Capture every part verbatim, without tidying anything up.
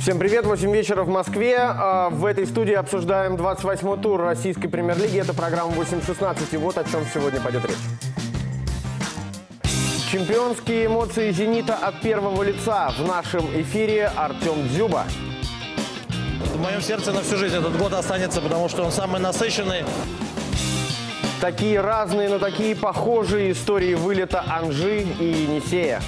Всем привет, восемь вечера в Москве. В этой студии обсуждаем двадцать восьмой тур российской премьер-лиги. Это программа восемь шестнадцать, и вот о чем сегодня пойдет речь. Чемпионские эмоции «Зенита» от первого лица. В нашем эфире Артем Дзюба. В моем сердце на всю жизнь этот год останется, потому что он самый насыщенный. Такие разные, но такие похожие истории вылета Анжи и Енисея.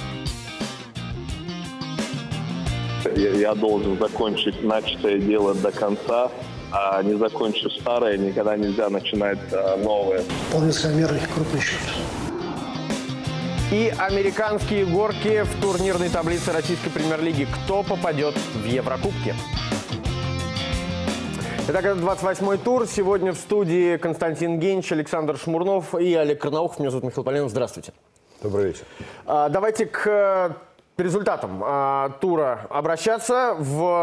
Я должен закончить начатое дело до конца, а не закончив старое, никогда нельзя начинать новое. Вполне закономерный крупный счет. И американские горки в турнирной таблице российской премьер-лиги. Кто попадет в Еврокубки? Итак, это двадцать восьмой тур. Сегодня в студии Константин Генич, Александр Шмурнов и Олег Карнаухов. Меня зовут Михаил Полянов. Здравствуйте. Добрый вечер. А, давайте к результатам а, тура обращаться.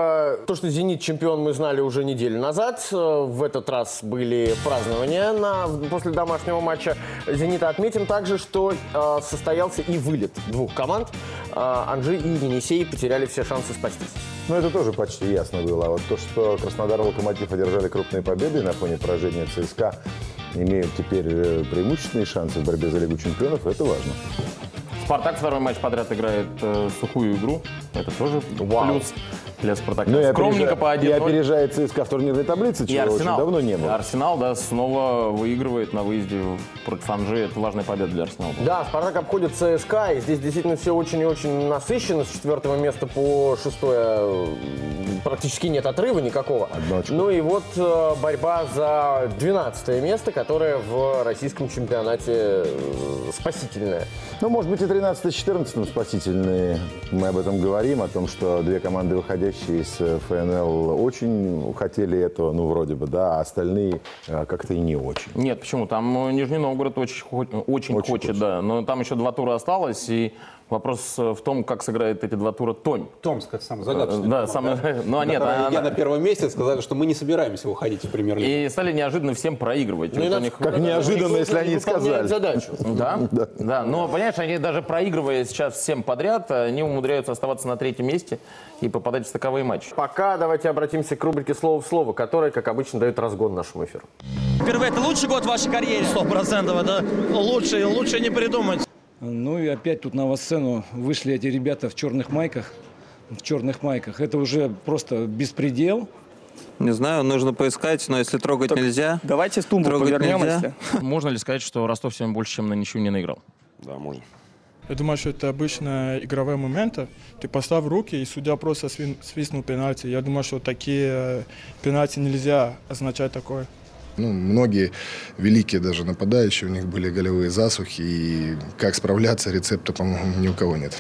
В то, что «Зенит» чемпион, мы знали уже неделю назад. В этот раз были празднования на, после домашнего матча «Зенита». Отметим также, что а, состоялся и вылет двух команд. А, Анжи и Енисей потеряли все шансы спастись. Ну, это тоже почти ясно было. А вот то, что Краснодар и Локомотив одержали крупные победы на фоне поражения ЦСКА, имеют теперь преимущественные шансы в борьбе за Лигу чемпионов, это важно. «Спартак» второй матч подряд играет э, сухую игру. Это тоже Вау. плюс для «Спартака». Ну, Скромненько по один ноль. И опережает ЦСКА в турнирной таблице, И чего Арсенал. очень давно не было. Арсенал, да, снова выигрывает на выезде против Анжи. Это важная победа для Арсенала. Да, «Спартак» обходит ЦСКА, и здесь действительно все очень и очень насыщенно. С четвертого места по шестое практически нет отрыва никакого. Одно очко. Ну и вот э, борьба за двенадцатое место, которое в российском чемпионате э, спасительное. Ну, может быть, и тринадцатое-четырнадцатое спасительные. Мы об этом говорим, о том, что две команды, выходящие из ФНЛ, очень хотели этого, ну, вроде бы, да, а остальные а, как-то и не очень. Нет, почему? Там Нижний Новгород очень, очень, очень хочет, хочет. да. Но там еще два тура осталось, и вопрос в том, как сыграет эти два тура Томь. Томск, это самый загадочный. Да, самый... Ну, нет, я она... на первом месте сказали, что мы не собираемся выходить в премьер-лигу. И стали неожиданно всем проигрывать. Ну, Вот и у них... Как неожиданно, если они и сказали. Задачу. Да? Да, но, понимаешь, они даже проигрывая сейчас всем подряд, они умудряются оставаться на третьем месте и попадать в стыковые матчи. Пока давайте обратимся к рубрике «Слово в слово», которая, как обычно, дает разгон нашему эфиру. Впервые это лучший год в вашей карьере? Сто процентов. Это лучше, лучше не придумать. Ну и опять тут на авансцену вышли эти ребята в черных майках. В черных майках. Это уже просто беспредел. Не знаю, нужно поискать, но если трогать так нельзя... Давайте с тумбы повернемся. Можно ли сказать, что Ростов сегодня больше, чем на ничью не наиграл? Да, можно. Я думаю, что это обычно игровые моменты. Ты поставь руки, и судья просто свистнул пенальти. Я думаю, что такие пенальти нельзя означать такое. Ну, многие великие даже нападающие, у них были голевые засухи, и как справляться, рецепта, по-моему, ни у кого нет.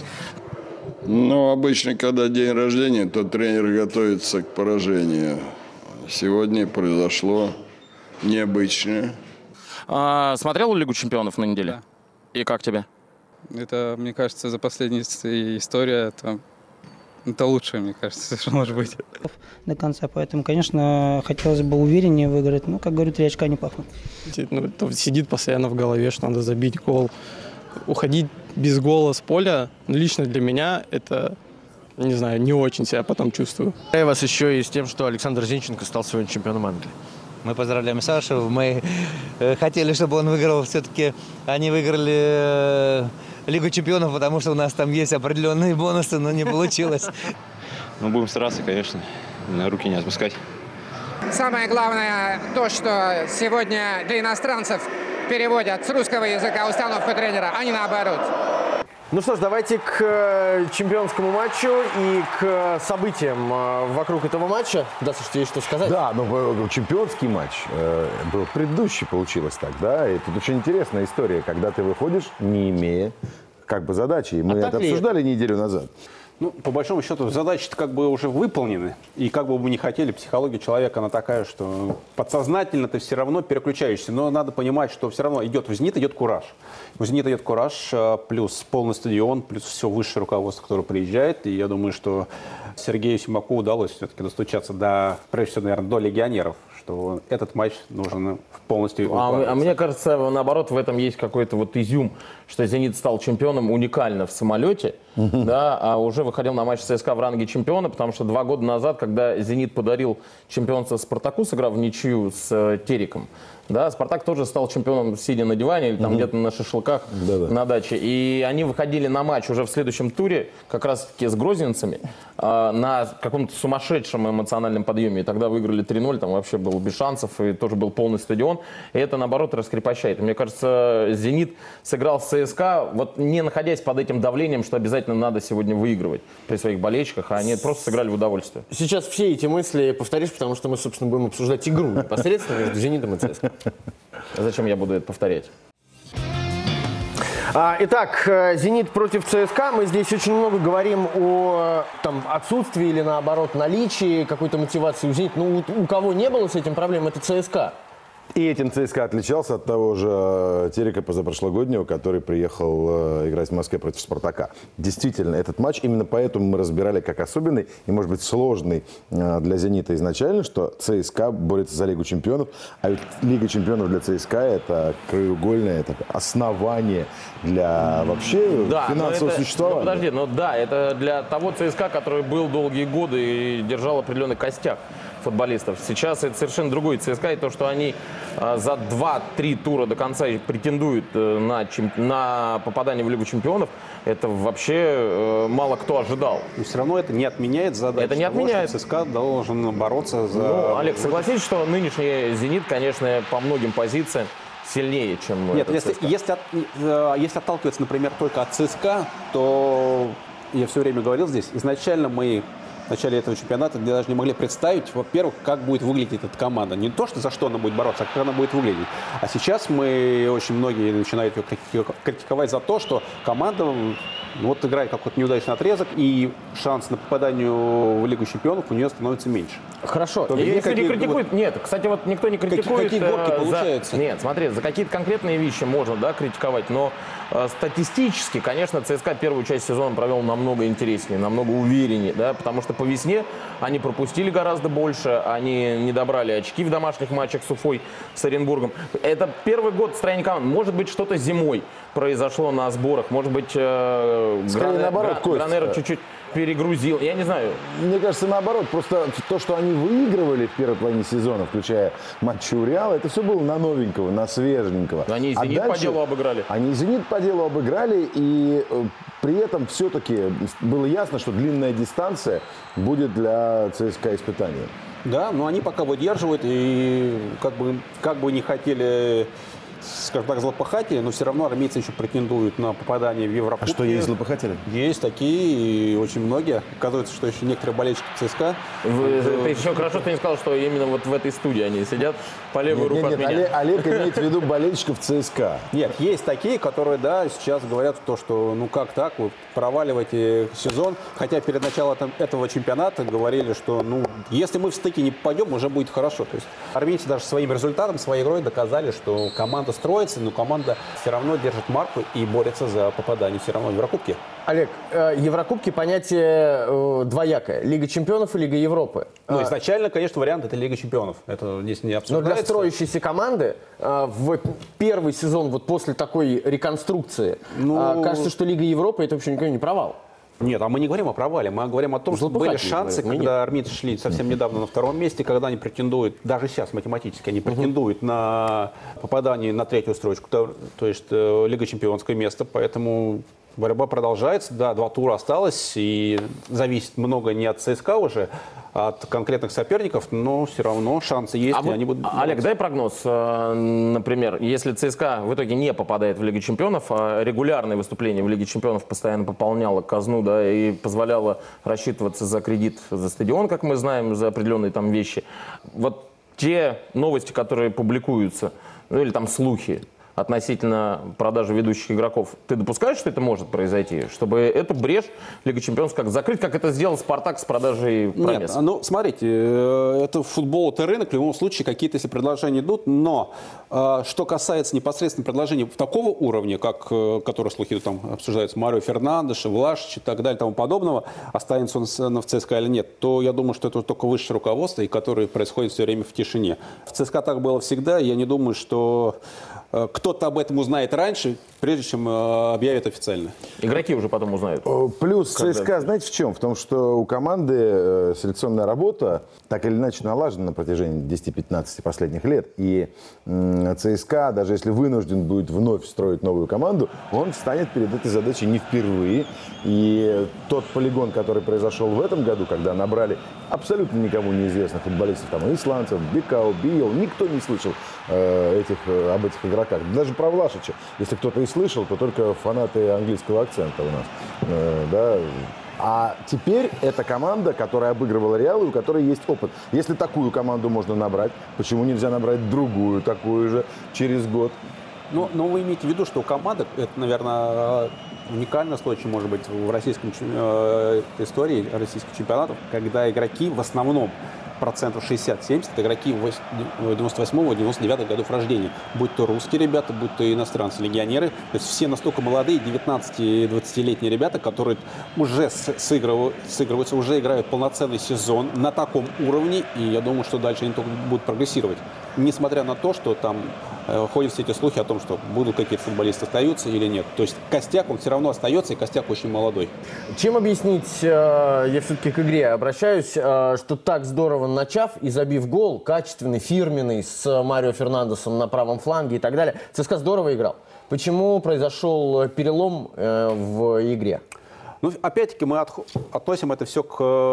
Ну, обычно, когда день рождения, то тренер готовится к поражению. Сегодня произошло необычное. А, смотрел Лигу чемпионов на неделе? Да. И как тебе? Это, мне кажется, за последняя история, это, это лучшее, мне кажется, что может быть. До конца, поэтому, конечно, хотелось бы увереннее выиграть, но, как говорю, три очка не пахнут. Ну, это сидит постоянно в голове, что надо забить гол. Уходить без гола с поля, лично для меня, это, не знаю, не очень себя потом чувствую. Я вас еще и с тем, что Александр Зинченко стал сегодня чемпионом Англии. Мы поздравляем Сашу. Мы э, хотели, чтобы он выиграл. Все-таки они выиграли э, Лигу чемпионов, потому что у нас там есть определенные бонусы, но не получилось. Мы будем стараться, конечно, руки не отпускать. Самое главное то, что сегодня для иностранцев переводят с русского языка установку тренера, а не наоборот. Ну что ж, давайте к чемпионскому матчу и к событиям вокруг этого матча. Да, слушайте, есть что сказать? Да, но чемпионский матч э, был предыдущий, получилось так, да? И тут очень интересная история, когда ты выходишь, не имея как бы задачи. И мы а это обсуждали неделю назад. Ну, по большому счету, задачи-то как бы уже выполнены. И как бы мы ни хотели, психология человека, она такая, что подсознательно ты все равно переключаешься. Но надо понимать, что все равно идет в «Зенит», идет кураж. В «Зенит» идет кураж, плюс полный стадион, плюс все высшее руководство, которое приезжает. И я думаю, что Сергею Симаку удалось все-таки достучаться до, прежде всего, наверное, до легионеров, что этот матч нужен полностью. А, а мне кажется, наоборот, в этом есть какой-то вот изюм, что «Зенит» стал чемпионом уникально в самолете, uh-huh. да, а уже выходил на матч ЦСКА в ранге чемпиона, потому что два года назад, когда «Зенит» подарил чемпионство «Спартаку», сыграв в ничью с э, Тереком, да, «Спартак» тоже стал чемпионом, сидя на диване или там uh-huh. где-то на шашлыках Да-да. на даче. И они выходили на матч уже в следующем туре, как раз-таки с грозненцами, э, на каком-то сумасшедшем эмоциональном подъеме. И тогда выиграли три ноль, там вообще был без шансов, и тоже был полный стадион. И это, наоборот, раскрепощает. И мне кажется, «Зенит» сыграл с ЦСКА, вот не находясь под этим давлением, что обязательно надо сегодня выигрывать при своих болельщиках, а они просто сыграли в удовольствие. Сейчас все эти мысли повторишь, потому что мы, собственно, будем обсуждать игру непосредственно между «Зенитом» и ЦСКА. Зачем я буду это повторять? А, итак, «Зенит» против ЦСКА. Мы здесь очень много говорим о там, отсутствии или, наоборот, наличии какой-то мотивации у «Зенита». Ну, у, у кого не было с этим проблем, это ЦСКА. И этим ЦСКА отличался от того же Терека позапрошлогоднего, который приехал играть в Москве против «Спартака». Действительно, этот матч, именно поэтому мы разбирали как особенный и, может быть, сложный для «Зенита» изначально, что ЦСКА борется за Лигу чемпионов, а ведь Лига чемпионов для ЦСКА – это краеугольное, это основание для вообще да, финансового это, существования. Ну, подожди, ну да, это для того ЦСКА, который был долгие годы и держал определенный костяк футболистов. Сейчас это совершенно другой ЦСКА, и то, что они э, за два-три тура до конца претендуют э, на, чем, на попадание в Лигу чемпионов, это вообще э, мало кто ожидал. Но все равно это не отменяет задачу. Это не того, отменяет. Что ЦСКА должен бороться за... Ну, Олег, согласитесь, что нынешний «Зенит», конечно, по многим позициям сильнее, чем Нет, если, если, от, если отталкиваться, например, только от ЦСКА, то я все время говорил здесь, изначально мы в начале этого чемпионата даже не могли представить, во-первых, как будет выглядеть эта команда. Не то, что за что она будет бороться, а как она будет выглядеть. А сейчас мы, очень многие начинают ее критиковать за то, что команда вот играет какой-то неудачный отрезок, и шанс на попадание в Лигу чемпионов у нее становится меньше. Хорошо. То Если какие, не критикует, вот, нет, кстати, вот никто не критикует. Какие, какие горки за, получаются? Нет, смотри, за какие-то конкретные вещи можно, да, критиковать, но э, статистически, конечно, ЦСКА первую часть сезона провел намного интереснее, намного увереннее, да, потому что по весне они пропустили гораздо больше, они не добрали очки в домашних матчах с Уфой, с Оренбургом. Это первый год строения команды. Может быть, что-то зимой произошло на сборах, может быть, э, Скорее наоборот, Кость. Гранера чуть-чуть перегрузил, я не знаю. Мне кажется, наоборот, просто то, что они выигрывали в первой половине сезона, включая матчи у Реала, это все было на новенького, на свеженького. Но они и а «Зенит» дальше, по делу обыграли. Они «Зенит» по делу обыграли, и э, при этом все-таки было ясно, что длинная дистанция будет для ЦСКА испытанием. Да, но они пока выдерживают, и как бы, как бы не хотели, скажем так, злопыхатели, но все равно армейцы еще претендуют на попадание в Еврокубки. А что, есть злопыхатели? Есть такие, и очень многие. Оказывается, что еще некоторые болельщики ЦСКА. Вы, ты еще хорошо, ты не сказал, что именно вот в этой студии они сидят по левую нет, руку нет, от нет, меня. Олег, Олег имеет в виду болельщиков ЦСКА. Нет, есть такие, которые, да, сейчас говорят то, что ну как так, вы проваливаете сезон. Хотя перед началом этого чемпионата говорили, что ну если мы в стыке не попадем, уже будет хорошо. То есть армейцы даже своим результатом, своей игрой доказали, что команда строится, но команда все равно держит марку и борется за попадание все равно в Еврокубки. Олег, э, Еврокубки понятие э, двоякое. Лига чемпионов и Лига Европы. Ну, изначально, конечно, вариант это Лига чемпионов. Это здесь не обсуждается. Но для строящейся команды э, в первый сезон, вот после такой реконструкции, ну... э, кажется, что Лига Европы это вообще никакой не провал. Нет, а мы не говорим о провале, мы говорим о том, что были шансы, когда нет. армейцы шли совсем недавно на втором месте, когда они претендуют, даже сейчас математически они претендуют uh-huh. на попадание на третью строчку, то, то есть э, Лига чемпионское место, поэтому борьба продолжается, да, два тура осталось, и зависит много не от ЦСКА уже, а от конкретных соперников, но все равно шансы есть, а и вот, они будут... Олег, дай прогноз, например, если ЦСКА в итоге не попадает в Лигу чемпионов, а регулярное выступление в Лиге чемпионов постоянно пополняло казну, да, и позволяло рассчитываться за кредит, за стадион, как мы знаем, за определенные там вещи. Вот те новости, которые публикуются, ну или там слухи, относительно продажи ведущих игроков. Ты допускаешь, что это может произойти? Чтобы эту брешь Лига Чемпионов как закрыть, как это сделал «Спартак» с продажей Промес? Нет, ну, смотрите, это футбол, это рынок, в любом случае какие-то если предложения идут, но э, что касается непосредственно предложений такого уровня, как, э, которые слухи там обсуждаются, Марио Фернандеша, Влашич и так далее, и тому подобного, останется он в ЦСКА или нет, то я думаю, что это только высшее руководство, и которое происходит все время в тишине. В ЦСКА так было всегда, я не думаю, что э, кто-то об этом узнает раньше, прежде чем э, объявят официально. Игроки уже потом узнают. Плюс Когда... ЦСКА, знаете в чем? В том, что у команды э, селекционная работа так или иначе налажена на протяжении десяти-пятнадцати последних лет. И э, ЦСКА, даже если вынужден будет вновь строить новую команду, он встанет перед этой задачей не впервые. И тот полигон, который произошел в этом году, когда набрали абсолютно никому неизвестных футболистов, там, исландцев, Бикау, Биел, никто не слышал э, этих, э, об этих игроках. Даже про Влашича. Если кто-то и слышал, то только фанаты английского акцента у нас. Э, да. А теперь это команда, которая обыгрывала Реал, и у которой есть опыт. Если такую команду можно набрать, почему нельзя набрать другую, такую же, через год? Но, но вы имеете в виду, что команда, это, наверное, уникальный случай, может быть, в российском э, истории российских чемпионатов, когда игроки в основном процентов шестьдесят-семьдесят игроки девяносто восьмого девяносто девятого годов рождения. Будь то русские ребята, будь то иностранцы, легионеры. То есть все настолько молодые, девятнадцати-двадцатилетние ребята, которые уже сыгрывают, сыгрываются, уже играют полноценный сезон на таком уровне. И я думаю, что дальше они только будут прогрессировать. Несмотря на то, что там э, ходят все эти слухи о том, что будут какие-то футболисты остаются или нет. То есть костяк, он все равно остается, и костяк очень молодой. Чем объяснить, э, я все-таки к игре обращаюсь, э, что так здорово начав и забив гол, качественный, фирменный, с Марио Фернандесом на правом фланге и так далее, ЦСКА здорово играл. Почему произошел перелом э, в игре? Ну, опять-таки, мы от, относим это все,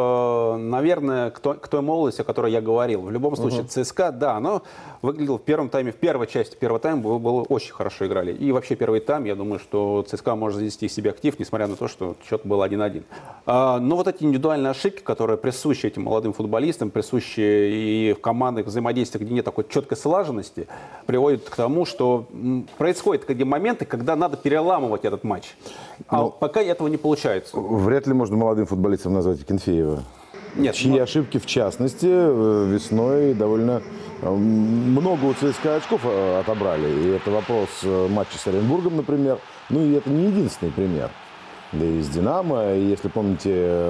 к, наверное, к той, к той молодости, о которой я говорил. В любом случае, uh-huh. ЦСКА, да, оно выглядело в первом тайме, в первой части первого тайма было, было очень хорошо играли. И вообще первый тайм, я думаю, что ЦСКА может завести себе актив, несмотря на то, что счет был один-один. А, но вот эти индивидуальные ошибки, которые присущи этим молодым футболистам, присущи и в командных взаимодействиях, где нет такой четкой слаженности, приводят к тому, что происходят такие моменты, когда надо переламывать этот матч. А но... пока этого не получается. Вряд ли можно молодым футболистам назвать Акинфеева. Нет, чьи но... ошибки, в частности, весной довольно много у ЦСКА очков отобрали. И это вопрос матча с Оренбургом, например. Ну и это не единственный пример. Да и с «Динамо», и если помните,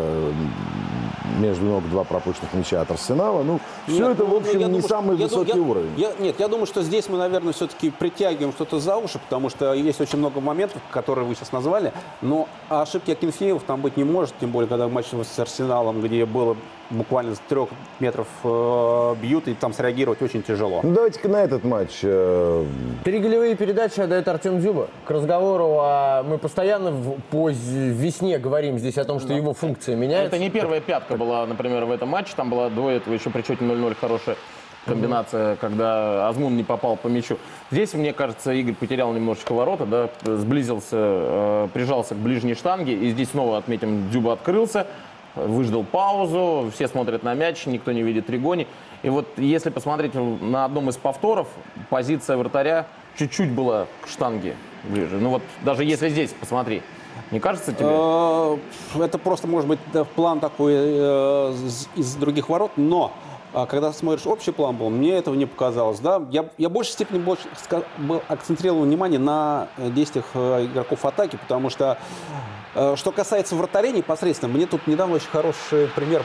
между ног два пропущенных мяча от Арсенала. Ну, все нет, это, в общем, не думаю, самый я, высокий я, уровень. Я, нет, я думаю, что здесь мы, наверное, все-таки притягиваем что-то за уши, потому что есть очень много моментов, которые вы сейчас назвали, но ошибки Акинфеева там быть не может, тем более, когда в матче с Арсеналом, где было буквально с трех метров э, бьют, и там среагировать очень тяжело. Ну, давайте-ка на этот матч. Э... Три голевые передачи отдает Артем Дзюба. К разговору о... Мы постоянно в, по весне говорим здесь о том, что да. его функция меняется. Это не первая пятка была, например, в этом матче. Там была до этого еще при счете ноль-ноль хорошая комбинация, mm-hmm. когда Азмун не попал по мячу. Здесь, мне кажется, Игорь потерял немножечко ворота, да, сблизился, э, прижался к ближней штанге. И здесь снова, отметим, Дзюба открылся. Выждал паузу, все смотрят на мяч, никто не видит Ригони. И вот если посмотреть на одном из повторов, позиция вратаря чуть-чуть была к штанге ближе. Ну вот даже если здесь, посмотри, не кажется тебе? Это просто может быть план такой из других ворот, но когда смотришь общий план был, мне этого не показалось. Да? Я, я в большей степени больше был, акцентрировал внимание на действиях игроков атаки, потому что что касается вратарей непосредственно, мне тут недавно очень хороший пример.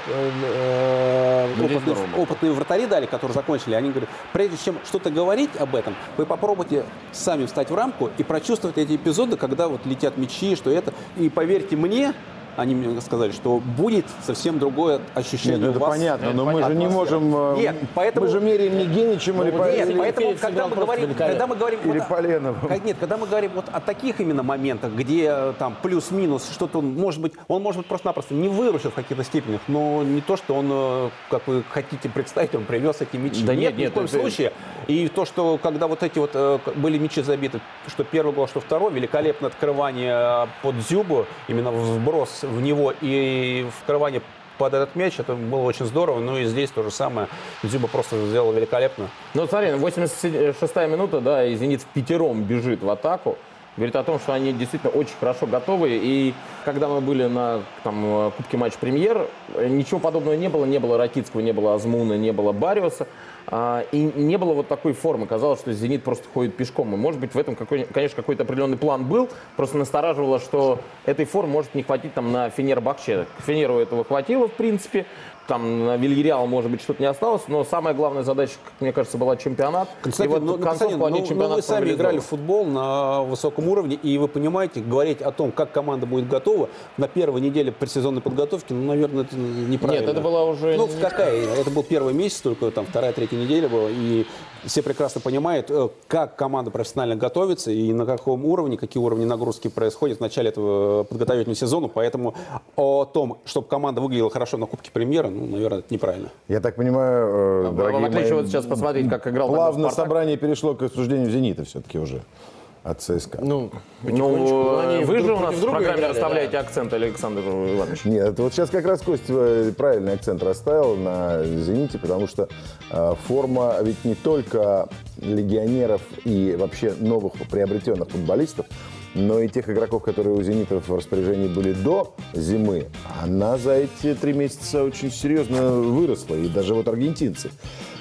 Э, опытные, опытные вратари дали, которые закончили. Они говорят, прежде чем что-то говорить об этом, вы попробуйте сами встать в рамку и прочувствовать эти эпизоды, когда вот летят мячи, что это. И поверьте мне, они мне сказали, что будет совсем другое ощущение. Нет, у это вас. понятно, это но понятно. мы же не можем... Нет, поэтому... Мы же меряем не Геничем ну, или Нет, или поэтому, когда мы, говорим, когда мы говорим... Или вот Поленовым. О, нет, когда мы говорим вот о таких именно моментах, где там плюс-минус что-то он может быть... Он может быть просто-напросто не выручил в каких-то степенях, но не то, что он, как вы хотите представить, он привез эти мячи. Да нет, нет, ни нет, в коем это... случае. И то, что когда вот эти вот были мячи забиты, что первый гол, что второй, великолепное открывание под Дзюбу, именно вброс в него и И вскрывание под этот мяч. Это было очень здорово. Ну и здесь то же самое. Дзюба просто сделал великолепно. Ну, смотри, восемьдесят шестая минута, да, и «Зенит» в пятером бежит в атаку. Говорит о том, что они действительно очень хорошо готовы. И когда мы были на там, Кубке Матч Премьер, ничего подобного не было. Не было Ракитского, не было Азмуна, не было Бариуса. А, и не было вот такой формы. Казалось, что «Зенит» просто ходит пешком. И, может быть, в этом, какой, конечно, какой-то определенный план был. Просто настораживало, что этой формы может не хватить там, на Фенербахче. К Фенеру этого хватило, в принципе. Там на Вильяреал, может быть, что-то не осталось, но самая главная задача, как мне кажется, была чемпионат. Константин, и вот ну, концовку они ну, чемпионат ну, вы сами играли в футбол на высоком уровне, и вы понимаете, говорить о том, как команда будет готова на первой неделе предсезонной подготовки, ну, наверное, это неправильно. Нет, это была уже... Ну, какая? Это был первый месяц, только там вторая, третья неделя была, и все прекрасно понимают, как команда профессионально готовится и на каком уровне, какие уровни нагрузки происходят в начале этого подготовительного сезона, поэтому о том, чтобы команда выглядела хорошо на Кубке Премьера, ну, наверное, это неправильно. Я так понимаю, Да, дорогие в отличие мои, вот сейчас посмотреть, как играл плавно «Спартак». собрание перешло к осуждению «Зенита» все-таки уже от ЦСКА. Ну, ну они вы друг же у нас против в друга программе играли, расставляете да. акцент, Александр Иванович. Нет, вот сейчас как раз Костя правильный акцент расставил на «Зените», потому что э, форма ведь не только легионеров и вообще новых приобретенных футболистов, но и тех игроков, которые у «Зенита» в распоряжении были до зимы, она за эти три месяца очень серьезно выросла. И даже вот аргентинцы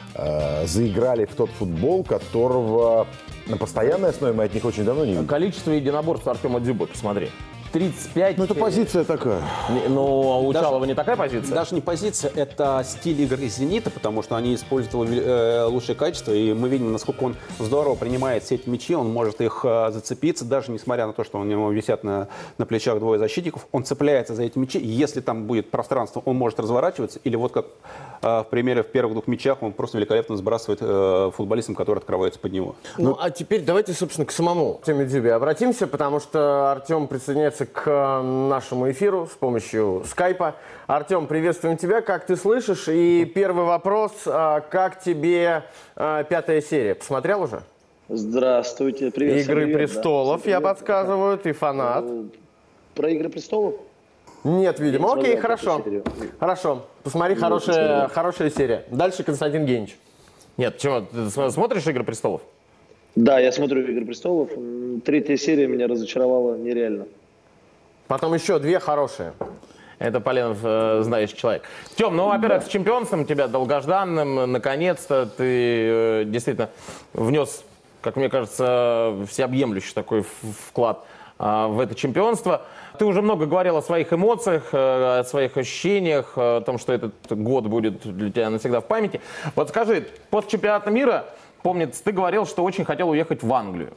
э, заиграли в тот футбол, которого на постоянной основе мы от них очень давно не видели. Количество единоборств Артема Дзюбы, посмотри. тридцать пять. Ну, это позиция такая. Не, ну, а у Даже- Чалова не такая позиция? Даже не позиция, это стиль игры «Зенита», потому что они использовали э, лучшие качества, и мы видим, насколько он здорово принимает все эти мячи, он может их э, зацепиться, даже несмотря на то, что у него висят на, на плечах двое защитников, он цепляется за эти мячи, и если там будет пространство, он может разворачиваться, или вот как э, в примере в первых двух мячах он просто великолепно сбрасывает э, футболистам, которые открываются под него. Ну, а теперь давайте, собственно, к самому Артему Дзюбе обратимся, потому что Артем присоединяется к нашему эфиру с помощью скайпа. Артем, приветствуем тебя. Как ты слышишь? И первый вопрос. а, Как тебе а, пятая серия? Посмотрел уже? Здравствуйте, привет. всем «Игры привет, престолов», да. я подсказываю. Ты фанат. Про «Игры престолов»? Нет, видимо. Я не Окей, смотрел хорошо. эту серию. Хорошо. Посмотри, Нет, хорошая, не смотрел. хорошая серия. Дальше Константин Генич. Нет, чего, ты см- смотришь «Игры престолов»? Да, я смотрю «Игры престолов». М, Третья серия меня разочаровала нереально. Потом еще две хорошие. Это Поленов, э, знаешь, человек. Тем, ну, во-первых, с чемпионством тебя долгожданным, наконец-то ты э, действительно внес, как мне кажется, всеобъемлющий такой в- вклад э, в это чемпионство. Ты уже много говорил о своих эмоциях, э, о своих ощущениях, э, о том, что этот год будет для тебя навсегда в памяти. Вот скажи, после чемпионата мира, помнится, ты говорил, что очень хотел уехать в Англию.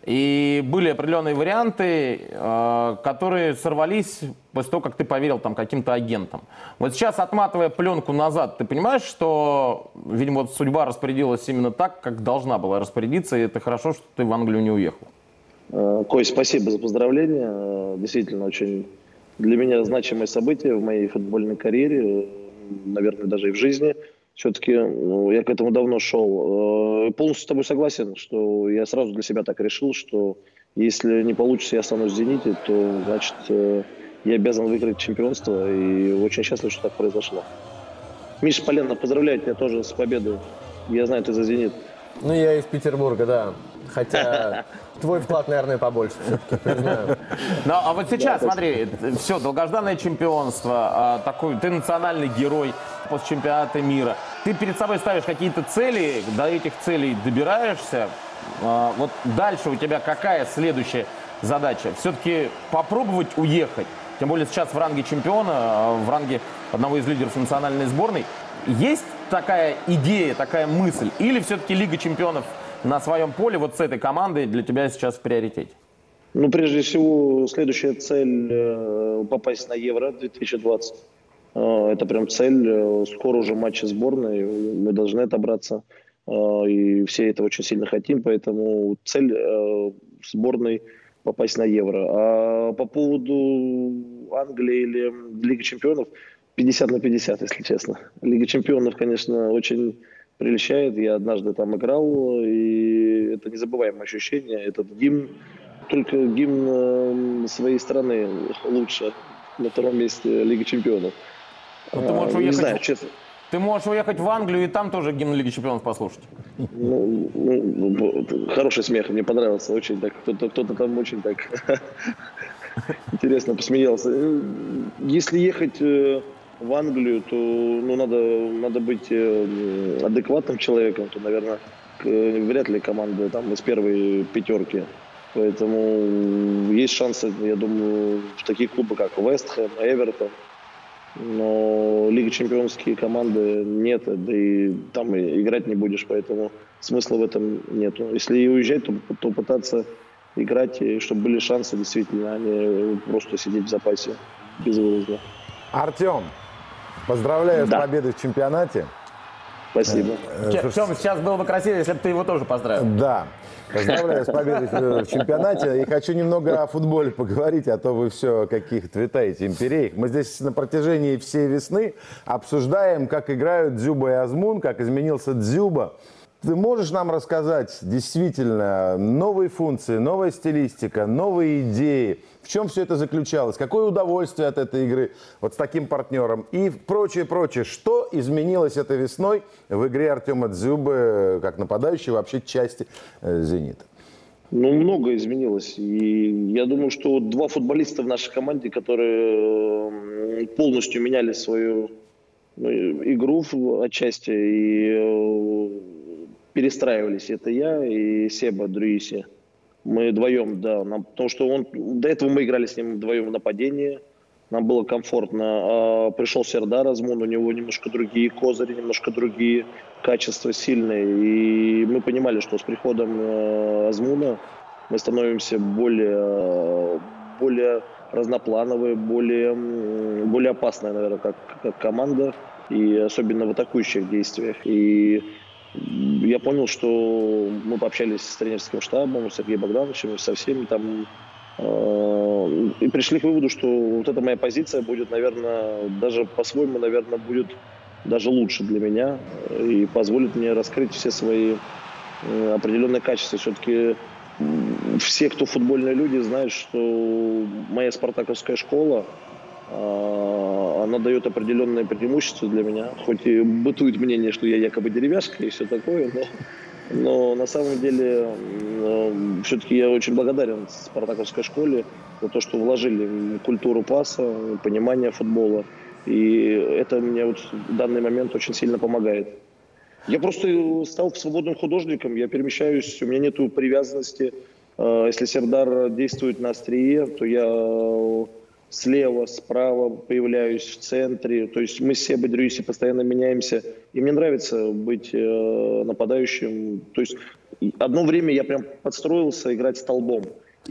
И были определенные варианты, э, которые сорвались после того, как ты поверил там каким-то агентам. Вот сейчас, отматывая пленку назад, ты понимаешь, что, видимо, вот судьба распорядилась именно так, как должна была распорядиться, и это хорошо, что ты в Англию не уехал. Э, Кость, спасибо за поздравления. Э, Действительно, очень для меня значимое событие в моей футбольной карьере, э, наверное, даже и в жизни. Все-таки ну, я к этому давно шел. Э, Полностью с тобой согласен, что я сразу для себя так решил, что если не получится, я останусь в «Зените», то, значит, э, я обязан выиграть чемпионство, и очень счастлив, что так произошло. Миша Поленов, поздравляю тебя тоже с победой. Я знаю, ты за «Зенит». Ну, я из Петербурга, да. Хотя твой вклад, наверное, побольше все-таки, признаю. Ну, а вот сейчас, смотри, все, долгожданное чемпионство, а, такой, ты национальный герой после чемпионата мира. Ты перед собой ставишь какие-то цели, до этих целей добираешься. А, вот дальше у тебя какая следующая задача? Все-таки попробовать уехать, тем более сейчас в ранге чемпиона, а, в ранге одного из лидеров национальной сборной. Есть такая идея, такая мысль? Или все-таки Лига чемпионов на своем поле вот с этой командой для тебя сейчас в приоритете? Ну, прежде всего, следующая цель э, попасть на Евро две тысячи двадцать. Э, это прям цель. Э, Скоро уже матчи сборной, мы должны отобраться. Э, И все это очень сильно хотим, поэтому цель э, сборной попасть на Евро. А по поводу Англии или Лиги чемпионов, пятьдесят на пятьдесят, если честно. Лига чемпионов, конечно, очень прельщает. Я однажды там играл, и это незабываемое ощущение. Этот гимн, только гимн э, своей страны лучше на втором месте Лиги чемпионов. Ну, ты можешь Не уехать знаю, в- честно. Ты можешь уехать в Англию и там тоже гимн Лиги Чемпионов послушать. Ну, ну, хороший смех, мне понравился очень так. Кто-то, кто-то там очень так интересно посмеялся. Если ехать э, в Англию, то ну, надо, надо быть э, адекватным человеком, то, наверное, к- вряд ли команда там из первой пятерки. Поэтому есть шансы, я думаю, в таких клубах, как Вест Хэм, Эвертон. Но Лига Чемпионские команды нет, да и там и играть не будешь, поэтому смысла в этом нету. Если и уезжать, то, то пытаться играть, и чтобы были шансы действительно, а не просто сидеть в запасе безвылазно. Артем, поздравляю Да. с победой в чемпионате. Спасибо. Э, Че- слушай, Тём, сейчас было бы красиво, если бы ты его тоже поздравил. Да. Поздравляю с победой в чемпионате. И хочу немного о футболе поговорить, а то вы все каких-то витаете империях. Мы здесь на протяжении всей весны обсуждаем, как играют Дзюба и Азмун, как изменился Дзюба. Ты можешь нам рассказать действительно новые функции, новая стилистика, новые идеи? В чем все это заключалось? Какое удовольствие от этой игры вот с таким партнером? И прочее, прочее. Что изменилось этой весной в игре Артема Дзюбы как нападающего, вообще части э, «Зенита»? Ну, много изменилось. И я думаю, что вот два футболиста в нашей команде, которые э, полностью меняли свою ну, игру в- отчасти и э, перестраивались. Это я и Себа Друиси. Мы вдвоем, да. Нам- потому что он, до этого мы играли с ним вдвоем в нападении. Нам было комфортно. А пришел Сердар Азмун, у него немножко другие козыри, немножко другие качества сильные. И мы понимали, что с приходом э, Азмуна мы становимся более, более разноплановые, более, м, более опасные, наверное, как, как команда. И особенно в атакующих действиях. И я понял, что мы пообщались с тренерским штабом, с Сергеем Богдановичем, со всеми там, э, и пришли к выводу, что вот эта моя позиция будет, наверное, даже по-своему, наверное, будет даже лучше для меня и позволит мне раскрыть все свои э, определенные качества. Все-таки все, кто футбольные люди, знают, что моя спартаковская школа, а, она дает определенные преимущества для меня. Хоть и бытует мнение, что я якобы деревяшка и все такое, но, но на самом деле все-таки я очень благодарен спартаковской школе за то, что вложили в культуру паса, понимание футбола. И это мне вот в данный момент очень сильно помогает. Я просто стал свободным художником, я перемещаюсь, у меня нету привязанности. Э, Если Сердар действует на острие, то я слева, справа появляюсь в центре. То есть мы с Себой Дрюси постоянно меняемся. И мне нравится быть э, нападающим. То есть и одно время я прям подстроился играть столбом.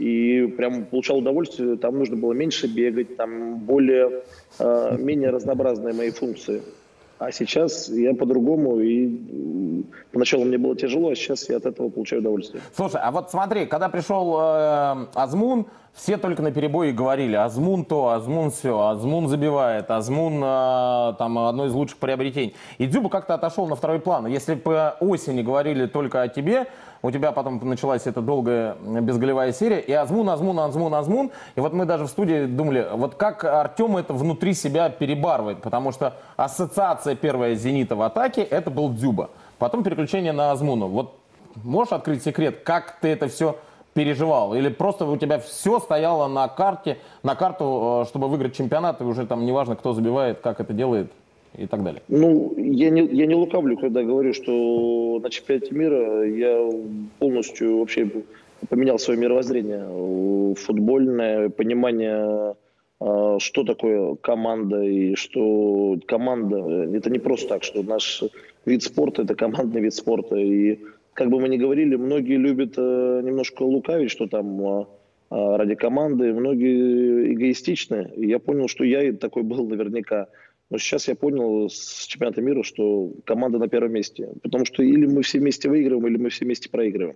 И прям получал удовольствие. Там нужно было меньше бегать, там более, э, менее разнообразные мои функции. А сейчас я по-другому, и м, поначалу мне было тяжело, а сейчас я от этого получаю удовольствие. Слушай, а вот смотри, когда пришел э, Азмун, все только на перебой говорили: Азмун то, Азмун все, Азмун забивает, Азмун э, там одно из лучших приобретений. И Дзюба как-то отошел на второй план. Если по осени говорили только о тебе, у тебя потом началась эта долгая безголевая серия, и Азмун, Азмун, Азмун, Азмун. И вот мы даже в студии думали, вот как Артем это внутри себя перебарывает, потому что ассоциация первая «Зенита» в атаке — это был Дзюба. Потом переключение на Азмуна. Вот можешь открыть секрет, как ты это все переживал? Или просто у тебя все стояло на карте, на карту, чтобы выиграть чемпионат, и уже там неважно, кто забивает, как это делает и так далее? Ну, я не, я не лукавлю, когда говорю, что на чемпионате мира я полностью вообще поменял свое мировоззрение, футбольное понимание, что такое команда, и что команда — это не просто так, что наш вид спорта — это командный вид спорта. И как бы мы ни говорили, многие любят немножко лукавить, что там ради команды, многие эгоистичны. И я понял, что я такой был наверняка. Но сейчас я понял с чемпионата мира, что команда на первом месте. Потому что или мы все вместе выигрываем, или мы все вместе проигрываем.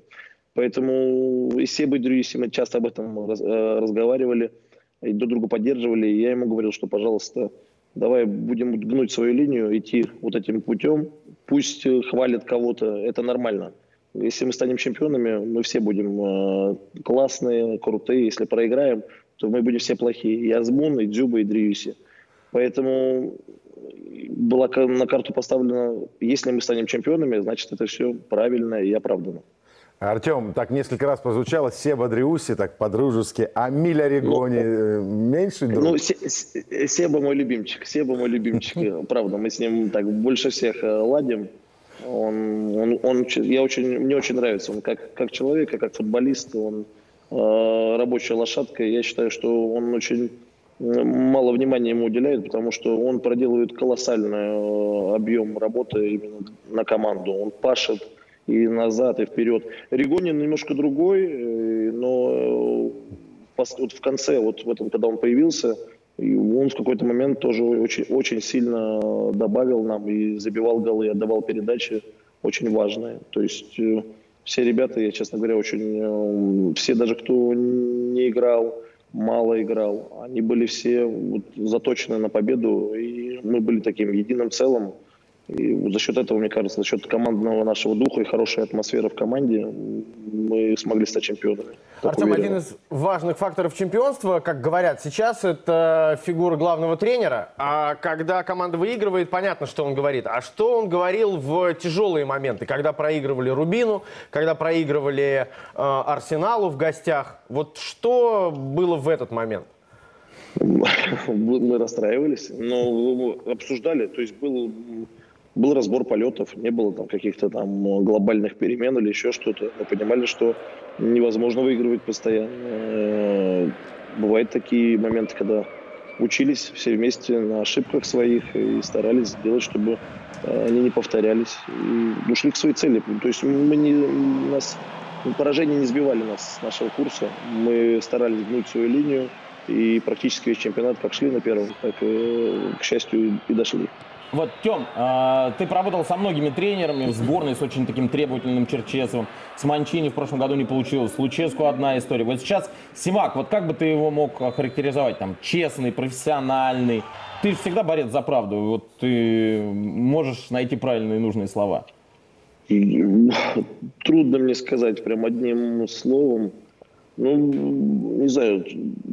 Поэтому и Себой Дрюси мы часто об этом раз, разговаривали, и друг друга поддерживали. И я ему говорил, что, пожалуйста, давай будем гнуть свою линию, идти вот этим путем. Пусть хвалят кого-то, это нормально. Если мы станем чемпионами, мы все будем классные, крутые. Если проиграем, то мы будем все плохие. И Азмун, и Дзюба, и Дрюси. Поэтому была на карту поставлена, если мы станем чемпионами, значит, это все правильно и оправдано. Артем, так несколько раз прозвучало Себа Дриусси, так по-дружески, а Миля Ригони ну, меньше друг? Ну, Себа мой любимчик, Себа мой любимчик, правда, мы с ним так больше всех ладим. Он, он, он, я очень, мне очень нравится, он как, как человек, как футболист, он э, рабочая лошадка. Я считаю, что он очень мало внимания ему уделяет, потому что он проделывает колоссальный объем работы именно на команду. Он пашет и назад, и вперед. Ригонин немножко другой, но вот в конце, вот в этом, когда он появился, он в какой-то момент тоже очень, очень сильно добавил нам и забивал голы, отдавал передачи очень важные. То есть все ребята, я, честно говоря, очень... Все, даже кто не играл, мало играл, они были все вот заточены на победу, и мы были таким единым целым. И за счет этого, мне кажется, за счет командного нашего духа и хорошей атмосферы в команде мы смогли стать чемпионами. Артем, один из важных факторов чемпионства, как говорят сейчас, это фигура главного тренера. А когда команда выигрывает, понятно, что он говорит. А что он говорил в тяжелые моменты, когда проигрывали Рубину, когда проигрывали э, Арсеналу в гостях? Вот что было в этот момент? Мы расстраивались, но обсуждали, то есть был... Был разбор полетов, не было там каких-то там глобальных перемен или еще что-то. Мы понимали, что невозможно выигрывать постоянно. Бывают такие моменты, когда учились все вместе на ошибках своих и старались сделать, чтобы они не повторялись. И ушли к своей цели. То есть мы не, нас, поражения не сбивали нас с нашего курса. Мы старались гнуть свою линию. И практически весь чемпионат как шли на первом, так, к счастью, и дошли. Вот, Тём, э, ты поработал со многими тренерами в сборной, с очень таким требовательным Черчесовым. С Манчини в прошлом году не получилось. С Луческу одна история. Вот сейчас Симак, вот как бы ты его мог охарактеризовать? Там, честный, профессиональный. Ты же всегда борец за правду. Вот ты можешь найти правильные и нужные слова. Трудно мне сказать прям одним словом. Ну, не знаю...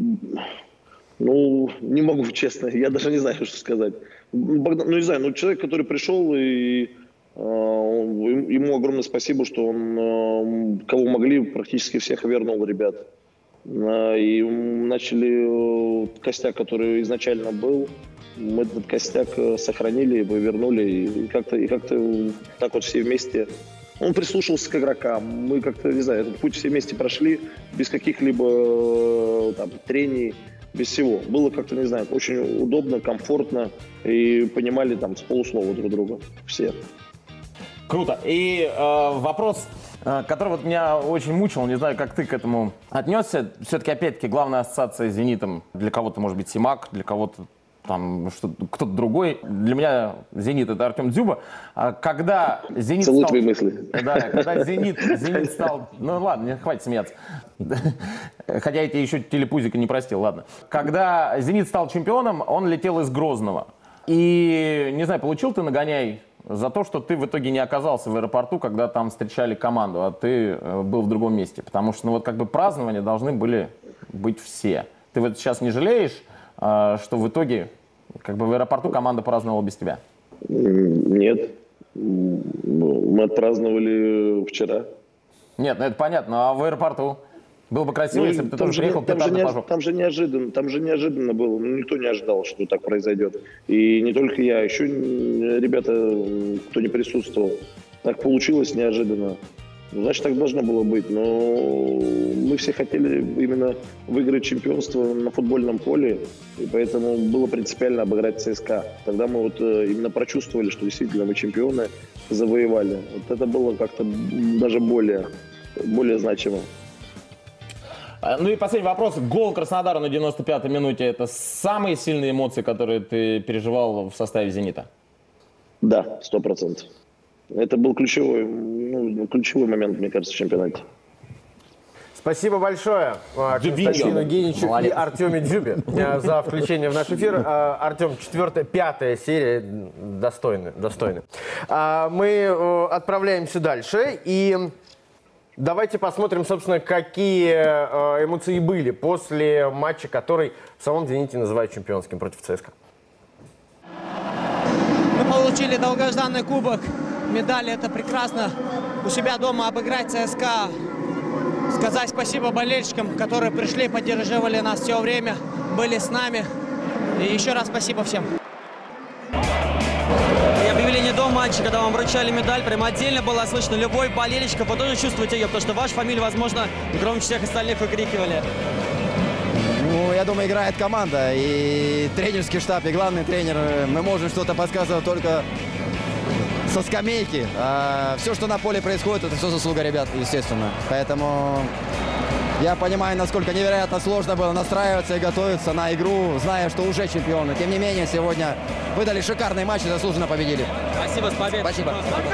Ну, не могу, честно, я даже не знаю, что сказать. Богдан, ну, не знаю, ну, человек, который пришел, и э, ему огромное спасибо, что он, э, кого могли, практически всех вернул ребят. Э, и начали э, костяк, который изначально был, мы этот костяк сохранили, мы вернули, и как-то и как-то так вот все вместе. Он прислушался к игрокам, мы как-то, не знаю, этот путь все вместе прошли, без каких-либо там трений. Без всего. Было как-то, не знаю, очень удобно, комфортно и понимали там с полуслова друг друга все. Круто. И э, вопрос, э, который вот меня очень мучил, не знаю, как ты к этому отнесся. Все-таки, опять-таки, главная ассоциация с «Зенитом» для кого-то может быть Симак, для кого-то там кто-то другой. Для меня «Зенит» — это Артем Дзюба. А когда «Зенит» Целую стал... твои мысли. Да, когда «Зенит», «Зенит» стал... Ну ладно, не хватит смеяться. Хотя я тебе еще телепузика не простил, ладно. Когда «Зенит» стал чемпионом, он летел из Грозного. И, не знаю, получил ты нагоняй за то, что ты в итоге не оказался в аэропорту, когда там встречали команду, а ты был в другом месте. Потому что, ну вот как бы празднования должны были быть все. Ты вот сейчас не жалеешь, что в итоге как бы в аэропорту команда праздновала без тебя? Нет. Мы отпраздновали вчера. Нет, ну это понятно. А в аэропорту? Было бы красиво, ну, если бы ты тоже приехал, там, же не, там же неожиданно, там же неожиданно было. Ну, никто не ожидал, что так произойдет. И не только я, еще ребята, кто не присутствовал. Так получилось неожиданно. Значит, так должно было быть. Но мы все хотели именно выиграть чемпионство на футбольном поле. И поэтому было принципиально обыграть ЦСКА. Тогда мы вот именно прочувствовали, что действительно мы чемпионы завоевали. Вот это было как-то даже более, более значимо. Ну и последний вопрос. Гол Краснодара на девяносто пятой минуте – это самые сильные эмоции, которые ты переживал в составе «Зенита»? Да, сто процентов. Это был ключевой, ну, ключевой момент, мне кажется, в чемпионате. Спасибо большое Константину Геничу и Артеме Дзюбе за включение в наш эфир. Артем, четвертая, пятая серия, достойны, достойны. Мы отправляемся дальше и... Давайте посмотрим, собственно, какие э, эмоции были после матча, который в самом «Зените» называют чемпионским против ЦСКА. получили долгожданный кубок, медали, это прекрасно. У себя дома обыграть ЦСКА, сказать спасибо болельщикам, которые пришли, поддерживали нас все время, были с нами. И еще раз спасибо всем. И объявление до матча, когда вам вручали медаль, прям отдельно было слышно любовь болельщиков. Вы тоже чувствуете ее, потому что вашу фамилию, возможно, громче всех остальных выкрикивали. Ну, я думаю, играет команда. И тренерский штаб, и главный тренер. Мы можем что-то подсказывать только со скамейки. А все, что на поле происходит, это все заслуга ребят, естественно. Поэтому я понимаю, насколько невероятно сложно было настраиваться и готовиться на игру, зная, что уже чемпионы. Тем не менее, сегодня выдали шикарный матч и заслуженно победили. Спасибо, с победой. Спасибо.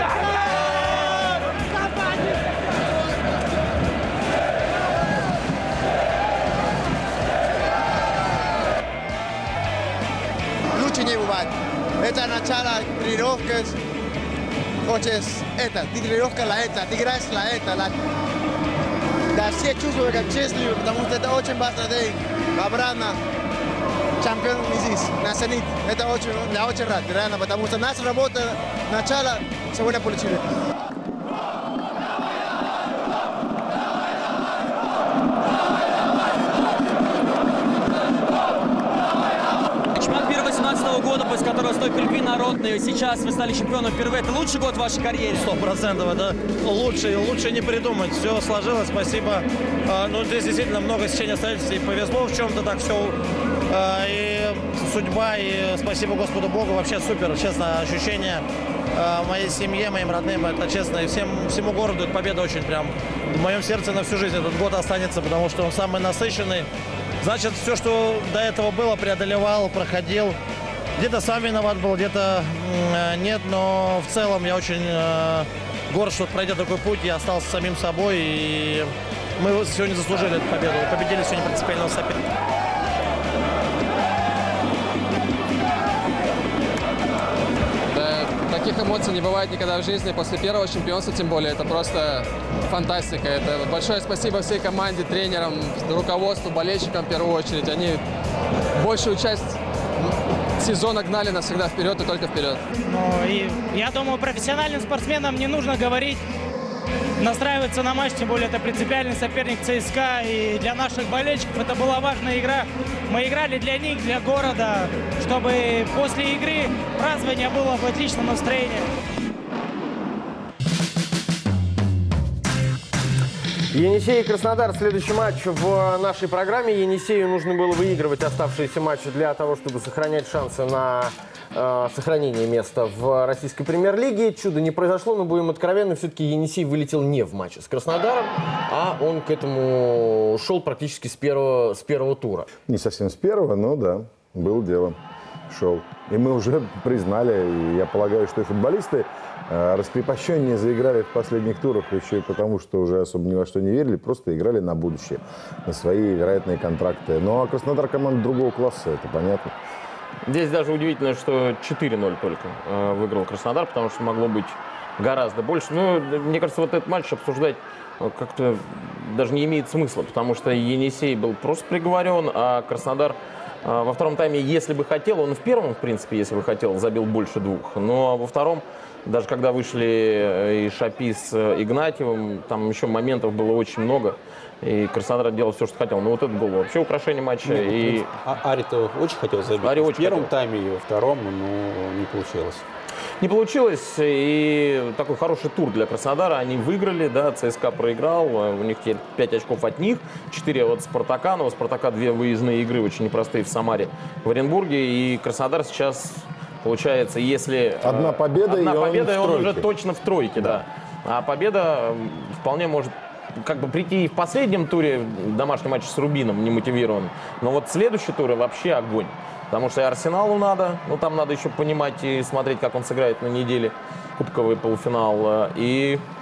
Лучше не бывает. Это начало тренировки. Хочешь это, тренировка на это, ты играешь на это. На... Да, все чувствуют как счастливы, потому что это очень важный день. Обратно чемпион здесь, на Зенит. Это очень, я очень рад, реально, потому что наша работа, начало, сегодня получили. Чемпионат мира восемнадцатого года, после которого стопили львы народные, сейчас вы стали чемпионом впервые. Это лучший год в вашей карьере? Сто процентов. Это лучше, лучше не придумать. Все сложилось, спасибо. Ну, здесь действительно много стечения обстоятельств. И повезло в чем-то так все. И судьба, и спасибо Господу Богу. Вообще супер, честно, ощущение моей семье, моим родным. Это честно. И всем, всему городу эта победа очень прям в моем сердце на всю жизнь. Этот год останется, потому что он самый насыщенный. Значит, все, что до этого было, преодолевал, проходил. Где-то сам виноват был, где-то э, нет, но в целом я очень э, горд, что пройдя такой путь, я остался самим собой, и мы сегодня заслужили эту победу, победили сегодня принципиального соперника. Да, таких эмоций не бывает никогда в жизни, после первого чемпионства тем более, это просто фантастика. Это большое спасибо всей команде, тренерам, руководству, болельщикам в первую очередь. Они большую часть сезона гнали нас всегда вперед и только вперед. Ну, и я думаю, профессиональным спортсменам не нужно говорить, настраиваться на матч, тем более это принципиальный соперник ЦСКА. И для наших болельщиков это была важная игра. Мы играли для них, для города, чтобы после игры празднование было в отличном настроении. Енисей и Краснодар. Следующий матч в нашей программе. Енисею нужно было выигрывать оставшиеся матчи для того, чтобы сохранять шансы на э, сохранение места в российской премьер-лиге. Чудо не произошло, но будем откровенны, все-таки Енисей вылетел не в матче с Краснодаром, а он к этому шел практически с первого, с первого тура. Не совсем с первого, но да, было дело. Шел. И мы уже признали, и я полагаю, что и футболисты раскрепощеннее заиграли в последних турах еще и потому, что уже особо ни во что не верили, просто играли на будущее, на свои вероятные контракты. Ну а Краснодар команда другого класса, это понятно. Здесь даже удивительно, что четыре ноль только выиграл Краснодар, потому что могло быть гораздо больше. Ну, мне кажется, вот этот матч обсуждать как-то даже не имеет смысла, потому что Енисей был просто приговорен, а Краснодар во втором тайме, если бы хотел, он в первом, в принципе, если бы хотел, забил больше двух, но во втором, даже когда вышли и Шапи с Игнатьевым, там еще моментов было очень много. И Краснодар делал все, что хотел. Но вот этот гол вообще украшение матча. Нет, и... а Ари-то очень хотел забить. Ари в очень первом хотел. тайме и во втором, но не получилось. Не получилось. И такой хороший тур для Краснодара. Они выиграли, да, ЦСКА проиграл. У них теперь пять очков от них, четыре от Спартака. Но у Спартака две выездные игры очень непростые в Самаре, в Оренбурге. И Краснодар сейчас... Получается, если одна победа, одна и победа, он, и он уже точно в тройке, да. да. А победа вполне может как бы прийти и в последнем туре, домашний матч с Рубином не мотивирован. Но вот следующий тур вообще огонь. Потому что и Арсеналу надо, ну там надо еще понимать и смотреть, как он сыграет на неделе, кубковый полуфинал. И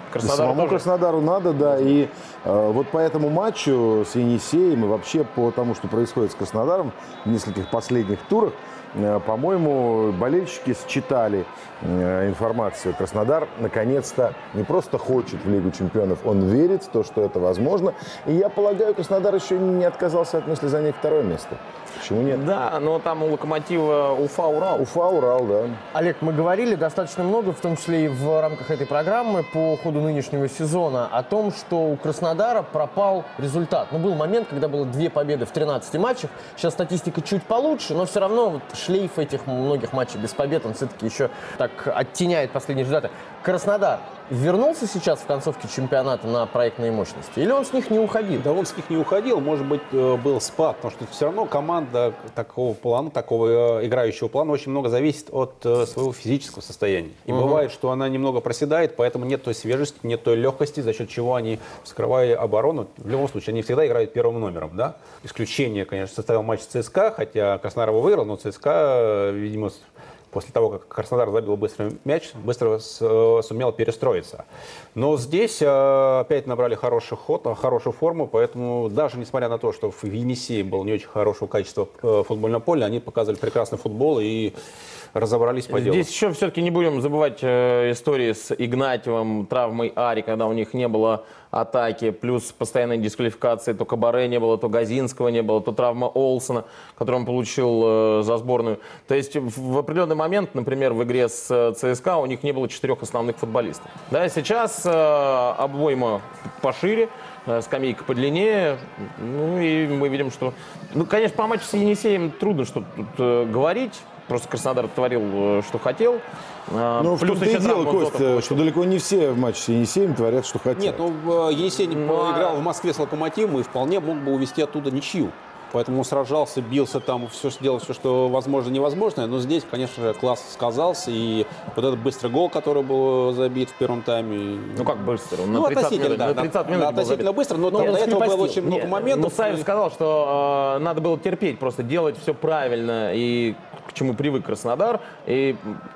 Краснодару Самому тоже. Краснодару надо, да. И э, вот по этому матчу с Енисеем и вообще по тому, что происходит с Краснодаром в нескольких последних турах, э, по-моему, болельщики считали э, информацию. Краснодар наконец-то не просто хочет в Лигу чемпионов, он верит в то, что это возможно. И я полагаю, Краснодар еще не отказался от мысли занять второе место. Почему нет? Да, но там у Локомотива Уфа-Урал. Уфа-Урал, да. Олег, мы говорили достаточно много, в том числе и в рамках этой программы по ходу нынешнего сезона, о том, что у Краснодара пропал результат. Ну, был момент, когда было две победы в тринадцати матчах. Сейчас статистика чуть получше, но все равно вот шлейф этих многих матчей без побед, он все-таки еще так оттеняет последние результаты. Краснодар вернулся сейчас в концовке чемпионата на проектные мощности? Или он с них не уходил? Да он с них не уходил, может быть, был спад, потому что все равно команда такого плана, такого играющего плана очень много зависит от своего физического состояния. И угу. бывает, что она немного проседает, поэтому нет той свежести, нет той легкости, за счет чего они, вскрывая оборону, в любом случае, они всегда играют первым номером, да? Исключение, конечно, составил матч ЦСКА, хотя Краснодар его выиграл, но ЦСКА, видимо, после того, как Краснодар забил быстрый мяч, быстро сумел перестроиться. Но здесь опять набрали хороший ход, хорошую форму, поэтому даже несмотря на то, что в Енисее было не очень хорошего качества футбольного поля, они показывали прекрасный футбол и разобрались по делу. Здесь еще все-таки не будем забывать э, истории с Игнатьевым, травмой Ари, когда у них не было атаки, плюс постоянной дисквалификации, то Кабаре не было, то Газинского не было, то травма Олсона, которую он получил э, за сборную. То есть в, в определенный момент, например, в игре с э, ЦСКА у них не было четырех основных футболистов. Да, сейчас э, обойма пошире, э, скамейка подлиннее, ну и мы видим, что... Ну, конечно, по матчу с Енисеем трудно что-то тут э, говорить. Просто Краснодар творил, что хотел. Ну, в том-то и дело, Костя, что далеко не все в матче с Енисеем творят, что хотят. Нет, ну, Енисей Но... играл в Москве с Локомотивом и вполне мог бы увезти оттуда ничью. Поэтому он сражался, бился там, все сделал все, что возможно, невозможное. Но здесь, конечно же, класс сказался. И вот этот быстрый гол, который был забит в первом тайме. Ну как быстро? Он ну, на тридцать минут, да, на тридцать минут относительно быстро, но ну, там до этого было очень много Нет, моментов. Мусаев сказал, что э, надо было терпеть, просто делать все правильно и к чему привык Краснодар. И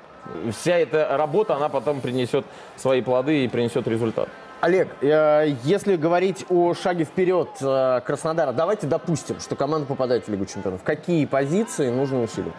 вся эта работа, она потом принесет свои плоды и принесет результат. Олег, если говорить о шаге вперед Краснодара, давайте допустим, что команда попадает в Лигу чемпионов. Какие позиции нужно усиливать?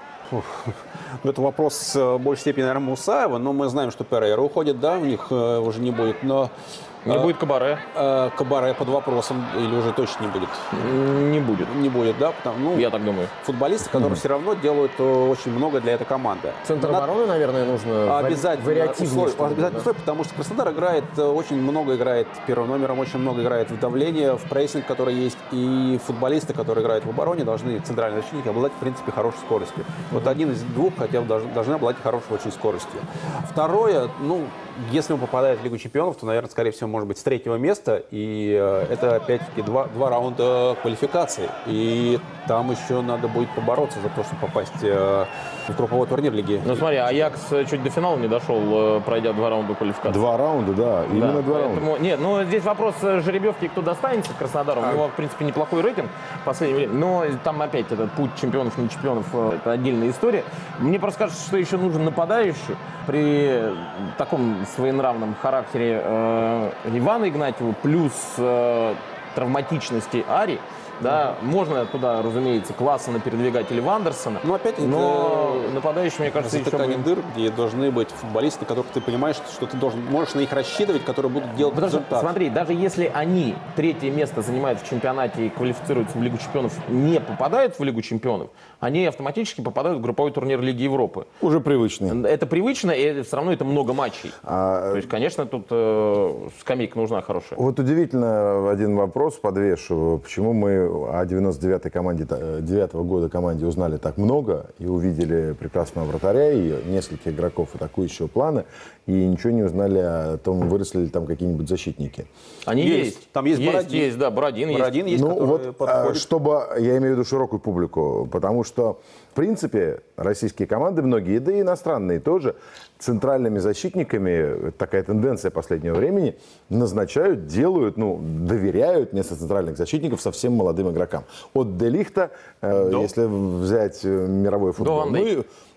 Это вопрос в большей степени, наверное, Мусаева, но мы знаем, что Перейра уходит, да, у них уже не будет, но... Не будет Кабаре. Кабаре под вопросом, или уже точно не будет? Не будет. Не будет, да? Потому, ну, я так думаю. Футболисты, которые mm-hmm. все равно делают очень много для этой команды. Центр Над... обороны, наверное, нужно обязательно вариативнее. Условия, обязательно условия, да? Потому что Краснодар играет, очень много играет первым номером, очень много играет в давление, в прессинг, который есть. И футболисты, которые играют в обороне, должны, центральные защитники, обладать, в принципе, хорошей скоростью. Mm-hmm. Вот один из двух хотя бы должны, должны обладать хорошей очень скоростью. Второе, ну, если он попадает в Лигу чемпионов, то, наверное, скорее всего, может быть, с третьего места. И э, это, опять-таки, два, два раунда квалификации. И там еще надо будет побороться за то, чтобы попасть э, в групповой турнир Лиги. Ну, смотри, Аякс чуть до финала не дошел, э, пройдя два раунда квалификации. Два раунда, да. Именно да, два поэтому, раунда. Нет, ну, здесь вопрос жеребьевки, кто достанется Краснодару. А. У него, в принципе, неплохой рейтинг в последнее время. Но там опять этот путь чемпионов, не чемпионов, это отдельная история. Мне просто кажется, что еще нужен нападающий при таком своенравном характере э, Ивана Игнатьева плюс э, травматичности Ари. Да, mm-hmm. можно туда, разумеется, Классена передвигать или Вандерсона, но, опять но нападающий, мне кажется, еще затыкание дыр, где должны быть футболисты, которых ты понимаешь, что ты должен, можешь на них рассчитывать, которые будут делать Потому результат. Что, смотри, даже если они третье место занимают в чемпионате и квалифицируются в Лигу чемпионов, не попадают в Лигу чемпионов, они автоматически попадают в групповой турнир Лиги Европы. Уже привычно. Это привычно, и все равно это много матчей. А... То есть, конечно, тут э, скамейка нужна хорошая. Вот удивительно один вопрос подвешу. Почему мы о девяносто девятой команде, девятого года команде узнали так много и увидели прекрасного вратаря и нескольких игроков атакующего плана, и ничего не узнали о том, выросли ли там какие-нибудь защитники? Они есть. есть. Там есть, есть Бородин. Есть, да, Бородин, Бородин есть. есть ну, вот, подходит. Чтобы, я имею в виду широкую публику, потому что, в принципе, российские команды, многие, да и иностранные тоже, центральными защитниками, такая тенденция последнего времени, назначают, делают, ну, доверяют несколько центральных защитников совсем молодым игрокам. От Де Лихта, э, если взять мировой футбол. Ну, и,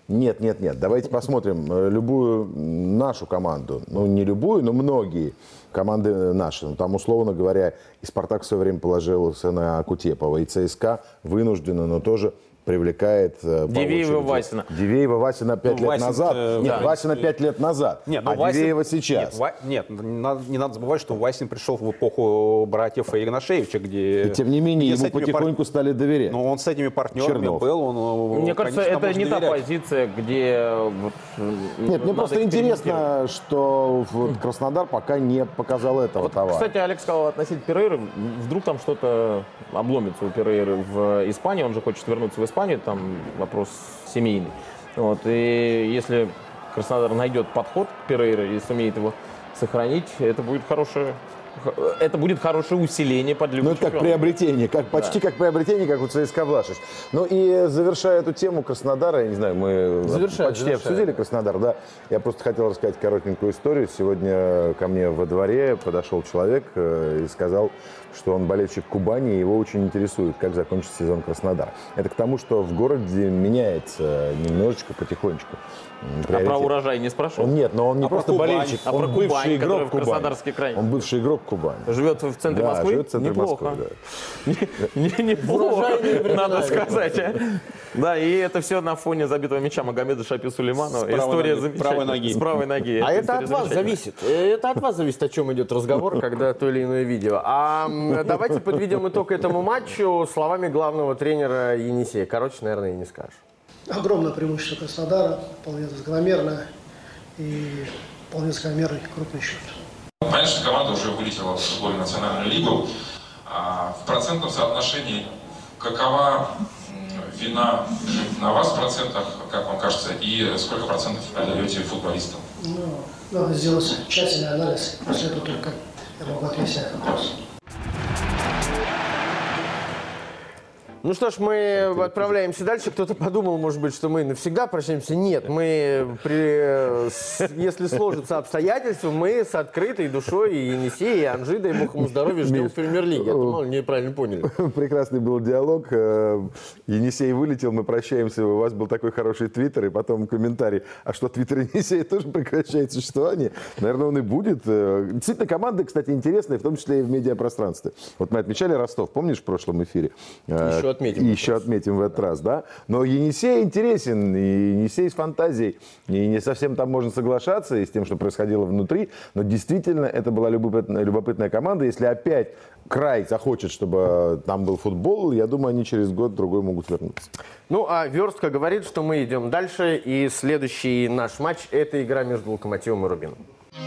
Нет, нет, нет. Давайте посмотрим любую нашу команду. Ну, не любую, но многие команды наши. Ну, там, условно говоря, и «Спартак» в свое время положился на Кутепова, и ЦСКА вынужденно, но тоже привлекает... Дивеева, Васина. Дивеева, Васина пять ну, лет Васин, назад. э, Нет, да. Васина пять лет назад. Нет, ну, а Васин, Дивеева сейчас. Нет, Ва... нет не, надо, не надо забывать, что Васин пришел в эпоху братьев Игнашевича, где... И тем не менее, где ему потихоньку пар... стали доверять. Ну, он с этими партнерами Чернов. был. Он, мне кажется, это не доверять. Та позиция, где... Нет, мне просто интересно, что вот Краснодар пока не показал этого вот, товара. Кстати, Алекс сказал относительно Перейры. Вдруг там что-то обломится у Перейры в Испании. Он же хочет вернуться в Испанию. Там вопрос семейный. Вот. И если Краснодар найдет подход к Перейре и сумеет его сохранить, это будет хорошее, это будет хорошее усиление под Лигу Ну, это чемпионов. как приобретение, как, почти да. как приобретение, как у ЦСКА Влашич. Ну и завершая эту тему Краснодара, я не знаю, мы завершаю, почти завершаю. обсудили Краснодар, да. Я просто хотел рассказать коротенькую историю. Сегодня ко мне во дворе подошел человек и сказал, что он болельщик Кубани, и его очень интересует, как закончится сезон Краснодара. Это к тому, что в городе меняется немножечко, потихонечку. А про урожай не спрашивал? Он нет, но он не а просто болельщик, а он про бывший Кубань, игрок в Кубани. Краснодарский край. Он бывший игрок Кубани. Живет в центре да, Москвы? живет в центре Неплохо. Москвы, да. Неплохо, надо сказать. А? Да, и это все на фоне забитого мяча Магомеда Шапи Сулейманова. История замечательная. Правой ноги. С правой ноги. А это от вас зависит. Это от вас зависит, о чем идет разговор, когда то или иное видео. А давайте подведем итог этому матчу словами главного тренера Енисея. Короче, наверное, и не скажешь. Огромное преимущество Краснодара, вполне закономерно и вполне закономерный крупный счет. Понятно, что команда уже вылетела в футбольную национальную лигу. А в процентном соотношении какова вина на вас в процентах, как вам кажется, и сколько процентов отдаете футболистам? Ну, надо сделать тщательный анализ, после этого только я могу ответить на этот вопрос. Ну что ж, мы отправляемся дальше. Кто-то подумал, может быть, что мы навсегда прощаемся. Нет, мы, при, с, если сложатся обстоятельства, мы с открытой душой и Енисей, и Анжи, дай бог ему здоровья, ждем в премьер-лиге. Это мало неправильно поняли. Прекрасный был диалог. Енисей вылетел, мы прощаемся. У вас был такой хороший твиттер, и потом комментарий. А что, твиттер Енисея тоже прекращает существование? Наверное, он и будет. Действительно, команда, кстати, интересная, в том числе и в медиапространстве. Вот мы отмечали Ростов, помнишь, в прошлом эфире? Еще отметим. И еще отметим в этот раз, да. Но Енисей интересен, и Енисей с фантазией. И не совсем там можно соглашаться и с тем, что происходило внутри. Но действительно, это была любопытная, любопытная команда. Если опять край захочет, чтобы там был футбол, я думаю, они через год-другой могут вернуться. Ну, а верстка говорит, что мы идем дальше. И следующий наш матч – это игра между Локомотивом и Рубином.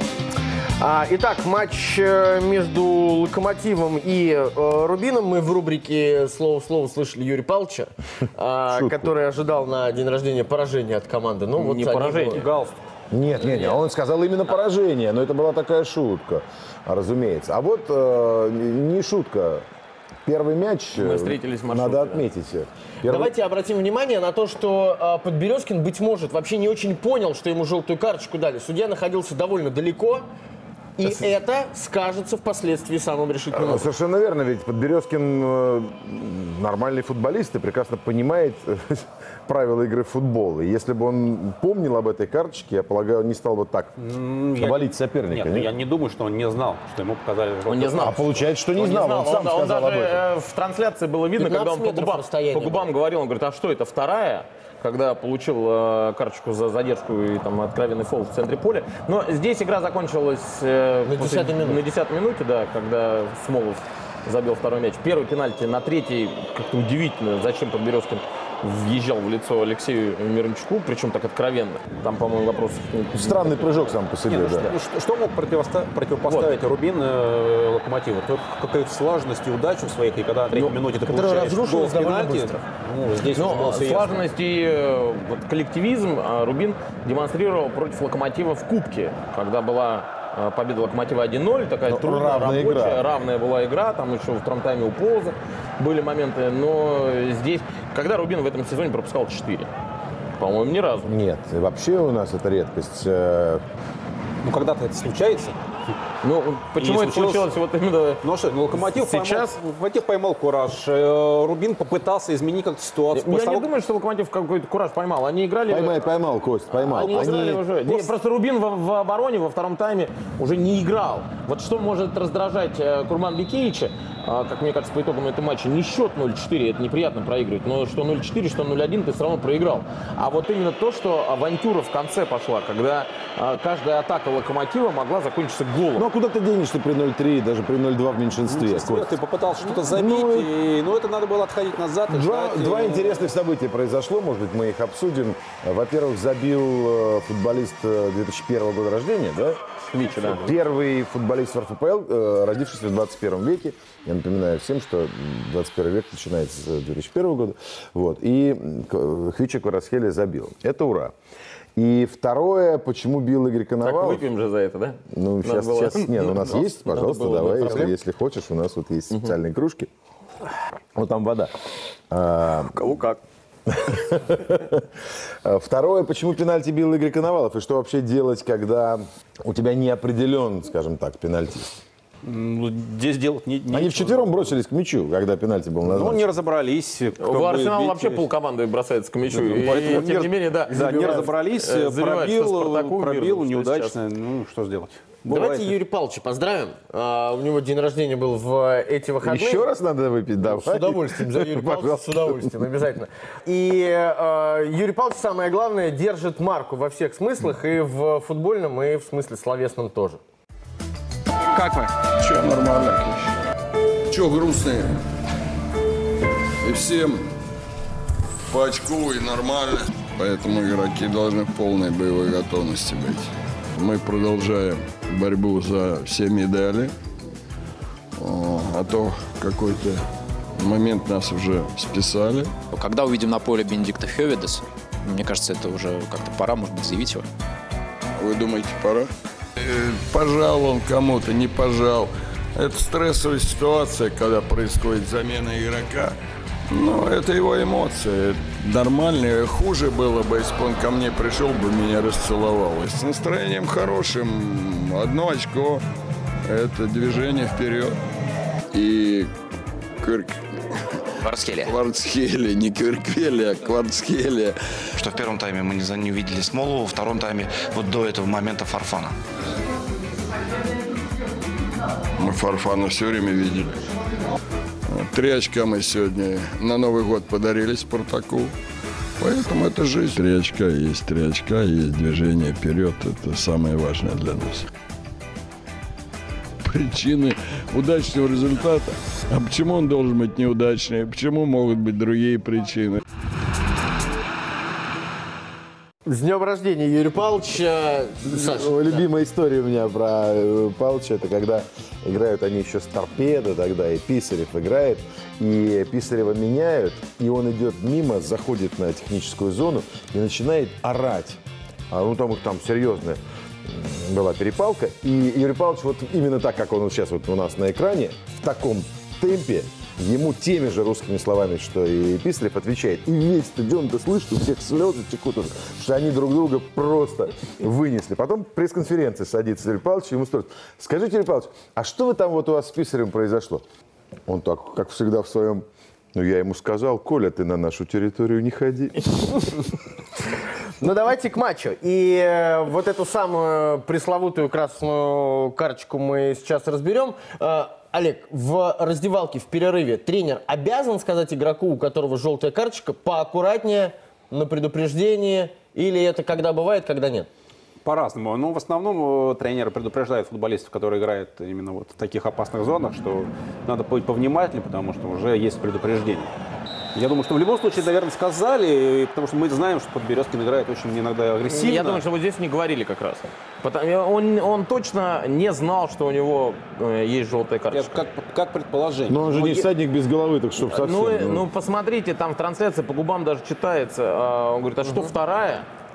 Итак, матч между Локомотивом и э, Рубином. Мы в рубрике «Слово в слово» слышали Юрия Павловича, э, который ожидал на день рождения поражения от команды. Ну, вот не поражение, галстук. Нет, нет, нет, он сказал именно поражение, но это была такая шутка, разумеется. А вот э, не шутка. Первый мяч, мы встретились в маршруте, надо отметить. Первый... Давайте обратим внимание на то, что э, Подберезкин, быть может, вообще не очень понял, что ему желтую карточку дали. Судья находился довольно далеко. И это, это скажется впоследствии самым решительным. Совершенно верно, ведь Подберезкин э, нормальный футболист и прекрасно понимает э, правила игры в футбол. И если бы он помнил об этой карточке, я полагаю, он не стал бы так я... валить соперника. Нет, нет, я не думаю, что он не знал, что ему показали. Он не знал. А получается, что не, он знал. не знал. Он сам он, сказал он даже об этом. В трансляции было видно, когда он по губам, по губам говорил, он говорит, а что это, вторая? Когда получил э, карточку за задержку и там откровенный фол в центре поля. Но здесь игра закончилась э, на десятой минуте. На десятой минуте, да, когда Смолов забил второй мяч. Первый пенальти на третий, как-то удивительно, зачем Подберезкин въезжал в лицо Алексею Мирончуку, причем так откровенно. Там, по-моему, вопрос... Странный прыжок сам по себе, Нет, да. ну, что, что мог противопоставить вот. Рубин э, Локомотиву? Какая-то слаженность и удачу в своих, и когда на третьей ну, минуте ты получаешь гол в пенальти, ну, здесь ну, слаженность и э, вот, коллективизм э, Рубин демонстрировал против Локомотива в Кубке, когда была э, победа Локомотива один ноль, такая трудная, рабочая, игра. равная была игра, там еще в втором тайме у Полоза были моменты, но здесь, когда Рубин в этом сезоне пропускал четыре, по-моему, ни разу. Нет, вообще у нас это редкость. Ну, когда-то это случается, Ну, почему И это случилось вот именно Ну что, ну, Локомотив сейчас? Поймал, Локомотив поймал кураж. Э, Рубин попытался изменить как-то ситуацию. Я После не того, думаю, что Локомотив какой-то кураж поймал. Они играли... Поймай, поймал, Кость, поймал. Они, играли Они уже. Не, просто Рубин в, в обороне во втором тайме уже не играл. Вот что может раздражать э, Курманбекеевича, э, как мне кажется, по итогам этого матча, не счет ноль четыре, это неприятно проигрывать, но что ноль четыре, что ноль один, ты все равно проиграл. А вот именно то, что авантюра в конце пошла, когда э, каждая атака Локомотива могла закончиться голом. Ну а куда ты денешься при ноль три, даже при ноль два в меньшинстве? в меньшинстве ты попытался что-то забить, Ну, и, ну это надо было отходить назад. И Два, ждать, два и- интересных события произошло, может быть, мы их обсудим. Во-первых, забил э, футболист э, две тысячи первого года рождения, да? Вичи, да. Первый футболист в эр эф пэ эл, э, родившийся в двадцать первом веке. Я напоминаю всем, что двадцать первый век начинается с две тысячи первого года. Вот. И э, Хвича Кварацхелия забил. Это ура. И второе, почему бил Игорь Так Коновалов? выпьем же за это, да? Ну, Надо сейчас, было- сейчас нет, у нас Надо есть, пожалуйста, было, давай, да, если, проблем. если хочешь, у нас вот есть специальные кружки. Вот там вода. А, Кого как. Второе, почему пенальти бил Игорь Коновалов, и что вообще делать, когда у тебя не определен, скажем так, пенальтист? Ну, здесь делать не, Они вчетвером бросились к мячу, когда пенальти был назначен. Ну, не разобрались. кто В будет Арсенал бить. вообще полкоманды бросается к мячу. Ну, И, поэтому и, тем не- не менее, да. Да, не забивают, разобрались, э, забивают, что пробил, Спартаку пробил мирному, что неудачно. сейчас. Ну, что сделать? Давайте Бывает. Юрия Павловича поздравим. А, у него день рождения был в эти выходные. Еще раз надо выпить, давай. С удовольствием, за Юрия Павловича, с Пожалуйста. удовольствием, обязательно. И э, Юрий Павлович, самое главное, держит марку во всех смыслах, и в футбольном, и в смысле словесном тоже. Как вы? Че, нормально? Че, грустные? И всем по очку и нормально. Поэтому игроки должны в полной боевой готовности быть. Мы продолжаем борьбу за все медали. О, А то какой-то момент нас уже списали. Когда увидим на поле Бенедикта Хёведес, мне кажется, это уже как-то пора, может быть, заявить его. Вы думаете, пора? Э, Пожал он кому-то, не пожал. Это стрессовая ситуация, когда происходит замена игрока. Но это его эмоции. Нормально. Хуже было бы, если бы он ко мне пришел бы, меня расцеловал. И с настроением хорошим. Одно очко. Это движение вперед. И Кырк... Кварцхелия. Кварцхелия, не Кверквелия, а Кварцхелия. Что в первом тайме мы не, за- не увидели Смолу, во втором тайме вот до этого момента Фарфана. Мы Фарфана все время видели. Три очка мы сегодня на Новый год подарили Спартаку. Поэтому это жизнь. Три очка есть три очка, есть движение вперед. Это самое важное для нас. Причины удачного результата. А почему он должен быть неудачный? Почему могут быть другие причины? С днем рождения, Юрий Павлович. Э, Саша, Ну, Любимая история у меня про э, Павловича, это когда играют они еще с торпедо тогда, и Писарев играет, и Писарева меняют, и он идет мимо, заходит на техническую зону и начинает орать. А ну там их там серьезная м, была перепалка. И Юрий Павлович вот именно так, как он вот сейчас вот у нас на экране, в таком темпе, ему теми же русскими словами, что и Писарев, отвечает. И весь стадион-то слышит, у всех слезы текут, уже, что они друг друга просто вынесли. Потом пресс-конференция садится Юрий Павлович, и ему спрашивают: скажите, Юрий Павлович, а что вы там вот у вас с Писаревым произошло? Он так, как всегда в своем... Ну, я ему сказал: Коля, ты на нашу территорию не ходи. Ну, давайте к матчу. И э, вот эту самую пресловутую красную карточку мы сейчас разберем. Э, Олег, в раздевалке, в перерыве тренер обязан сказать игроку, у которого желтая карточка, поаккуратнее, на предупреждение, или это когда бывает, когда нет? По-разному. Но в основном э, тренеры предупреждают футболистов, которые играют именно вот в таких опасных зонах, что надо быть повнимательнее, потому что уже есть предупреждение. Я думаю, что в любом случае, наверное, сказали, потому что мы знаем, что Подберезкин играет очень иногда агрессивно. Я думаю, что вот здесь не говорили как раз. Потому, он, он точно не знал, что у него э, есть желтая карточка. Как, как предположение. Но он же не всадник без головы, так чтобы совсем. Ну, ну, посмотрите, там в трансляции по губам даже читается. э, Он говорит: а что вторая?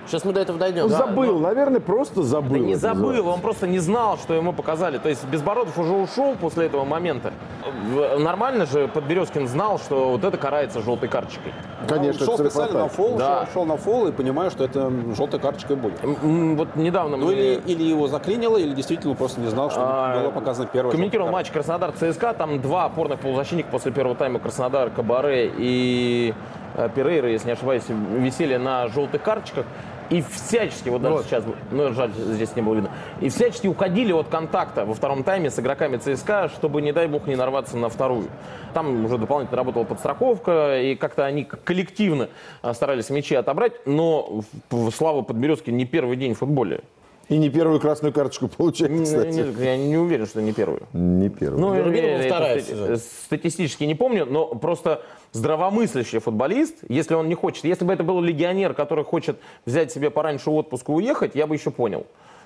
Сейчас мы до этого дойдем. Ну, Да, забыл, но- наверное, просто забыл. Да не это забыл, называется. он просто не знал, что ему показали. То есть Безбородов уже ушел после этого момента. В- Нормально же Подберезкин знал, что вот это карается желтой карточкой. Конечно, Он шел это специально на фол, Да. шел, шел на фол и понимаю, что это желтой карточкой будет. М, Вот недавно Ну мне- или, или его заклинило, или действительно просто не знал, что А, было показано первое. комментировал матч Краснодар-ЦСКА, там два опорных полузащитника после первого тайма Краснодар, Кабаре и э, Перейра, если не ошибаюсь, висели на желтых карточках. И всячески, вот даже Вот. сейчас, ну жаль, здесь не было видно, и всячески уходили от контакта во втором тайме с игроками ЦСКА, чтобы, не дай бог, не нарваться на вторую. Там уже дополнительно работала подстраховка, и как-то они коллективно а, старались мячи отобрать, но в- в славу Подберезки не первый день в футболе. И не первую красную карточку получает, Не- кстати. не- Я не уверен, что не первую. Не первую. Ну, Рубинова это вторая стати- сезон. статистически не помню, но просто здравомыслящий футболист, если он не хочет, если бы это был легионер, который хочет взять себе пораньше отпуск и уехать, я бы еще понял.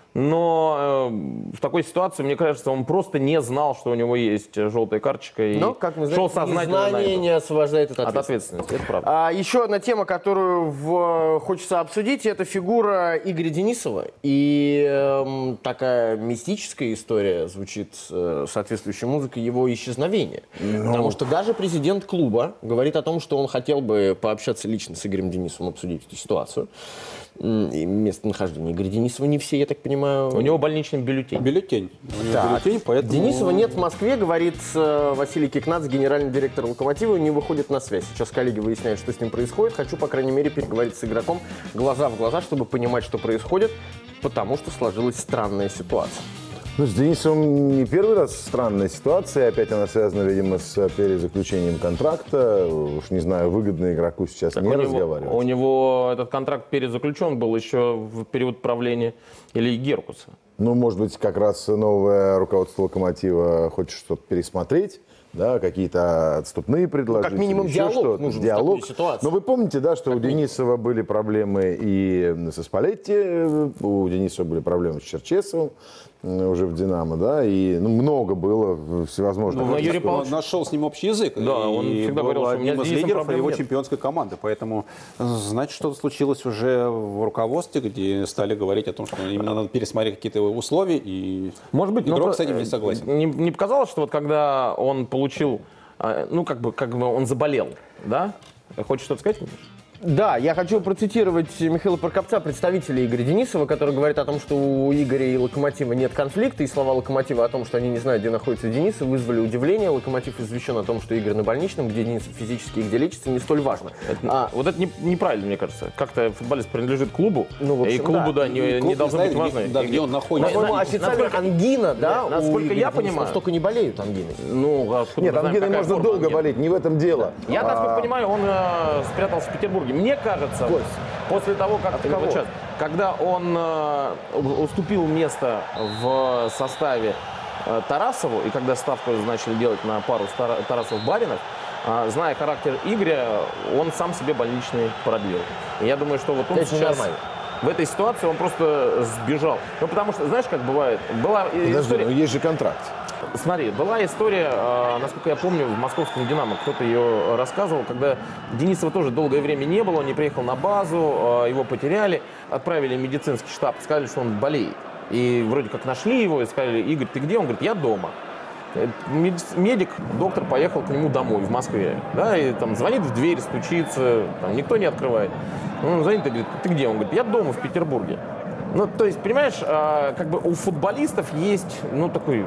Но э, в такой ситуации, мне кажется, он просто не знал, что у него есть желтая карточка, и Но, как мы шел знаем, сознательно на незнание это. не освобождает от От ответственности. ответственности, это правда. А, еще одна тема, которую в- хочется обсудить, это фигура Игоря Денисова. И эм, такая мистическая история звучит э, соответствующей музыкой его исчезновения. Потому что даже президент клуба говорит о том, что он хотел бы пообщаться лично с Игорем Денисовым, обсудить эту ситуацию. М, И местонахождение Игоря Денисова не все, я так понимаю. У него больничный бюллетень. Бюллетень. У него Так. бюллетень, поэтому... Денисова нет в Москве, говорит э, Василий Кикнац, генеральный директор «Локомотива», не выходит на связь. Сейчас коллеги выясняют, что с ним происходит. Хочу, по крайней мере, переговорить с игроком глаза в глаза, чтобы понимать, что происходит, потому что сложилась странная ситуация. Ну, с Денисовым не первый раз странная ситуация. Опять она связана, видимо, с перезаключением контракта. Уж не знаю, выгодно игроку сейчас Так не у него, разговаривать. у него этот контракт перезаключен был еще в период правления Ильи Геркуса. Ну, может быть, как раз новое руководство «Локомотива» хочет что-то пересмотреть, да, какие-то отступные предложить. как минимум или еще диалог что-то. нужен в Диалог. такой ситуации. Но вы помните, да, что у Денисова были проблемы и со Спалетти, у Денисова были проблемы с Черчесовым э, уже в «Динамо», да, и ну, много было всевозможных. Ну, Юрий он Павлович- нашел с ним общий язык. Да, он и всегда был говорил, что у меня одним с из Денисом лидеров проблем его нет. чемпионской команды. Поэтому, значит, что-то случилось уже в руководстве, где стали говорить о том, что именно надо пересмотреть какие-то условия, и Может быть, но игрок про- с этим не согласен. Не, не показалось, что вот когда он получил, а, ну, как бы, как бы он заболел, да? Хочешь что-то сказать, Миш? Да, я хочу процитировать Михаила Прокопца, представителя Игоря Денисова, который говорит о том, что у Игоря и «Локомотива» нет конфликта, и слова «Локомотива» о том, что они не знают, где находится Денисов, вызвали удивление. «Локомотив» извещен о том, что Игорь на больничном, где Денисов физически и где лечится, не столь важно. Это- А, вот это не- неправильно, мне кажется. Как-то футболист принадлежит клубу, Ну, в общем, и клубу, да. да, не, И клуб не должно знает, быть важно. где- да, где он находится. по-моему, на- официально насколько- ангина, да, Нет, у насколько Игоря я Денисова, понимаю- столько не болеют ангиной. Ну, а откуда Нет, мы знаем, ангиной какая можно форма долго ангины? болеть, не в этом дело. Я, насколько А, понимаю, он э, спрятался в Петербурге. Мне кажется, Кость. после того, как ты кого? вот сейчас, когда он э, у- уступил место в составе э, Тарасову, и когда ставку начали делать на пару с Тара- Тарасов-Баринов, э, зная характер Игоря, он сам себе больничный продлил. И я думаю, что вот он Это сейчас... нормально. В этой ситуации он просто сбежал. Ну, потому что, знаешь, как бывает? Была э, Подожди, история... но есть же контракт. Смотри, была история, э, насколько я помню, в московском «Динамо», кто-то ее рассказывал, когда Денисова тоже долгое время не было, он не приехал на базу, э, его потеряли, отправили в медицинский штаб, сказали, что он болеет. И вроде как нашли его и сказали: Игорь, ты где? Он говорит: я дома. Э, меди- Медик, доктор поехал к нему домой в Москве, да, и там звонит в дверь, стучится, там никто не открывает. Он звонит и говорит: ты где? Он говорит: я дома в Петербурге. Ну, то есть, понимаешь, э, как бы у футболистов есть, ну, такой...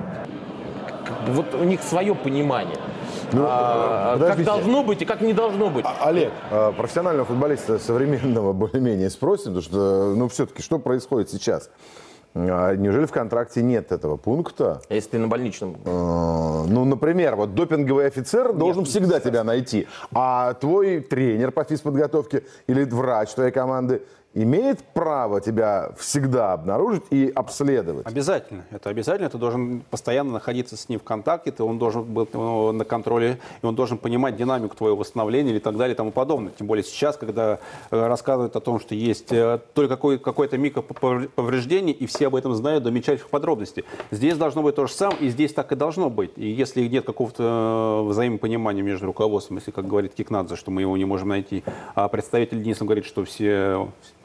Вот у них свое понимание, Ну, а, как подождите. должно быть и как не должно быть. А, Олег, а, профессионального футболиста современного более-менее спросим, потому что, ну, все-таки, что происходит сейчас? А, Неужели в контракте нет этого пункта? Если ты на больничном. А, Ну, например, вот допинговый офицер должен всегда тебя найти, а твой тренер по физподготовке или врач твоей команды имеет право тебя всегда обнаружить и обследовать? Обязательно. Это обязательно. Ты должен постоянно находиться с ним в контакте, ты, он должен быть ну, на контроле, и он должен понимать динамику твоего восстановления и так далее и тому подобное. Тем более сейчас, когда э, рассказывают о том, что есть э, только какой, какое-то микроповреждение, и все об этом знают до мельчайших подробностей. Здесь должно быть то же самое, и здесь так и должно быть. И если нет какого-то э, взаимопонимания между руководством, если, как говорит Кикнадзе, что мы его не можем найти, а представитель Дениса говорит, что все...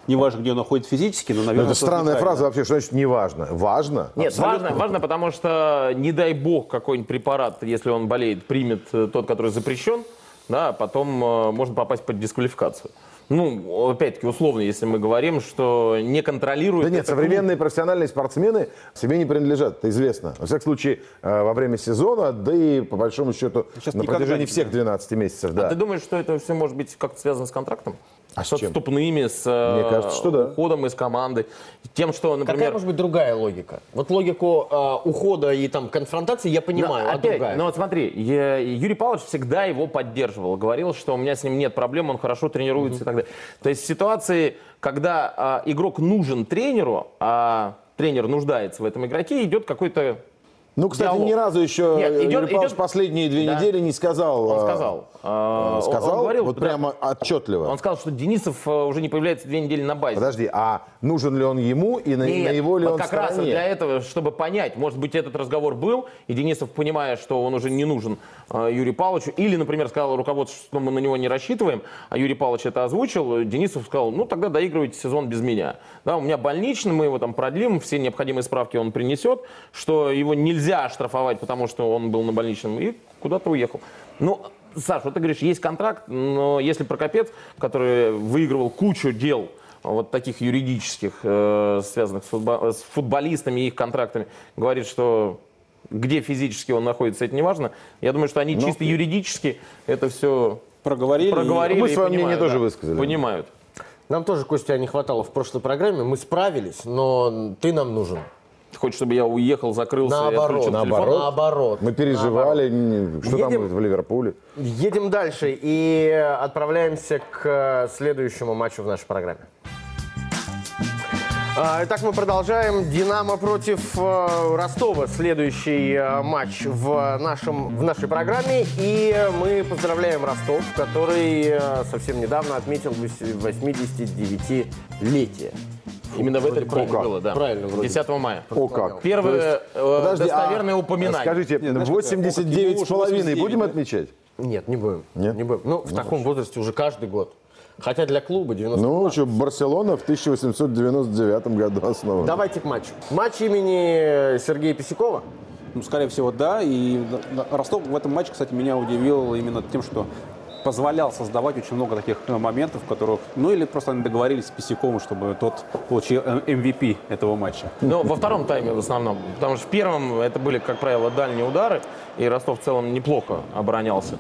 неважно, где он находится физически, но, наверное... Но это странная фраза вообще, что значит неважно? Важно? Нет, Абсолютно. важно, важно, потому что, не дай бог, какой-нибудь препарат, если он болеет, примет тот, который запрещен, да, потом э, можно попасть под дисквалификацию. Ну, опять-таки, условно, если мы говорим, что не контролируют... Да нет, современные клуб. профессиональные спортсмены себе не принадлежат, это известно. Во всяком случае, э, во время сезона, да и по большому счету Сейчас на протяжении всех двенадцати месяцев. Да. А ты думаешь, что это все может быть как-то связано с контрактом? А с отступными, с Мне кажется, что да. уходом из команды, тем, что, например... Какая может быть другая логика? Вот логику э, ухода и там конфронтации я понимаю, но, а опять, другая? Ну вот смотри, я, Юрий Павлович всегда его поддерживал, говорил, что у меня с ним нет проблем, он хорошо тренируется mm-hmm. и так далее. То есть в ситуации, когда э, игрок нужен тренеру, а тренер нуждается в этом игроке, идет какой-то... Ну, кстати, диалог. ни разу еще Нет, идет, Юрий Павлович идет... последние две да. недели не сказал. Он сказал. Э, сказал, он говорил, вот да, прямо отчетливо. Он сказал, что Денисов уже не появляется две недели на базе. Подожди, а нужен ли он ему и на, Нет, на его ли вот он как стороне? раз для этого, чтобы понять, может быть, этот разговор был, и Денисов, понимая, что он уже не нужен э, Юрию Павловичу, или, например, сказал руководству, что мы на него не рассчитываем, а Юрий Павлович это озвучил, Денисов сказал, ну, тогда доигрывайте сезон без меня. Да, у меня больничный, мы его там продлим, все необходимые справки он принесет, что его нельзя оштрафовать, потому что он был на больничном, и куда-то уехал. Ну, Саш, вот ты говоришь, есть контракт, но если Прокопец, который выигрывал кучу дел, вот таких юридических, э, связанных с, футбол, с футболистами и их контрактами, говорит, что где физически он находится, это не важно. Я думаю, что они но... чисто юридически это все проговорили. проговорили мы свое мнение да, тоже высказали. Понимают. Нам тоже, Костя, не хватало в прошлой программе. Мы справились, но ты нам нужен. Ты хочешь, чтобы я уехал, закрылся наоборот, и отключил наоборот, телефон? наоборот. Мы переживали, наоборот. что едем, там в Ливерпуле. Едем дальше и отправляемся к следующему матчу в нашей программе. Итак, мы продолжаем. «Динамо» против э, Ростова. Следующий э, матч в, нашем, в нашей программе. И мы поздравляем Ростов, который э, совсем недавно отметил восьмидесятидевятилетие. Именно в этой правильно правильно было, да. Правильно, вроде. десятого мая. О как. Первое э, Подожди, достоверное а, упоминание. Скажите, восемьдесят девять с половиной будем отмечать? Нет, не будем. Нет? Не будем. Ну, в ну, таком возрасте уже каждый год. Хотя для клуба девяносто. Ну, что, Барселона в тысяча восемьсот девяносто девятом году основана. Давайте к матчу. Матч имени Сергея Писякова. Ну, скорее всего, да. И Ростов в этом матче, кстати, меня удивил именно тем, что позволял создавать очень много таких моментов, в которых, ну или просто они договорились с Писяковым, чтобы тот получил эм ви пи этого матча. Ну, во втором тайме в основном, потому что в первом это были, как правило, дальние удары, и Ростов в целом неплохо оборонялся.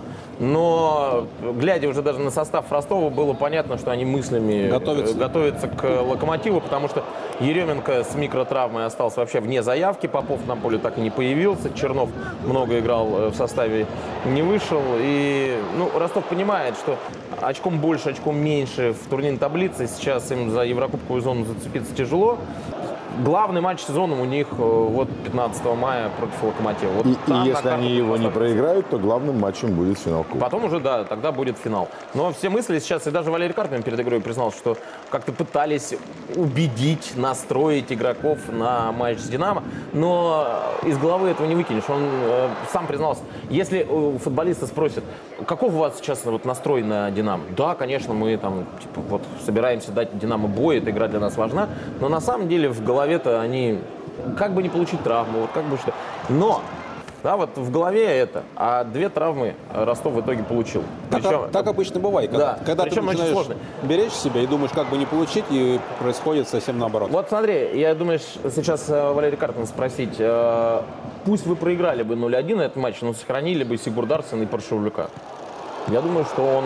Но, глядя уже даже на состав Ростова, было понятно, что они мыслями готовятся, готовятся к Локомотиву, потому что Еременко с микротравмой остался вообще вне заявки, Попов на поле так и не появился, Чернов много играл в составе, не вышел, и, ну, Ростов понимает, что очком больше, очком меньше в турнирной таблице, сейчас им за Еврокубковую зону зацепиться тяжело. Главный матч сезона у них вот пятнадцатого мая против Локомотива. Вот и, и если они его не проиграют, то главным матчем будет финал Кубка. Потом уже, да, тогда будет финал. Но все мысли сейчас, и даже Валерий Карпин перед игрой признал, что как-то пытались убедить, настроить игроков на матч с «Динамо», но из головы этого не выкинешь. Он э, сам признался, если у футболиста спросят, каков у вас сейчас вот настрой на «Динамо»? Да, конечно, мы там типа, вот, собираемся дать «Динамо» бой, эта игра для нас важна, но на самом деле в голове-то они, как бы не получить травму, вот как бы что. Но, да, вот в голове это, а две травмы Ростов в итоге получил. Так, Причем, так обычно бывает, когда, да, когда ты начинаешь сложно. беречь себя и думаешь, как бы не получить, и происходит совсем наоборот. Вот смотри, я думаю, сейчас Валерий Карпин спросить, пусть вы проиграли бы ноль один этот матч, но сохранили бы Сигурдарсена и Паршевлюка. Я думаю, что он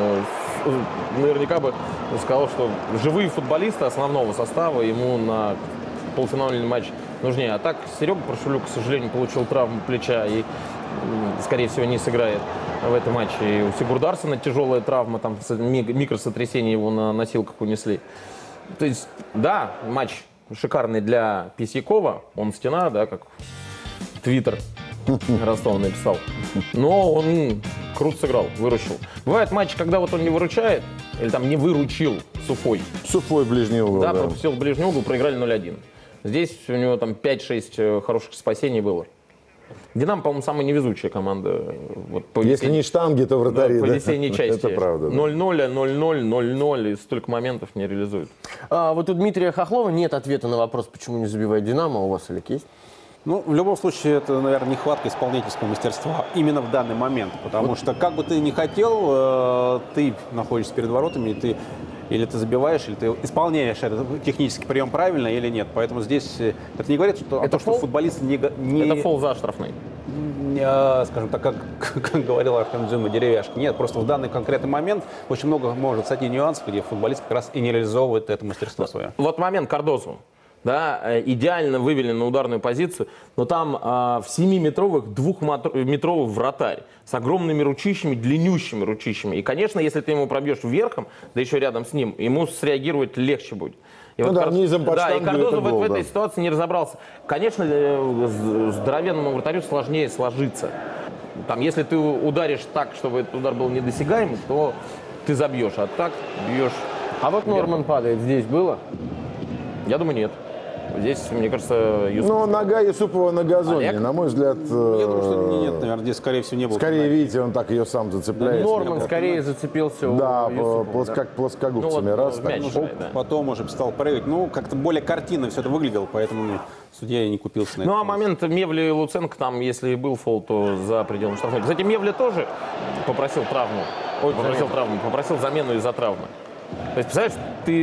наверняка бы сказал, что живые футболисты основного состава ему на полуфинальный матч нужнее. А так Серега Паршевлюк, к сожалению, получил травму плеча и, скорее всего, не сыграет в этом матче. И у Сигурдарсена тяжелая травма, там микросотрясение его на носилках унесли. То есть, да, матч шикарный для Писякова, он стена, да, как Твиттер Ростова написал. Но он круто сыграл, выручил. Бывают матчи, когда вот он не выручает, или там не выручил с Уфой. С Уфой ближний угол. Да, да. пропустил в ближний угол, проиграли ноль один. Здесь у него там пять-шесть хороших спасений было. Динамо, по-моему, самая невезучая команда. Вот, по Если весенней, не штанги, то вратари. да, по Да, весенней части. Это правда. Да. ноль ноль, ноль ноль, ноль ноль, и столько моментов не реализует. А, вот у Дмитрия Хохлова нет ответа на вопрос, почему не забивает Динамо. У вас, Олег, есть? Ну, в любом случае, это, наверное, нехватка исполнительского мастерства именно в данный момент. Потому вот. что, как бы ты ни хотел, э, ты находишься перед воротами, и ты или ты забиваешь, или ты исполняешь этот технический прием правильно или нет. Поэтому здесь это не говорит, что, это о том, что футболист не, не... Это фол за штрафный. Не, скажем так, как, как говорил Артем Дзюма, деревяшка. Нет, просто в данный конкретный момент очень много может стать нюансов, где футболист как раз и не реализовывает это мастерство свое. Вот момент Кардозу. Да, идеально вывели на ударную позицию, но там а, в семиметровых, двухметровый вратарь с огромными ручищами, длиннющими ручищами. И, конечно, если ты ему пробьешь верхом, да еще рядом с ним, ему среагировать легче будет. И ну вот да, Кар... низом под да, и Кардозу гол, в, в да. этой ситуации не разобрался. Конечно, здоровенному вратарю сложнее сложиться. Там, если ты ударишь так, чтобы этот удар был недосягаемый, то ты забьешь, а так бьешь. А вот Норман падает, здесь было? Я думаю, нет. Здесь, мне кажется, Юсупов... Ну, нога Юсупова на газоне, Олег? на мой взгляд... Я думаю, что нет, наверное, здесь, скорее всего, не было. Скорее, видите, он так ее сам зацепляет. Норман скорее зацепился да, у Юсупова, плос... да, как плоскогубцами. Ну, вот, раз, мяч, так, да, оп, да. Потом уже стал прыгать. Ну, как-то более картинно все это выглядело, поэтому ну, судья и не купился на это. Ну, а момент Мевли и Луценко, там, если и был фол, то за пределом штрафной. Кстати, Мевли тоже попросил травму. Ой, попросил травму, попросил замену из-за травмы. То есть, представляешь,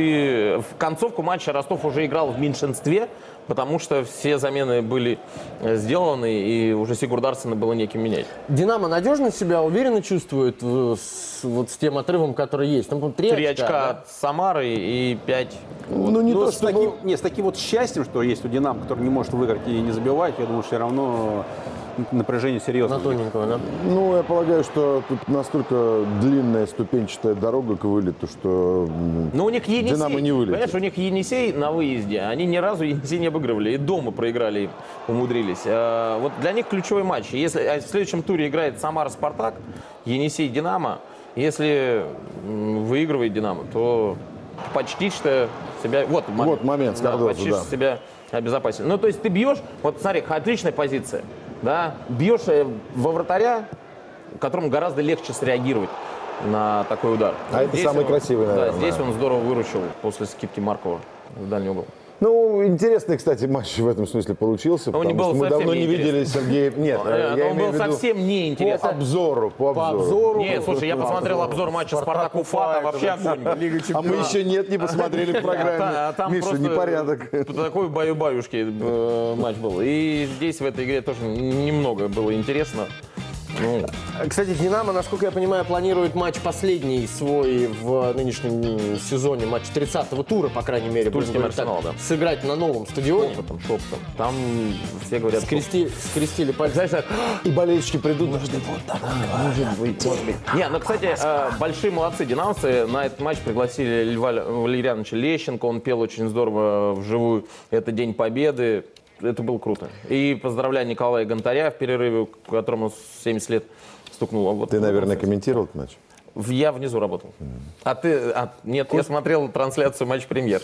ты в концовку матча Ростов уже играл в меньшинстве, потому что все замены были сделаны, и уже Сигурдарсена было неким менять. Динамо надежно себя уверенно чувствует с, вот с тем отрывом, который есть? Там, три, три очка, очка да? от Самары и пять. Вот. Ну, не ну, то, с, чтобы... таким, не, с таким вот счастьем, что есть у Динамо, который не может выиграть и не забивать, я думаю, все равно напряжение серьезное. На тоненького, да? Ну, я полагаю, что тут настолько длинная ступенчатая дорога к вылету, что ну, у них Енисей, Динамо не вылетит. Понимаешь, у них Енисей на выезде, они ни разу Енисей не обыгрывали, и дома проиграли, умудрились. А вот для них ключевой матч. Если в следующем туре играет Самара-Спартак, Енисей-Динамо, если выигрывает Динамо, то почти что себя... Вот момент, вот момент с Кардозу, да, почти да. что себя обезопасил. Ну, то есть ты бьешь, вот смотри, отличная позиция, да, бьешь во вратаря, которому гораздо легче среагировать на такой удар. А это самый он, красивый, наверное. Да, здесь он здорово выручил после скидки Маркова в дальний угол. Ну, интересный, кстати, матч в этом смысле получился, он потому что мы давно не видели Сергея... Нет, я он был совсем неинтересный. По обзору, по обзору. Нет, слушай, я посмотрел обзор матча Спартак-Уфа, там вообще огонь. А мы еще нет, не посмотрели в программе. Миша, непорядок. Такой баю-баюшки матч был. И здесь в этой игре тоже немного было интересно. Ну. Кстати, Динамо, насколько я понимаю, планирует матч последний свой в нынешнем сезоне, матч тридцатого тура, по крайней мере, Тульским Арсенал, да. Сыграть на новом стадионе. Шепотом, шепотом. Там все говорят... Скрести, скрестили пальцы. Знаешь, так, и болельщики придут. Может быть, вот так. Может быть, может быть. Не, ну, кстати, большие молодцы динамовцы. На этот матч пригласили Льва Валерьяновича Лещенко. Он пел очень здорово вживую. Это День Победы. Это было круто. И поздравляю Николая Гонтаря в перерыве, которому семьдесят лет стукнуло. Вот, ты, наверное, комментировал этот матч? Я внизу работал. Mm. А ты... А, нет, Кость... я смотрел трансляцию матч-премьер.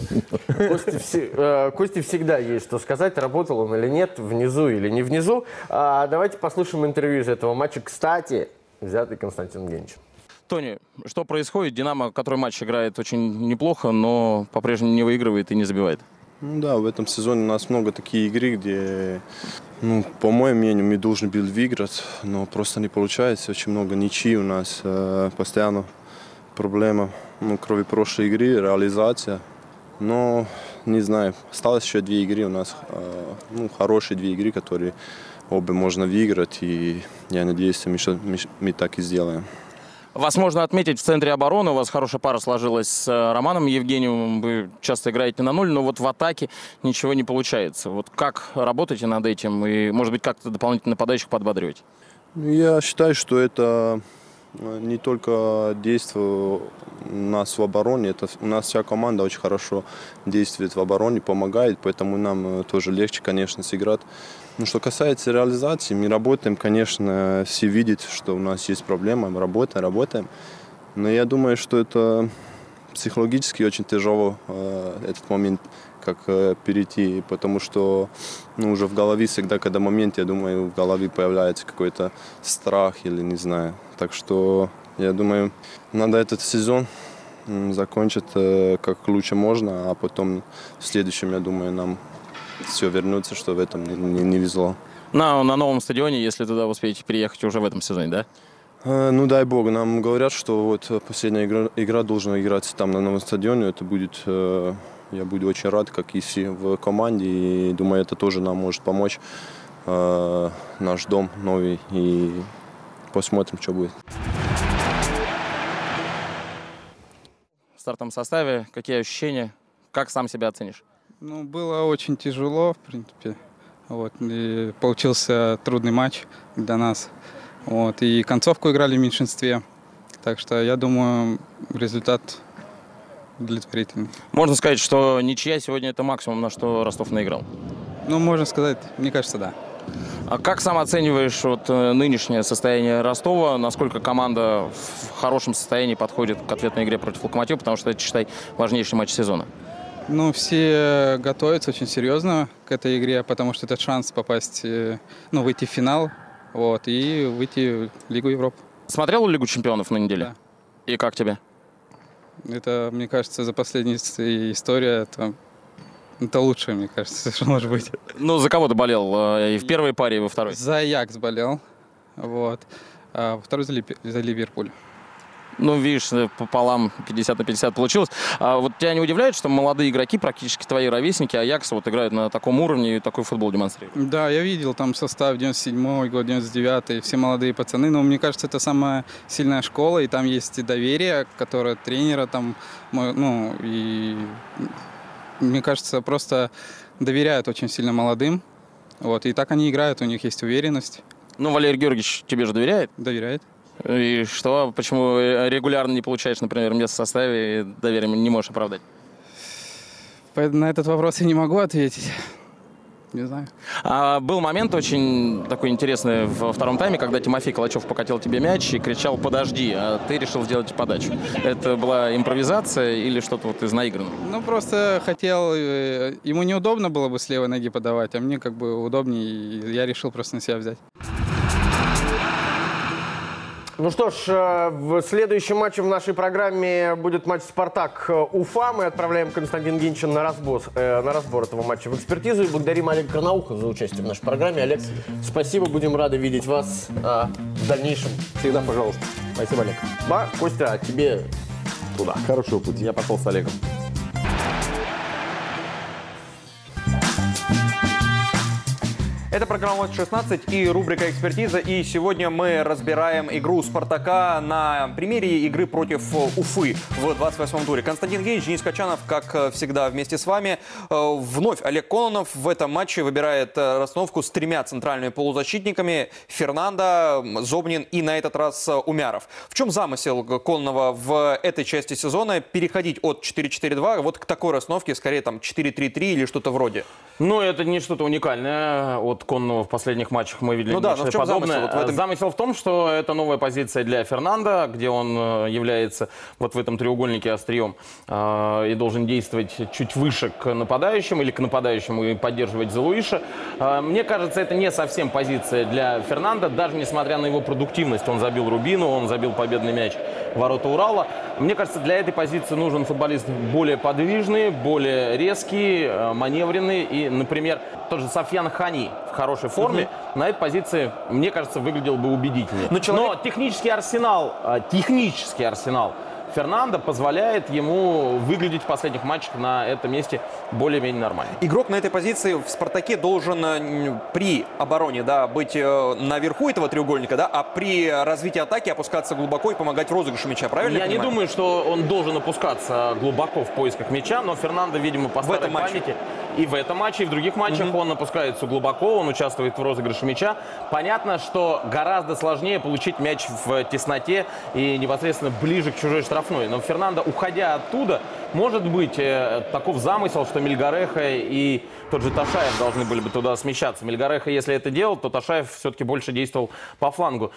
Косте всегда есть что сказать, работал он или нет, внизу или не внизу. Давайте послушаем интервью из этого матча. Кстати, взятый Константин Генич. Тони, что происходит? Динамо, который матч играет очень неплохо, но по-прежнему не выигрывает и не забивает. Ну да, в этом сезоне у нас много таких игр, где, ну, по моему мнению, мы должны были выиграть, но просто не получается. Очень много ничьи у нас, э, постоянно проблема, ну, кроме прошлой игры, реализация. Но, не знаю, осталось еще две игры у нас, э, ну, хорошие две игры, которые обе можно выиграть, и я надеюсь, мы, мы, мы так и сделаем. Вас можно отметить в центре обороны, у вас хорошая пара сложилась с Романом Евгениевым, вы часто играете на ноль, но вот в атаке ничего не получается. Вот как работаете над этим и, может быть, как-то дополнительно нападающих подбадривать? Я считаю, что это не только действие нас в обороне, это у нас вся команда очень хорошо действует в обороне, помогает, поэтому нам тоже легче, конечно, сыграть. Ну, что касается реализации, мы работаем, конечно, все видят, что у нас есть проблема, мы работаем, работаем. Но я думаю, что это психологически очень тяжело, э, этот момент, как э, перейти, потому что ну, уже в голове всегда, когда момент, я думаю, в голове появляется какой-то страх или не знаю. Так что, я думаю, надо этот сезон закончить э, как лучше можно, а потом в следующем, я думаю, нам все вернется, что в этом не, не, не везло. На, на новом стадионе, если туда успеете переехать уже в этом сезоне, да? Э, ну, дай бог. Нам говорят, что вот последняя игра, игра должна играться там на новом стадионе. Это будет, э, я буду очень рад, как и все в команде. И думаю, это тоже нам может помочь. Э, наш дом новый. И посмотрим, что будет. В стартовом составе какие ощущения? Как сам себя оценишь? Ну, было очень тяжело, в принципе. Вот. И получился трудный матч для нас. Вот. И концовку играли в меньшинстве. Так что, я думаю, результат удовлетворительный. Можно сказать, что ничья сегодня это максимум, на что Ростов наиграл? Ну, можно сказать, мне кажется, да. А как сам оцениваешь вот нынешнее состояние Ростова? Насколько команда в хорошем состоянии подходит к ответной игре против Локомотива? Потому что это, считай, важнейший матч сезона. Ну, все готовятся очень серьезно к этой игре, потому что это шанс попасть, ну, выйти в финал, вот, и выйти в Лигу Европы. Смотрел Лигу чемпионов на неделе? Да. И как тебе? Это, мне кажется, за последнюю историю, это, это лучшее, мне кажется, что может быть. Ну, за кого ты болел? И в первой паре, и во второй? За Аякс болел, вот, а во второй за, Лип... за Ливерпуль. Ну, видишь, пополам пятьдесят на пятьдесят получилось. А вот тебя не удивляет, что молодые игроки, практически твои ровесники, Аякса, вот играют на таком уровне и такой футбол демонстрируют? Да, я видел там состав девяносто седьмой год, девяносто девятый, все молодые пацаны, но мне кажется, это самая сильная школа, и там есть доверие, которое тренера там, ну, и мне кажется, просто доверяют очень сильно молодым, вот, и так они играют, у них есть уверенность. Ну, Валерий Георгиевич тебе же доверяет? Доверяет. И что? Почему регулярно не получаешь, например, место в составе и доверием не можешь оправдать? На этот вопрос я не могу ответить. Не знаю. А был момент очень такой интересный во втором тайме, когда Тимофей Калачев покатил тебе мяч и кричал «подожди», а ты решил сделать подачу. Это была импровизация или что-то вот из наигранного? Ну, просто хотел... Ему неудобно было бы с левой ноги подавать, а мне как бы удобнее, и я решил просто на себя взять. Ну что ж, в следующем матче в нашей программе будет матч «Спартак-Уфа». Мы отправляем Константина Гинчина на разбор, э, на разбор этого матча в экспертизу. И благодарим Олега Карнаухова за участие в нашей программе. Олег, спасибо, будем рады видеть вас э, в дальнейшем. Всегда, пожалуйста. Спасибо, Олег. Ба, Костя, а тебе туда. Хорошего пути. Я пошел с Олегом. Это программа шестнадцать и рубрика «Экспертиза». И сегодня мы разбираем игру «Спартака» на примере игры против Уфы в двадцать восьмом туре. Константин Генич, Денис Качанов, как всегда, вместе с вами. Вновь Олег Кононов в этом матче выбирает расстановку с тремя центральными полузащитниками: Фернандо, Зобнин и на этот раз Умяров. В чем замысел Кононова в этой части сезона? Переходить от четыре четыре два вот к такой расстановке, скорее там четыре три три или что-то вроде? Ну, это не что-то уникальное от Кононова в последних матчах мы видели. Ну да, но в чем подобное. замысел? Вот в этом... Замысел в том, что это новая позиция для Фернандо, где он является вот в этом треугольнике острием э, и должен действовать чуть выше к нападающим или к нападающему и поддерживать Зелуиша. Э, мне кажется, это не совсем позиция для Фернандо, даже несмотря на его продуктивность. Он забил Рубину, он забил победный мяч в ворота Урала. Мне кажется, для этой позиции нужен футболист более подвижный, более резкий, маневренный. И, например, тот же Софьян Хани в хорошей форме угу. на этой позиции, мне кажется, выглядел бы убедительнее. Но, человек... Но технический арсенал, технический арсенал Фернандо позволяет ему выглядеть в последних матчах на этом месте более-менее нормально. Игрок на этой позиции в «Спартаке» должен при обороне, да, быть наверху этого треугольника, да, а при развитии атаки опускаться глубоко и помогать в розыгрыше мяча, правильно? Я не думаю, что он должен опускаться глубоко в поисках мяча, но Фернандо, видимо, по старой памяти и в этом матче, и в других матчах угу. он опускается глубоко, он участвует в розыгрыше мяча. Понятно, что гораздо сложнее получить мяч в тесноте и непосредственно ближе к чужой штрафной. Но Фернандо, уходя оттуда, Может быть, э, таков замысел, что Мельгареха и тот же Ташаев должны были бы туда смещаться. Мельгареха, если это делал, то Ташаев все-таки больше действовал по флангу.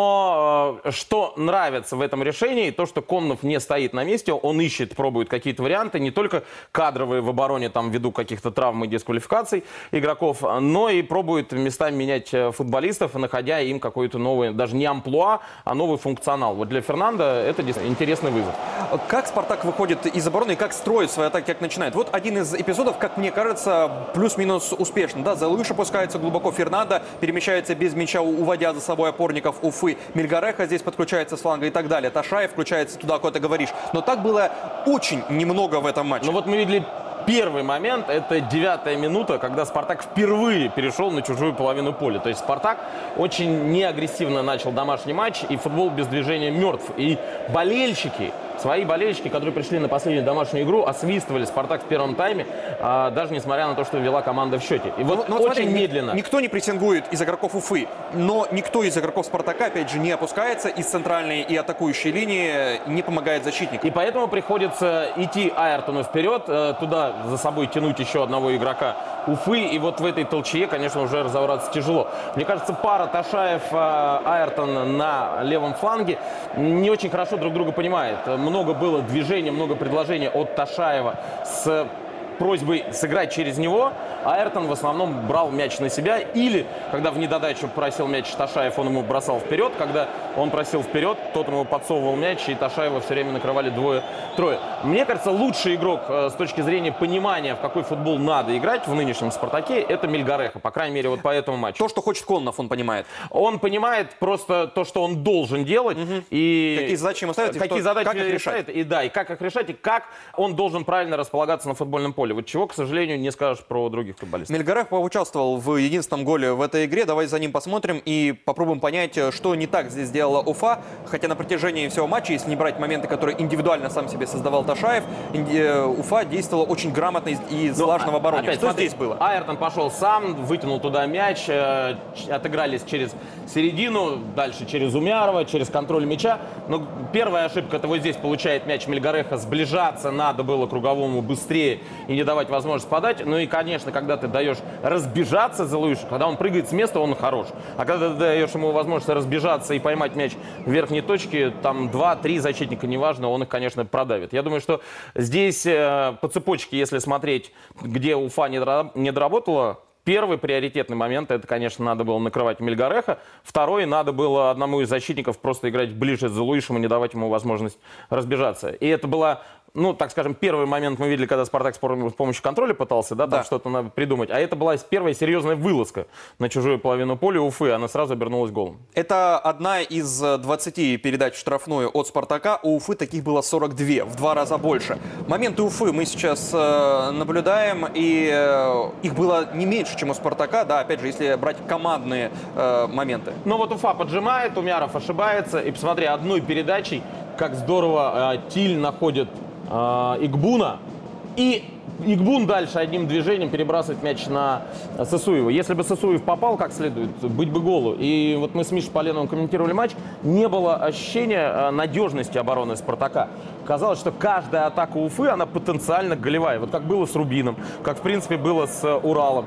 Но э, что нравится в этом решении, то, что Коннов не стоит на месте, он ищет, пробует какие-то варианты, не только кадровые в обороне, там, ввиду каких-то травм и дисквалификаций игроков, но и пробует местами менять футболистов, находя им какой-то новый, даже не амплуа, а новый функционал. Вот для Фернандо это интересный вызов. Как Спартак выходит из обороны и как строит свои атаки, как начинает? Вот один из эпизодов, как мне кажется, плюс-минус успешно. Да, Залуиш опускается глубоко, Фернандо перемещается без мяча, уводя за собой опорников Уфы. Мельгареха здесь подключается с фланга и так далее. Ташаев включается туда, куда ты говоришь. Но так было очень немного в этом матче. Ну вот мы видели первый момент, это девятая минута, когда Спартак впервые перешел на чужую половину поля. То есть Спартак очень неагрессивно начал домашний матч, и футбол без движения мертв. И болельщики, свои болельщики, которые пришли на последнюю домашнюю игру, освистывали Спартак в первом тайме, а, даже несмотря на то, что вела команда в счете. И вот, ну, очень смотри, медленно. Никто не прессингует из игроков Уфы, но никто из игроков Спартака, опять же, не опускается из центральной и атакующей линии, не помогает защитнику. И поэтому приходится идти Айртону вперед, туда за собой тянуть еще одного игрока Уфы. И вот в этой толчье, конечно, уже разобраться тяжело. Мне кажется, пара Ташаев-Айртон на левом фланге не очень хорошо друг друга понимает. Много было движения, много предложений от Ташаева с просьбой сыграть через него. Айртон в основном брал мяч на себя. Или, когда в недодачу просил мяч Ташаев, он ему бросал вперед. Когда он просил вперед, тот ему подсовывал мяч, и Ташаева все время накрывали двое-трое. Мне кажется, лучший игрок с точки зрения понимания, в какой футбол надо играть в нынешнем Спартаке, это Мельгареха. По крайней мере, вот по этому матчу. То, что хочет Коннов, он понимает. Он понимает просто то, что он должен делать. Угу. И какие задачи ему ставят, какие что, задачи как их решает. решать. И да, и как их решать, и как он должен правильно располагаться на футбольном поле. Вот чего, к сожалению, не скажешь про других футболистов. Мельгареха поучаствовал в единственном голе в этой игре. Давай за ним посмотрим и попробуем понять, что не так здесь сделала Уфа. Хотя на протяжении всего матча, если не брать моменты, которые индивидуально сам себе создавал Ташаев, Уфа действовала очень грамотно и слаженно в обороне. Опять, что смотри, здесь было? Айртон пошел сам, вытянул туда мяч, э, отыгрались через середину, дальше через Умярова, через контроль мяча. Но первая ошибка — это вот здесь получает мяч Мельгареха, сближаться надо было круговому быстрее и не давать возможность подать. Ну и, конечно, когда ты даешь разбежаться Залуишу, когда он прыгает с места, он хорош. А когда ты даешь ему возможность разбежаться и поймать мяч в верхней точке, там два-три защитника, неважно, он их, конечно, продавит. Я думаю, что здесь э, по цепочке, если смотреть, где Уфа не доработала, первый приоритетный момент — это, конечно, надо было накрывать Мельгареха. Второй — надо было одному из защитников просто играть ближе с Залуишем и не давать ему возможность разбежаться. И это была, ну, так скажем, первый момент мы видели, когда Спартак с помощью контроля пытался, да, там да. что-то надо придумать. А это была первая серьезная вылазка на чужую половину поля Уфы. Она сразу обернулась голом. Это одна из двадцати передач в штрафную от Спартака. У Уфы таких было сорок две, в два раза больше. Моменты Уфы мы сейчас э, наблюдаем, и э, их было не меньше, чем у Спартака. Да, опять же, если брать командные э, моменты. Ну вот Уфа поджимает, Умяров ошибается. И посмотри, одной передачей, как здорово э, Тиль находит Игбуна, и Игбун дальше одним движением перебрасывает мяч на Сысуева. Если бы Сысуев попал как следует, быть бы голу. И вот мы с Мишей Поленовым комментировали матч, не было ощущения надежности обороны Спартака. Казалось, что каждая атака Уфы, она потенциально голевая. Вот как было с Рубином, как в принципе было с Уралом.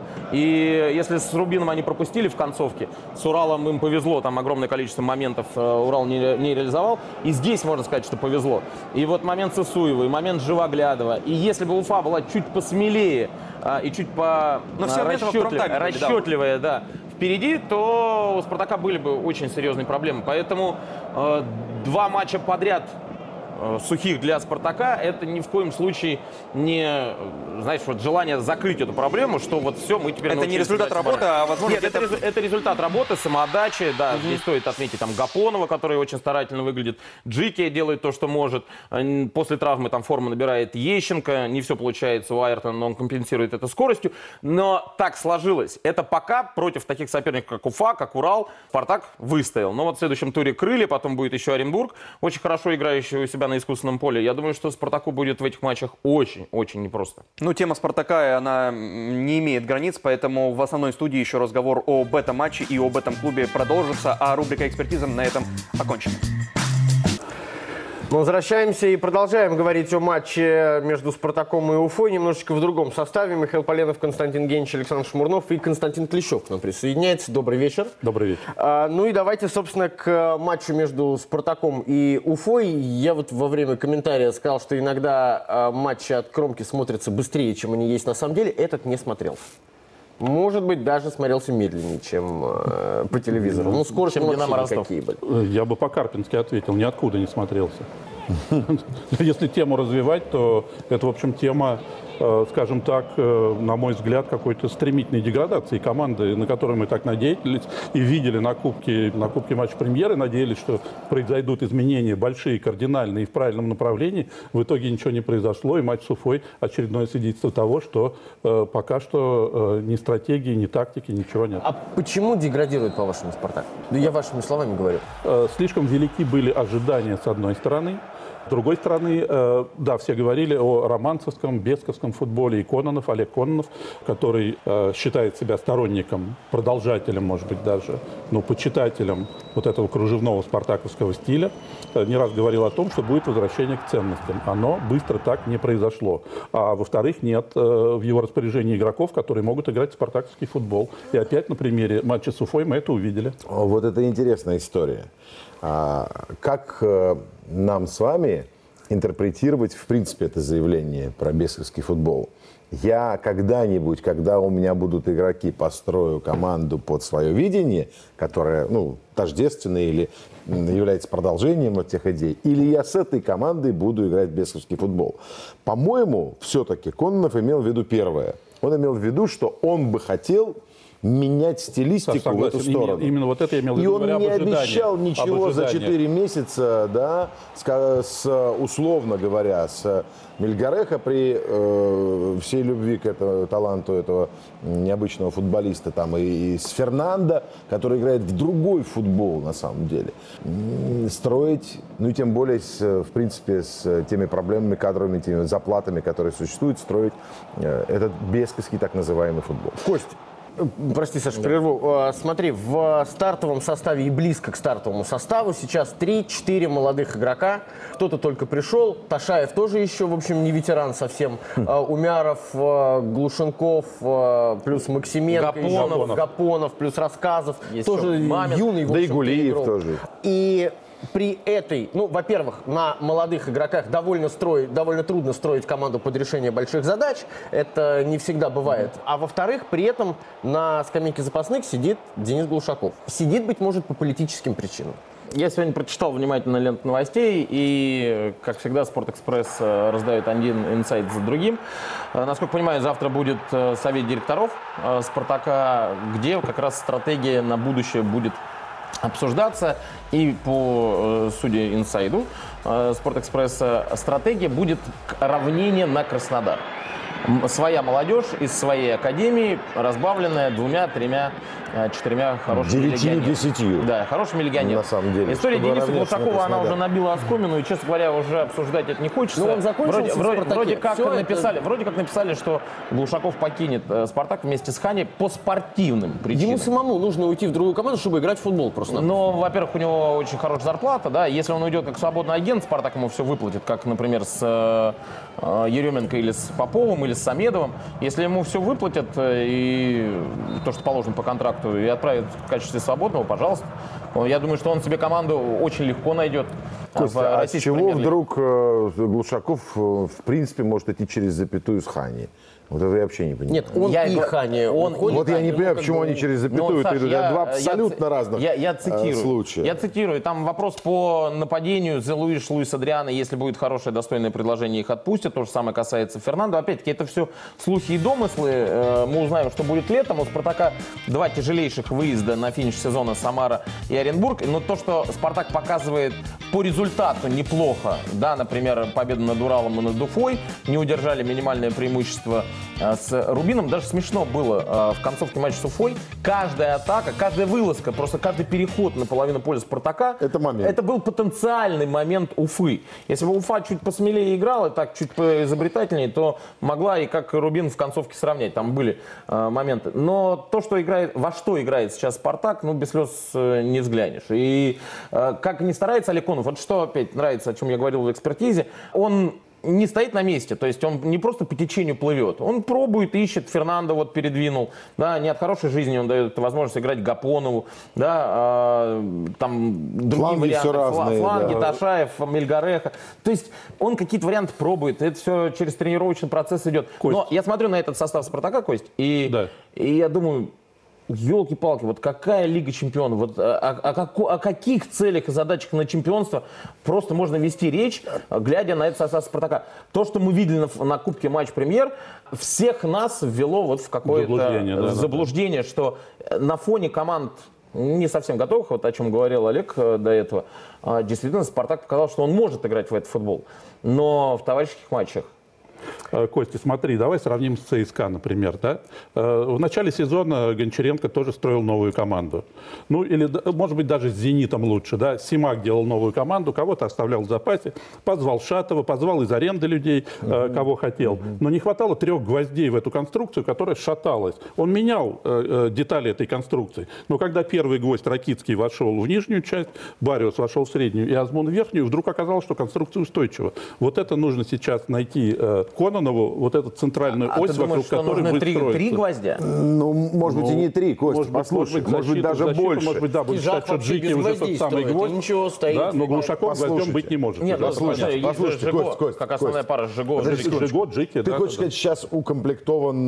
И если с Рубином они пропустили в концовке, с Уралом им повезло, там огромное количество моментов Урал не, не реализовал. И здесь можно сказать, что повезло. И вот момент Сысуева, и момент Живоглядова. И если бы Уфа была чуть посмелее а, и чуть по расчетлив... расчетливая, да, впереди, то у Спартака были бы очень серьезные проблемы. Поэтому э, два матча подряд э, сухих для Спартака — это ни в коем случае не, знаешь, вот желание закрыть эту проблему, что вот все, мы теперь... Это не результат работы, а возможно... Нет, это, это... это результат работы, самоотдачи, да, угу. Здесь стоит отметить там Гапонова, который очень старательно выглядит, Джики делает то, что может, после травмы там форму набирает Ещенко, не все получается у Айртона, но он компенсирует это скоростью, но так сложилось. Это пока против таких соперников, как Уфа, как Урал, Спартак выстоял. Но вот в следующем туре Крылья, потом будет еще Оренбург, очень хорошо играющий у себя на искусственном поле. Я думаю, что Спартаку будет в этих матчах очень-очень непросто. Ну, тема Спартака, она не имеет границ, поэтому в основной студии еще разговор об этом матче и об этом клубе продолжится, а рубрика «Экспертиза» на этом окончена. Мы возвращаемся и продолжаем говорить о матче между «Спартаком» и «Уфой». Немножечко в другом составе. Михаил Поленов, Константин Генич, Александр Шмурнов и Константин Клещев к нам присоединяется. Добрый вечер. Добрый вечер. А, ну и давайте, собственно, к матчу между «Спартаком» и «Уфой». Я вот во время комментария сказал, что иногда а, матчи от кромки смотрятся быстрее, чем они есть на самом деле. Этот не смотрелся. Может быть, даже смотрелся медленнее, чем э, по телевизору. Ну, скорость какие были. Я бы по-карпински ответил, ниоткуда не смотрелся. Если тему развивать, то это, в общем, тема, скажем так, на мой взгляд, какой-то стремительной деградации команды, на которой мы так надеялись и видели на Кубке, на Кубке матча премьеры, надеялись, что произойдут изменения большие, кардинальные и в правильном направлении. В итоге ничего не произошло, и матч с Уфой очередное свидетельство того, что э, пока что э, ни стратегии, ни тактики, ничего нет. А почему деградирует, по-вашему, «Спартак»? Да я вашими словами говорю. Э, слишком велики были ожидания с одной стороны. С другой стороны, э, да, все говорили о романцевском, бесковском футболе. И Кононов, Олег Кононов, который э, считает себя сторонником, продолжателем, может быть, даже, ну, почитателем вот этого кружевного спартаковского стиля, э, не раз говорил о том, что будет возвращение к ценностям. Оно быстро так не произошло. А во-вторых, нет э, в его распоряжении игроков, которые могут играть в спартаковский футбол. И опять на примере матча с Уфой мы это увидели. Вот это интересная история. А, как э, нам с вами интерпретировать, в принципе, это заявление про бесковский футбол? Я когда-нибудь, когда у меня будут игроки, построю команду под свое видение, которое, ну, тождественное или является продолжением от тех идей, или я с этой командой буду играть в бесковский футбол? По-моему, все-таки Кононов имел в виду первое. Он имел в виду, что он бы хотел менять стилистику Саша, в эту сторону. Именно вот это я имел в виду. И он говоря, не ожидании, обещал ничего за четыре месяца, да, с, с, условно говоря, с Мельгареха при э, всей любви к этому таланту этого необычного футболиста, там, и, и с Фернандо, который играет в другой футбол, на самом деле. Строить, ну и тем более, с, в принципе, с теми проблемами кадровыми, теми заплатами, которые существуют, строить э, этот бесковский так называемый футбол. Кость. Прости, Саша, прерву. Смотри, в стартовом составе и близко к стартовому составу сейчас три-четыре молодых игрока. Кто-то только пришел. Ташаев тоже еще, в общем, не ветеран совсем. Умяров, Глушенков, плюс Максименко, Гапонов, еще, Гапонов плюс Рассказов. Есть тоже Мамин, юный, в да и общем-то, Гулиев игрок. тоже. И при этой, ну, во-первых, на молодых игроках довольно, строить, довольно трудно строить команду под решение больших задач. Это не всегда бывает. А во-вторых, при этом на скамейке запасных сидит Денис Глушаков. Сидит, быть может, по политическим причинам. Я сегодня прочитал внимательно ленту новостей, и, как всегда, «Спортэкспресс» раздает один инсайт за другим. Насколько понимаю, завтра будет совет директоров «Спартака», где как раз стратегия на будущее будет обсуждаться. И по, судя инсайду «Спортэкспресса», стратегия будет равнение на Краснодар. Своя молодежь из своей академии, разбавленная двумя, тремя, четырьмя хорошими легионерами. Да, хорошими легионерами. На самом деле. История Дениса Глушакова, она уже набила оскомину, и, честно говоря, уже обсуждать это не хочется. Но он закончился вроде, в вроде, «Спартаке». вроде, как Все написали, это... вроде как написали, что Глушаков покинет э, «Спартак» вместе с Хани по спортивным причинам. Ему самому нужно уйти в другую команду, чтобы играть в футбол просто. Но, во-первых, у него очень хорошая зарплата, да, если он уйдет как свободный агент, «Спартак» ему все выплатит, как, например, с э, Еременко или с Поповым, или с Самедовым. Если ему все выплатят, и то, что положено по контракту, и отправят в качестве свободного, пожалуйста. Я думаю, что он себе команду очень легко найдет. Костя, а с чего вдруг э, Глушаков, э, в принципе, может идти через запятую с Хани? Вот это я вообще не понимаю. Нет, он я и Хани. Он, он, вот я не понимаю, почему они через запятую Саш, идут. Я, Два абсолютно я, разных я, я цитирую, случая. Я цитирую. Там вопрос по нападению за Луиш, Луис Адриано. Если будет хорошее, достойное предложение, их отпустят. То же самое касается Фернандо. Опять-таки, это все слухи и домыслы. Мы узнаем, что будет летом. У «Спартака» два тяжелейших выезда на финиш сезона: Самара и Оренбург. Но то, что «Спартак» показывает по результату неплохо, да, например, победу над Уралом и над Уфой, не удержали минимальное преимущество с Рубином даже смешно было в концовке матча с Уфой. Каждая атака, каждая вылазка, просто каждый переход на половину поля Спартака, это момент. Это был потенциальный момент Уфы. Если бы Уфа чуть посмелее играла, так чуть поизобретательнее, то могла и как Рубин в концовке сравнять. Там были э, моменты. Но то, что играет, во что играет сейчас Спартак, ну, без слез э, не взглянешь. И э, как ни старается Олег Кононов, вот что опять нравится, о чем я говорил в экспертизе, он не стоит на месте, то есть он не просто по течению плывет, он пробует, ищет, Фернандо вот передвинул, да, не от хорошей жизни он дает возможность играть Гапонову, да, а, там другие фланги варианты, все разные, фланги, да. Ташаев, Мельгареха, то есть он какие-то варианты пробует, это все через тренировочный процесс идет. Кость. Но я смотрю на этот состав Спартака, Кость, и, да. и я думаю, елки-палки, вот какая Лига Чемпионов, вот о, о, о, о каких целях и задачах на чемпионство просто можно вести речь, глядя на этот состав Спартака. То, что мы видели на, на Кубке Матч-Премьер, всех нас ввело вот в какое-то заблуждение, да, заблуждение, да. Что на фоне команд не совсем готовых, вот о чем говорил Олег до этого, действительно Спартак показал, что он может играть в этот футбол, но в товарищеских матчах. Костя, смотри, давай сравним с ЦСКА, например. Да? В начале сезона Гончаренко тоже строил новую команду. Ну, или, может быть, даже с «Зенитом» лучше. Да? Симак делал новую команду, кого-то оставлял в запасе, позвал Шатова, позвал из аренды людей, uh-huh. кого хотел. Uh-huh. Но не хватало трех гвоздей в эту конструкцию, которая шаталась. Он менял э, детали этой конструкции. Но когда первый гвоздь, Ракицкий, вошел в нижнюю часть, Бариус вошел в среднюю и Азмун в верхнюю, вдруг оказалось, что конструкция устойчива. Вот это нужно сейчас найти э, Кононову, вот эту центральную а ось, ты думаешь, вокруг которой будет три, строиться. три гвоздя? Ну, может быть, ну, и не три, Костя, может послушай, быть, может быть, защиту, даже защиту, больше. Может быть, да, будем считать, что Джики уже тот самый гвоздь. Ничего, стоит. Да, но Глушаков гвоздем быть не может. Нет, да, послушайте, послушайте, Жиго, Кость, Кость, как основная Кость. пара Жиго, Подожди, Жиго, Жиго, Джики. Ты да, хочешь да, сказать, сейчас укомплектован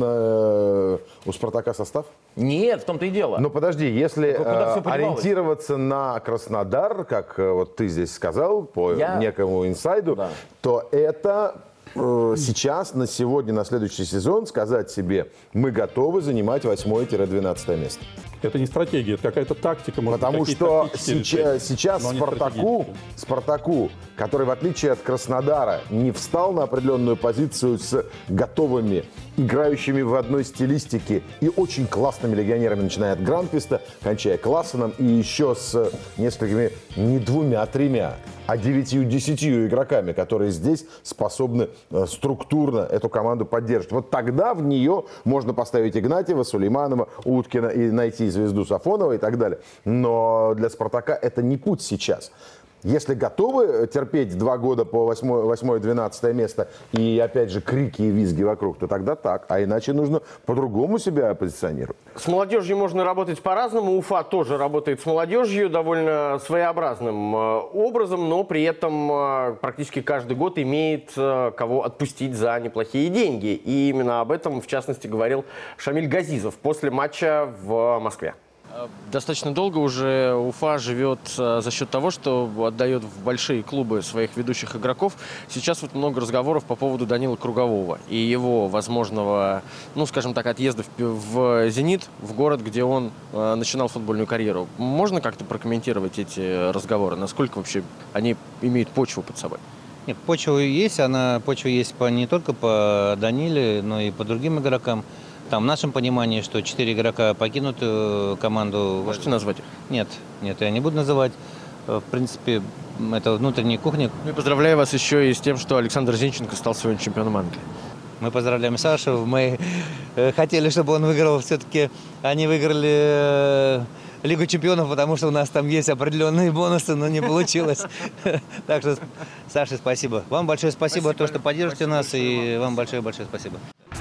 э, у Спартака состав? Нет, в том-то и дело. Ну подожди, если Куда э, ориентироваться на Краснодар, как э, вот ты здесь сказал, по Я... некому инсайду, да. то это э, сейчас, на сегодня, на следующий сезон сказать себе, мы готовы занимать восьмое-двенадцатое место. Это не стратегия, это какая-то тактика. Может, Потому что сейчас, сейчас Спартаку, Спартаку, который в отличие от Краснодара не встал на определенную позицию с готовыми, играющими в одной стилистике и очень классными легионерами, начиная от Гранквиста, кончая Классеном и еще с несколькими, не двумя, а тремя, а девятью-десятью игроками, которые здесь способны э, структурно эту команду поддерживать. Вот тогда в нее можно поставить Игнатьева, Сулейманова, Уткина и найти звезду Сафонова и так далее. Но для Спартака это не путь сейчас. Если готовы терпеть два года по восьмое-двенадцатое место и, опять же, крики и визги вокруг, то тогда так. А иначе нужно по-другому себя позиционировать. С молодежью можно работать по-разному. Уфа тоже работает с молодежью довольно своеобразным образом, но при этом практически каждый год имеет кого отпустить за неплохие деньги. И именно об этом, в частности, говорил Шамиль Газизов после матча в Москве. Достаточно долго уже Уфа живет за счет того, что отдает в большие клубы своих ведущих игроков. Сейчас вот много разговоров по поводу Данила Кругового и его возможного, ну, скажем так, отъезда в, в «Зенит», в город, где он э, начинал футбольную карьеру. Можно как-то прокомментировать эти разговоры? Насколько вообще они имеют почву под собой? Нет, почва есть, она почва есть по, не только по Даниле, но и по другим игрокам. Там в нашем понимании, что четыре игрока покинут э, команду. Можете назвать их? Нет, нет, я не буду называть. В принципе, это внутренняя кухня. Ну и поздравляю вас еще и с тем, что Александр Зинченко стал сегодня чемпионом Англии. Мы поздравляем Сашу. Мы э, хотели, чтобы он выиграл. Все-таки они выиграли э, Лигу чемпионов, потому что у нас там есть определенные бонусы, но не получилось. Так что, Саша, спасибо. Вам большое спасибо за то, что поддержите нас, и вам большое-большое спасибо.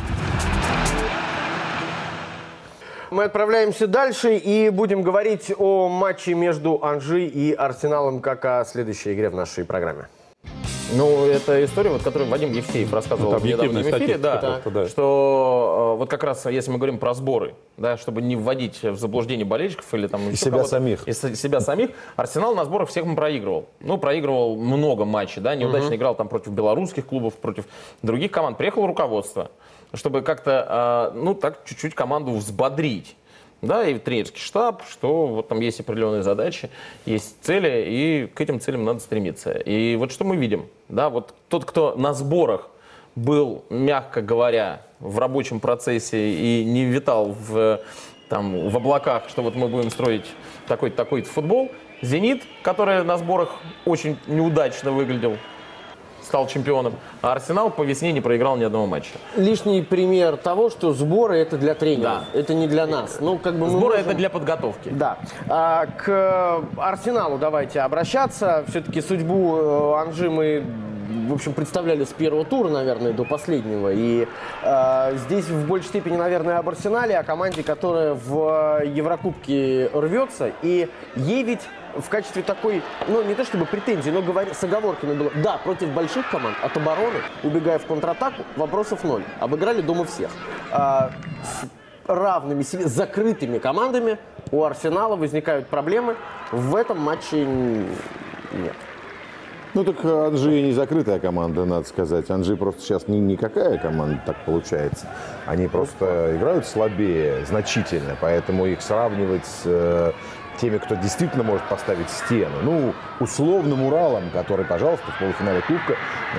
Мы отправляемся дальше и будем говорить о матче между Анжи и Арсеналом, как о следующей игре в нашей программе. Ну, это история, вот, которую Вадим Евсеев рассказывал в недавнем эфире, да, да. Что вот как раз, если мы говорим про сборы, да, чтобы не вводить в заблуждение болельщиков или там... И себя самих. И себя самих. Арсенал на сборах всех проигрывал. Ну, проигрывал много матчей, да, неудачно uh-huh. играл там против белорусских клубов, против других команд. Приехало руководство, чтобы как-то, ну, так чуть-чуть команду взбодрить. Да, и тренерский штаб, что вот там есть определенные задачи, есть цели, и к этим целям надо стремиться. И вот что мы видим, да, вот тот, кто на сборах был, мягко говоря, в рабочем процессе и не витал в, там, в облаках, что вот мы будем строить такой-то такой-то футбол, «Зенит», который на сборах очень неудачно выглядел, стал чемпионом, а «Арсенал» по весне не проиграл ни одного матча. Лишний пример того, что сборы — это для тренеров, да. Это не для нас. Ну, как бы мы сборы можем... — это для подготовки. Да. А, к «Арсеналу» давайте обращаться. Все-таки судьбу Анжи мы, в общем, представляли с первого тура, наверное, до последнего. И э, здесь в большей степени, наверное, об «Арсенале», о команде, которая в Еврокубке рвется. И ей ведь в качестве такой, ну, не то чтобы претензии, но говоря, с оговорками было, да, против больших команд, от обороны, убегая в контратаку, вопросов ноль. Обыграли дома всех. А, с равными себе, закрытыми командами у «Арсенала» возникают проблемы. В этом матче нет. Ну так Анжи не закрытая команда, надо сказать. Анжи просто сейчас ни, никакая команда, так получается. Они просто играют слабее значительно, поэтому их сравнивать с э, теми, кто действительно может поставить стену. Ну, условным Уралом, который, пожалуйста, в полуфинале Кубка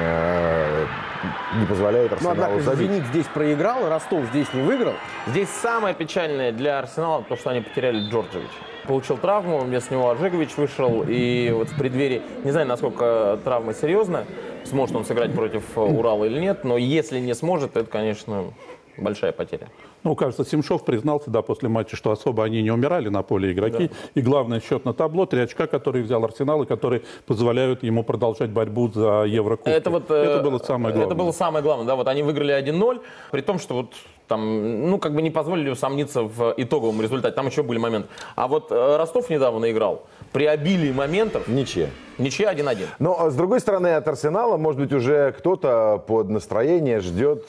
э, не позволяет Арсеналу забить. Ну, однако, забить. «Зенит» здесь проиграл, Ростов здесь не выиграл. Здесь самое печальное для «Арсенала» то, что они потеряли Джорджевича. Получил травму, вместо него Аджигович вышел, и вот в преддверии, не знаю, насколько травма серьезна, сможет он сыграть против Урала или нет, но если не сможет, это, конечно, большая потеря. Ну, кажется, Семшов признался, да, после матча, что особо они не умирали на поле игроки. Да. И главное, счет на табло, три очка, которые взял «Арсенал», и которые позволяют ему продолжать борьбу за Еврокубки. Это, вот, это было самое главное. Это было самое главное, да, вот они выиграли один ноль, при том, что вот там, ну, как бы не позволили усомниться в итоговом результате, там еще были моменты. А вот Ростов недавно играл, при обилии моментов... Ничья. Ничья один-один. Но, с другой стороны, от «Арсенала», может быть, уже кто-то под настроение ждет...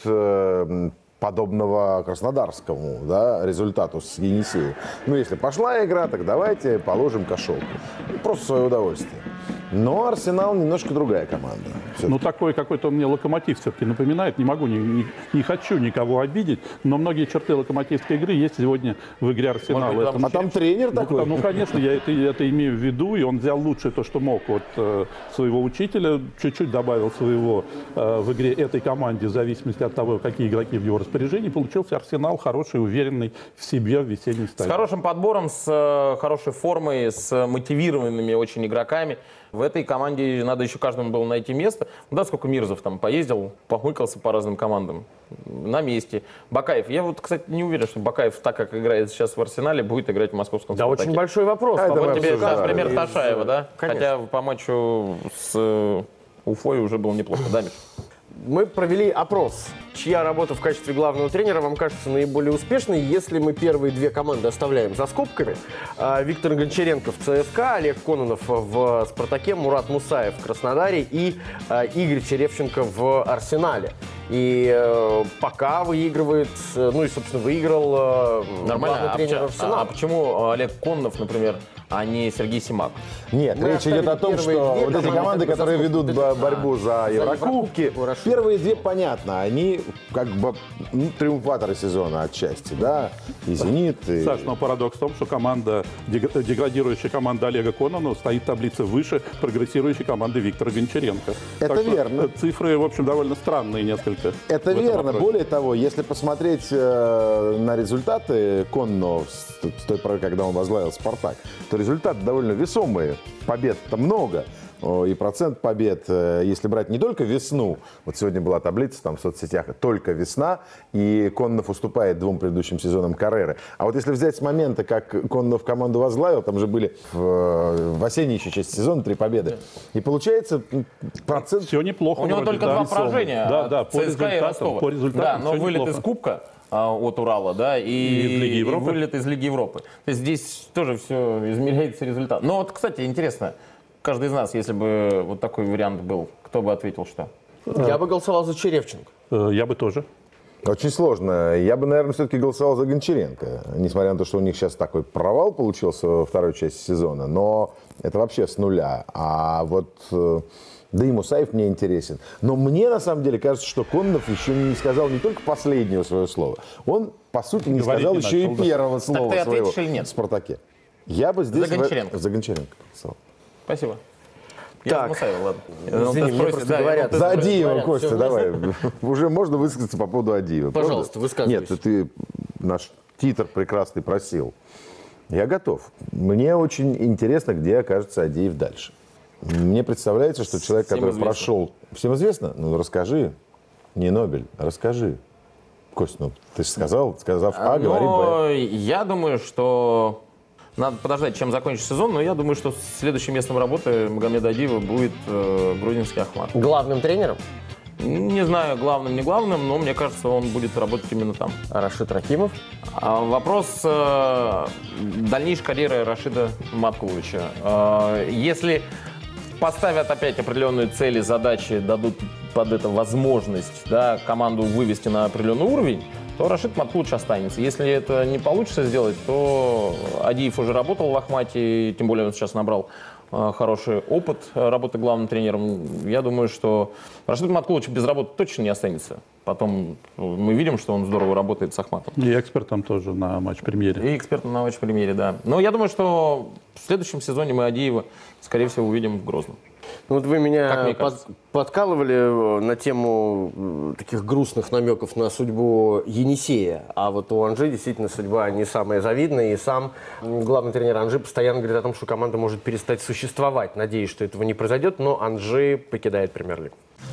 Э, подобного краснодарскому, да, результату с Енисеем. Ну, если пошла игра, так давайте положим кошелку. Просто в свое удовольствие. Но «Арсенал» немножко другая команда. Ну, такой какой-то мне «Локомотив» все-таки напоминает. Не могу, не, не, не хочу никого обидеть, но многие черты локомотивской игры есть сегодня в игре «Арсенала». Быть, там, а там тренер ну, такой? Ну, конечно, я это, это имею в виду, и он взял лучшее то, что мог от э, своего учителя, чуть-чуть добавил своего э, в игре этой команде, в зависимости от того, какие игроки в его распоряжении. Получился «Арсенал» хороший, уверенный в себе в весенней стадии. С хорошим подбором, с э, хорошей формой, с мотивированными очень игроками. В этой команде надо еще каждому было найти место. Да, сколько Мирзов там поездил, помыкался по разным командам. На месте. Бакаев. Я вот, кстати, не уверен, что Бакаев, так как играет сейчас в «Арсенале», будет играть в московском Да, «Спартаке». очень большой вопрос. А вот тебе да, пример Ташаева, да? Конечно. Хотя по матчу с Уфой уже было неплохо. Да, Миш? Мы провели опрос, чья работа в качестве главного тренера вам кажется наиболее успешной, если мы первые две команды оставляем за скобками. Виктор Гончаренко в ЦСКА, Олег Кононов в «Спартаке», Мурат Мусаев в Краснодаре и Игорь Черевченко в «Арсенале». И э, пока выигрывает, ну и, собственно, выиграл э, нормально. тренер А, «Арсенала». А почему Олег Кононов, например, а не Сергей Симак? Нет, Мы речь идет о том, что вот эти команды, которые ведут борьбу за Еврокубки, первые две, понятно, они как бы ну, триумфаторы сезона отчасти, да, и «Зенит», и... Саш, но парадокс в том, что команда, деградирующая команда Олега Кононова стоит в таблице выше прогрессирующей команды Виктора Гончаренко. Это так верно. Что, цифры, в общем, довольно странные несколько. Это верно. Вопросе. Более того, если посмотреть э, на результаты Кононова с, с той поры, когда он возглавил «Спартак», то результаты довольно весомые. Побед-то много. И процент побед, если брать не только весну, вот сегодня была таблица там в соцсетях, только весна, и Кононов уступает двум предыдущим сезонам Карреры. А вот если взять с момента, как Кононов команду возглавил, там же были в, в осенней еще части сезона три победы. И получается процент... Все неплохо. У него вроде, только да, два поражения да, от да, по ЦСКА и Ростова. По результатам да, но вылет неплохо. из Кубка от Урала, да, и, и, из Лиги Европы. и вылет из Лиги Европы. То есть здесь тоже все измеряется результат. Но вот, кстати, интересно, каждый из нас, если бы вот такой вариант был, кто бы ответил что? Я бы голосовал за Черевченко. Я бы тоже. Очень сложно. Я бы, наверное, все-таки голосовал за Гончаренко. Несмотря на то, что у них сейчас такой провал получился во второй части сезона. Но это вообще с нуля. А вот... Да и Мусаев мне интересен. Но мне, на самом деле, кажется, что Кононов еще не сказал не только последнего своего слова. Он, по сути, не Говорить сказал не еще начал, и да. первого Так слова ты своего ответишь или нет? в «Спартаке». Я бы здесь... За Гончаренко. В... За Гончаренко. Спасибо. Я Так. за Мусаева, ладно. Извини, Он мне спросит, просто да, говорят. он За тоже Адиева, говорят, Костя, всё давай. Уже можно высказаться по поводу Адиева. правда? Пожалуйста, высказывайся. Нет, ты наш титр прекрасный просил. Я готов. Мне очень интересно, где окажется Адиев дальше. Мне представляется, что человек, Всем который известно. прошел... Всем известно? Ну, расскажи. Не Нобель, расскажи. Кость, ну, ты же сказал, сказав А, говорим Но Б. я думаю, что надо подождать, чем закончится сезон, но я думаю, что следующим местом работы Магомеда Адиева будет э, грузинский Ахмат. Главным тренером? Не знаю, главным, не главным, но мне кажется, он будет работать именно там. А Рашид Рахимов? А вопрос э, дальнейшей карьеры Рашида Маткуловича. Э, если поставят опять определенные цели, задачи, дадут под это возможность, да, команду вывести на определенный уровень, то Рашид Маткулович останется. Если это не получится сделать, то Адиев уже работал в Ахмате, тем более он сейчас набрал э, хороший опыт работы главным тренером. Я думаю, что Рашид Маткулович без работы точно не останется. Потом мы видим, что он здорово работает с Ахматом. И экспертом тоже на матч-премьере. И экспертом на матч-премьере, да. Но я думаю, что в следующем сезоне мы Адиева, скорее всего, увидим в Грозном. Ну, вот вы меня Как мне под- кажется. подкалывали на тему м, таких грустных намеков на судьбу Енисея. А вот у Анжи действительно судьба не самая завидная. И сам м, главный тренер Анжи постоянно говорит о том, что команда может перестать существовать. Надеюсь, что этого не произойдет, но Анжи покидает Премьер-лигу.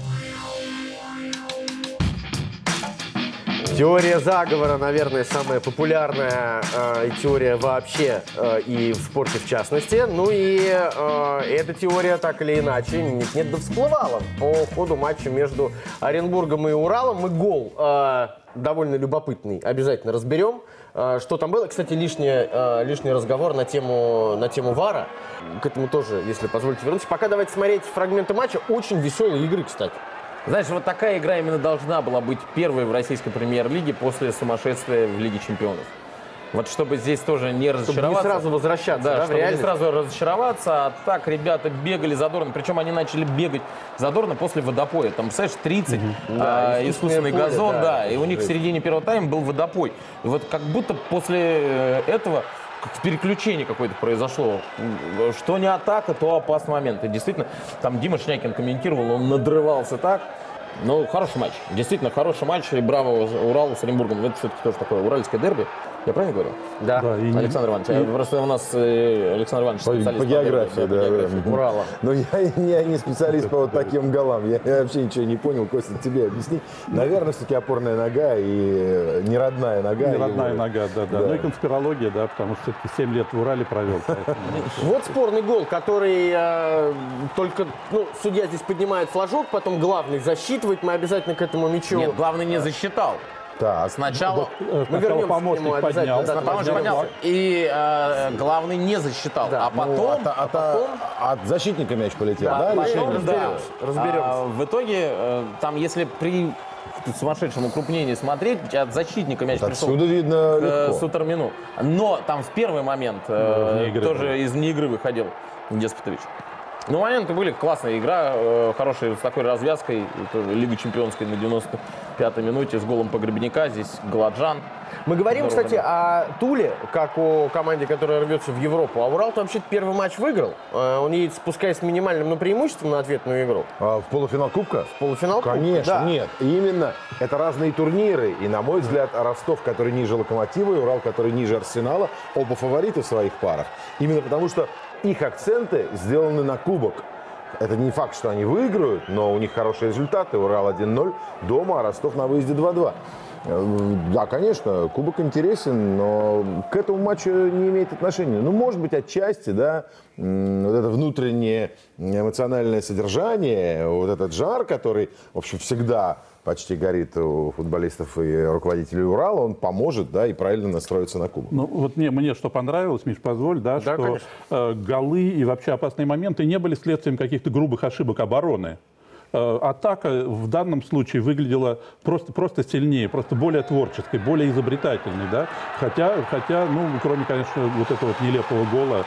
Теория заговора, наверное, самая популярная э, теория вообще э, и в спорте в частности. Ну и э, эта теория так или иначе нет-нет да всплывала по ходу матча между Оренбургом и Уралом. И гол э, довольно любопытный, обязательно разберем, э, что там было. Кстати, лишний, э, лишний разговор на тему, на тему ВАРа. К этому тоже, если позволите, вернуться. Пока давайте смотреть фрагменты матча. Очень веселой игры, кстати. Знаешь, вот такая игра именно должна была быть первой в российской премьер-лиге после сумасшествия в Лиге чемпионов. Вот чтобы здесь тоже не разочароваться. Чтобы не сразу возвращаться, да, да, в чтобы не реальность? сразу разочароваться. А так ребята бегали задорно. Причем они начали бегать задорно после водопоя. Там, представляешь, тридцать, Да, а, искусственное искусственный поле, газон, да, да. это И у них в жесть. середине первого тайма был водопой. И вот как будто после э, этого как переключение какое-то произошло. Что не атака, то опасный момент. И действительно, там Дима Шнякин комментировал, он надрывался так. Ну, хороший матч. Действительно, хороший матч. И браво Уралу с Оренбургом. Это все-таки тоже такое уральское дерби. Я правильно говорю? Да. Да, и не- Александр Иванович. и- а Просто у нас э, Александр Иванович По, специалист по географии, дерби, да. по географии. да. Урала. Но я, я не специалист по вот таким голам. Я, я вообще ничего не понял. Костя, тебе объясни. Наверное, все-таки опорная нога и не родная нога. Не родная и- нога, да, да. Да. Ну и конспирология, да, потому что все-таки семь лет в Урале провел. поэтому- Вот спорный гол, который э, только, ну, судья здесь поднимает флажок, потом главный засчитывает, мы обязательно к этому мячу. Нет, главный не засчитал. Так. Сначала... Э, Мы сначала вернемся к помощник нему обязательно, поднял. да, Помощник поднял. И э, главный не засчитал. Да. А Ну, потом... От, от- потом- от защитника мяч полетел, Да, да? потом решение? разберемся, разберемся. А, в итоге, э, там, если при сумасшедшем укрупнении смотреть, от защитника мяч пришел Отсюда видно к э, легко. Сутармину. Но там в первый момент э, Да, вне игры тоже был. из вне игры выходил Деспотович. Ну, моменты были, классная игра, э, хорошая с такой развязкой, тоже Лига Чемпионская на девяносто пятой минуте с голом Погребняка, здесь Гладжан. Мы говорим, Здорово кстати, о Туле, как о команде, которая рвется в Европу. А Урал-то вообще первый матч выиграл. Э, Он едет, спускаясь с минимальным, но преимуществом на ответную игру. А, в полуфинал Кубка? В полуфинал Кубка, Конечно, да. нет. Именно это разные турниры. И, на мой взгляд, Ростов, который ниже Локомотива, и Урал, который ниже Арсенала, оба фавориты в своих парах. Именно потому, что их акценты сделаны на кубок. Это не факт, что они выиграют, но у них хорошие результаты. Урал один ноль дома, а Ростов на выезде два-два. Э, Да, конечно, кубок интересен, но к этому матчу не имеет отношения. Ну, может быть, отчасти, да, м, вот это внутреннее эмоциональное содержание, вот этот жар, который, в общем, всегда почти горит у футболистов и руководителей Урала, он поможет, да, и правильно настроиться на кубок. Ну, вот мне, мне что понравилось, Миш, позволь, да, Да, что конечно. э, голы и вообще опасные моменты не были следствием каких-то грубых ошибок обороны. Э, атака в данном случае выглядела просто, просто сильнее, просто более творческой, более изобретательной, да. Хотя, хотя, ну, кроме, конечно, вот этого вот нелепого гола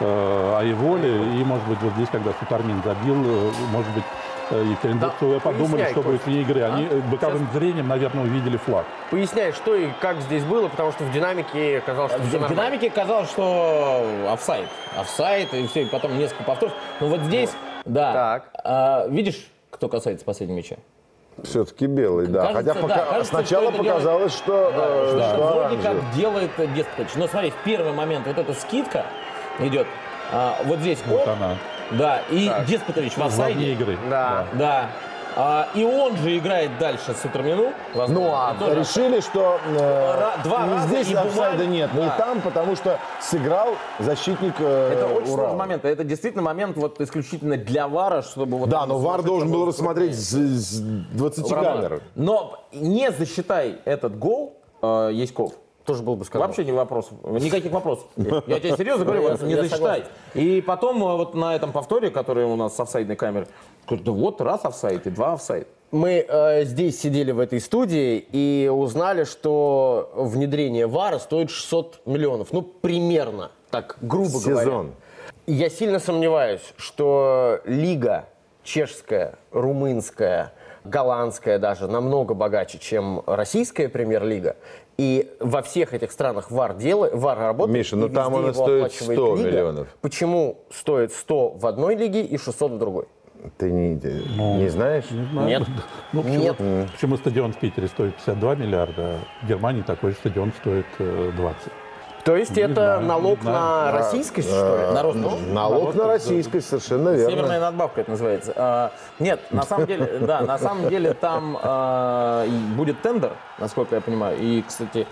э, Айволи, и, может быть, вот здесь, когда Сутармин забил, э, может быть, э, Екатеринбургцевы Да, подумали, поясняй, что будет Костя. вне игры. Они А? э, боковым зрением, наверное, увидели флаг. Поясняй, что и как здесь было, потому что в динамике казалось, что В все в нормально. динамике казалось, что офсайд. Офсайд, и все, и потом несколько повторов. Но вот здесь Да. Так. А, видишь, кто касается последнего мяча? Все-таки белый, да. Кажется, Хотя да, пока... кажется, сначала что это показалось, что, Да, э, да. что Вроде оранжевый. как делает Деспотович. Но смотри, в первый момент вот эта скидка идет. А, вот здесь. Вот оп, она. Да, и Так. Деспотович в Во офсайде. вне игры. Да. Да. А, и он же играет дальше Супермину. Ну, а решили, что э, Ра- два не раза здесь и офсайда бумаги. нет, Да. не там, потому что сыграл защитник э, Это очень Урала. сложный момент. Это действительно момент вот исключительно для ВАРа, чтобы вот... Да, но ВАР должен был рассмотреть с, с двадцати камер. Но не засчитай этот гол, э, Яськов. Тоже был бы сказал. Вообще не вопрос. Никаких вопросов. Я тебе серьезно говорю, Я- вот не я засчитай. И потом э, вот на этом повторе, который у нас с офсайдной камеры, говорят, да вот раз офсайд и два офсайд. Мы э, здесь сидели в этой студии и узнали, что внедрение ВАРа стоит шестьсот миллионов. Ну, примерно, так грубо говоря. Сезон. Я сильно сомневаюсь, что лига чешская, румынская, голландская даже намного богаче, чем российская премьер-лига. И во всех этих странах ВАР, делает, ВАР работает, Миша, ну и там везде он его стоит оплачивает сто лига. миллионов. Почему стоит сто в одной лиге и шестьсот в другой? Ты не, не знаешь? Не знаю. Нет. Ну, почему, Нет. почему стадион в Питере стоит пятьдесят два миллиарда, а в Германии такой же стадион стоит э, двадцать? То есть Не это знаю, налог не знаю. на российскость, что ли? На рост. Налог на российскость, совершенно верно. Северная надбавка это называется. А, нет, на самом деле, да, на самом деле там а, и будет тендер, насколько я понимаю. И, кстати,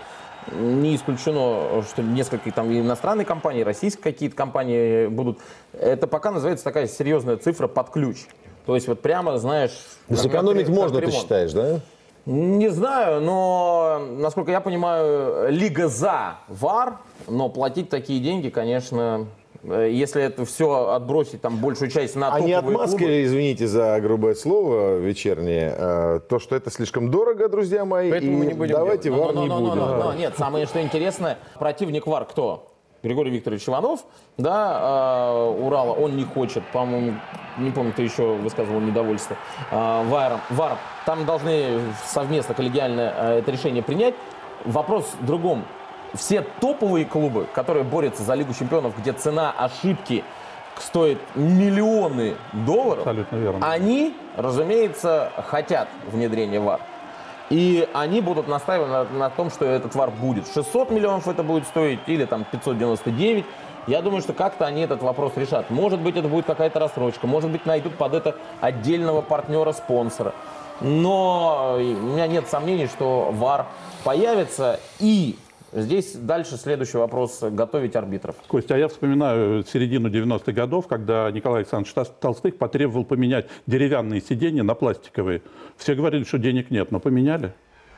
не исключено, что несколько там иностранные компании, российские какие-то компании будут. Это пока называется такая серьезная цифра под ключ. То есть вот прямо, знаешь... Сэкономить как можно, ты ремонт. считаешь, да? Не знаю, но, насколько я понимаю, лига за ВАР, но платить такие деньги, конечно, э, если это все отбросить, там, большую часть на А не топовые отмазка, клубы. извините за грубое слово вечернее, э, то, что это слишком дорого, друзья мои, Поэтому и мы не будем давайте делать. ВАР Но, не но, но, будем. но, но, нет, самое что интересное, противник ВАР кто? Григорий Викторович Иванов, да, э, Урала, он не хочет, по-моему, не помню, ты еще высказывал недовольство, э, ВАРом. ВАР, там должны совместно, коллегиально э, это решение принять. Вопрос в другом. Все топовые клубы, которые борются за Лигу чемпионов, где цена ошибки стоит миллионы долларов, Абсолютно верно. они, разумеется, хотят внедрения ВАР. И они будут настаивать на, на том, что этот ВАР будет. шестьсот миллионов это будет стоить или там пятьсот девяносто девять. Я думаю, что как-то они этот вопрос решат. Может быть, это будет какая-то рассрочка. Может быть, найдут под это отдельного партнера-спонсора. Но у меня нет сомнений, что ВАР появится. И здесь дальше следующий вопрос – готовить арбитров. Костя, а я вспоминаю середину девяностых годов, когда Николай Александрович Тол- Толстых потребовал поменять деревянные сиденья на пластиковые. Все говорили, что денег нет, но поменяли.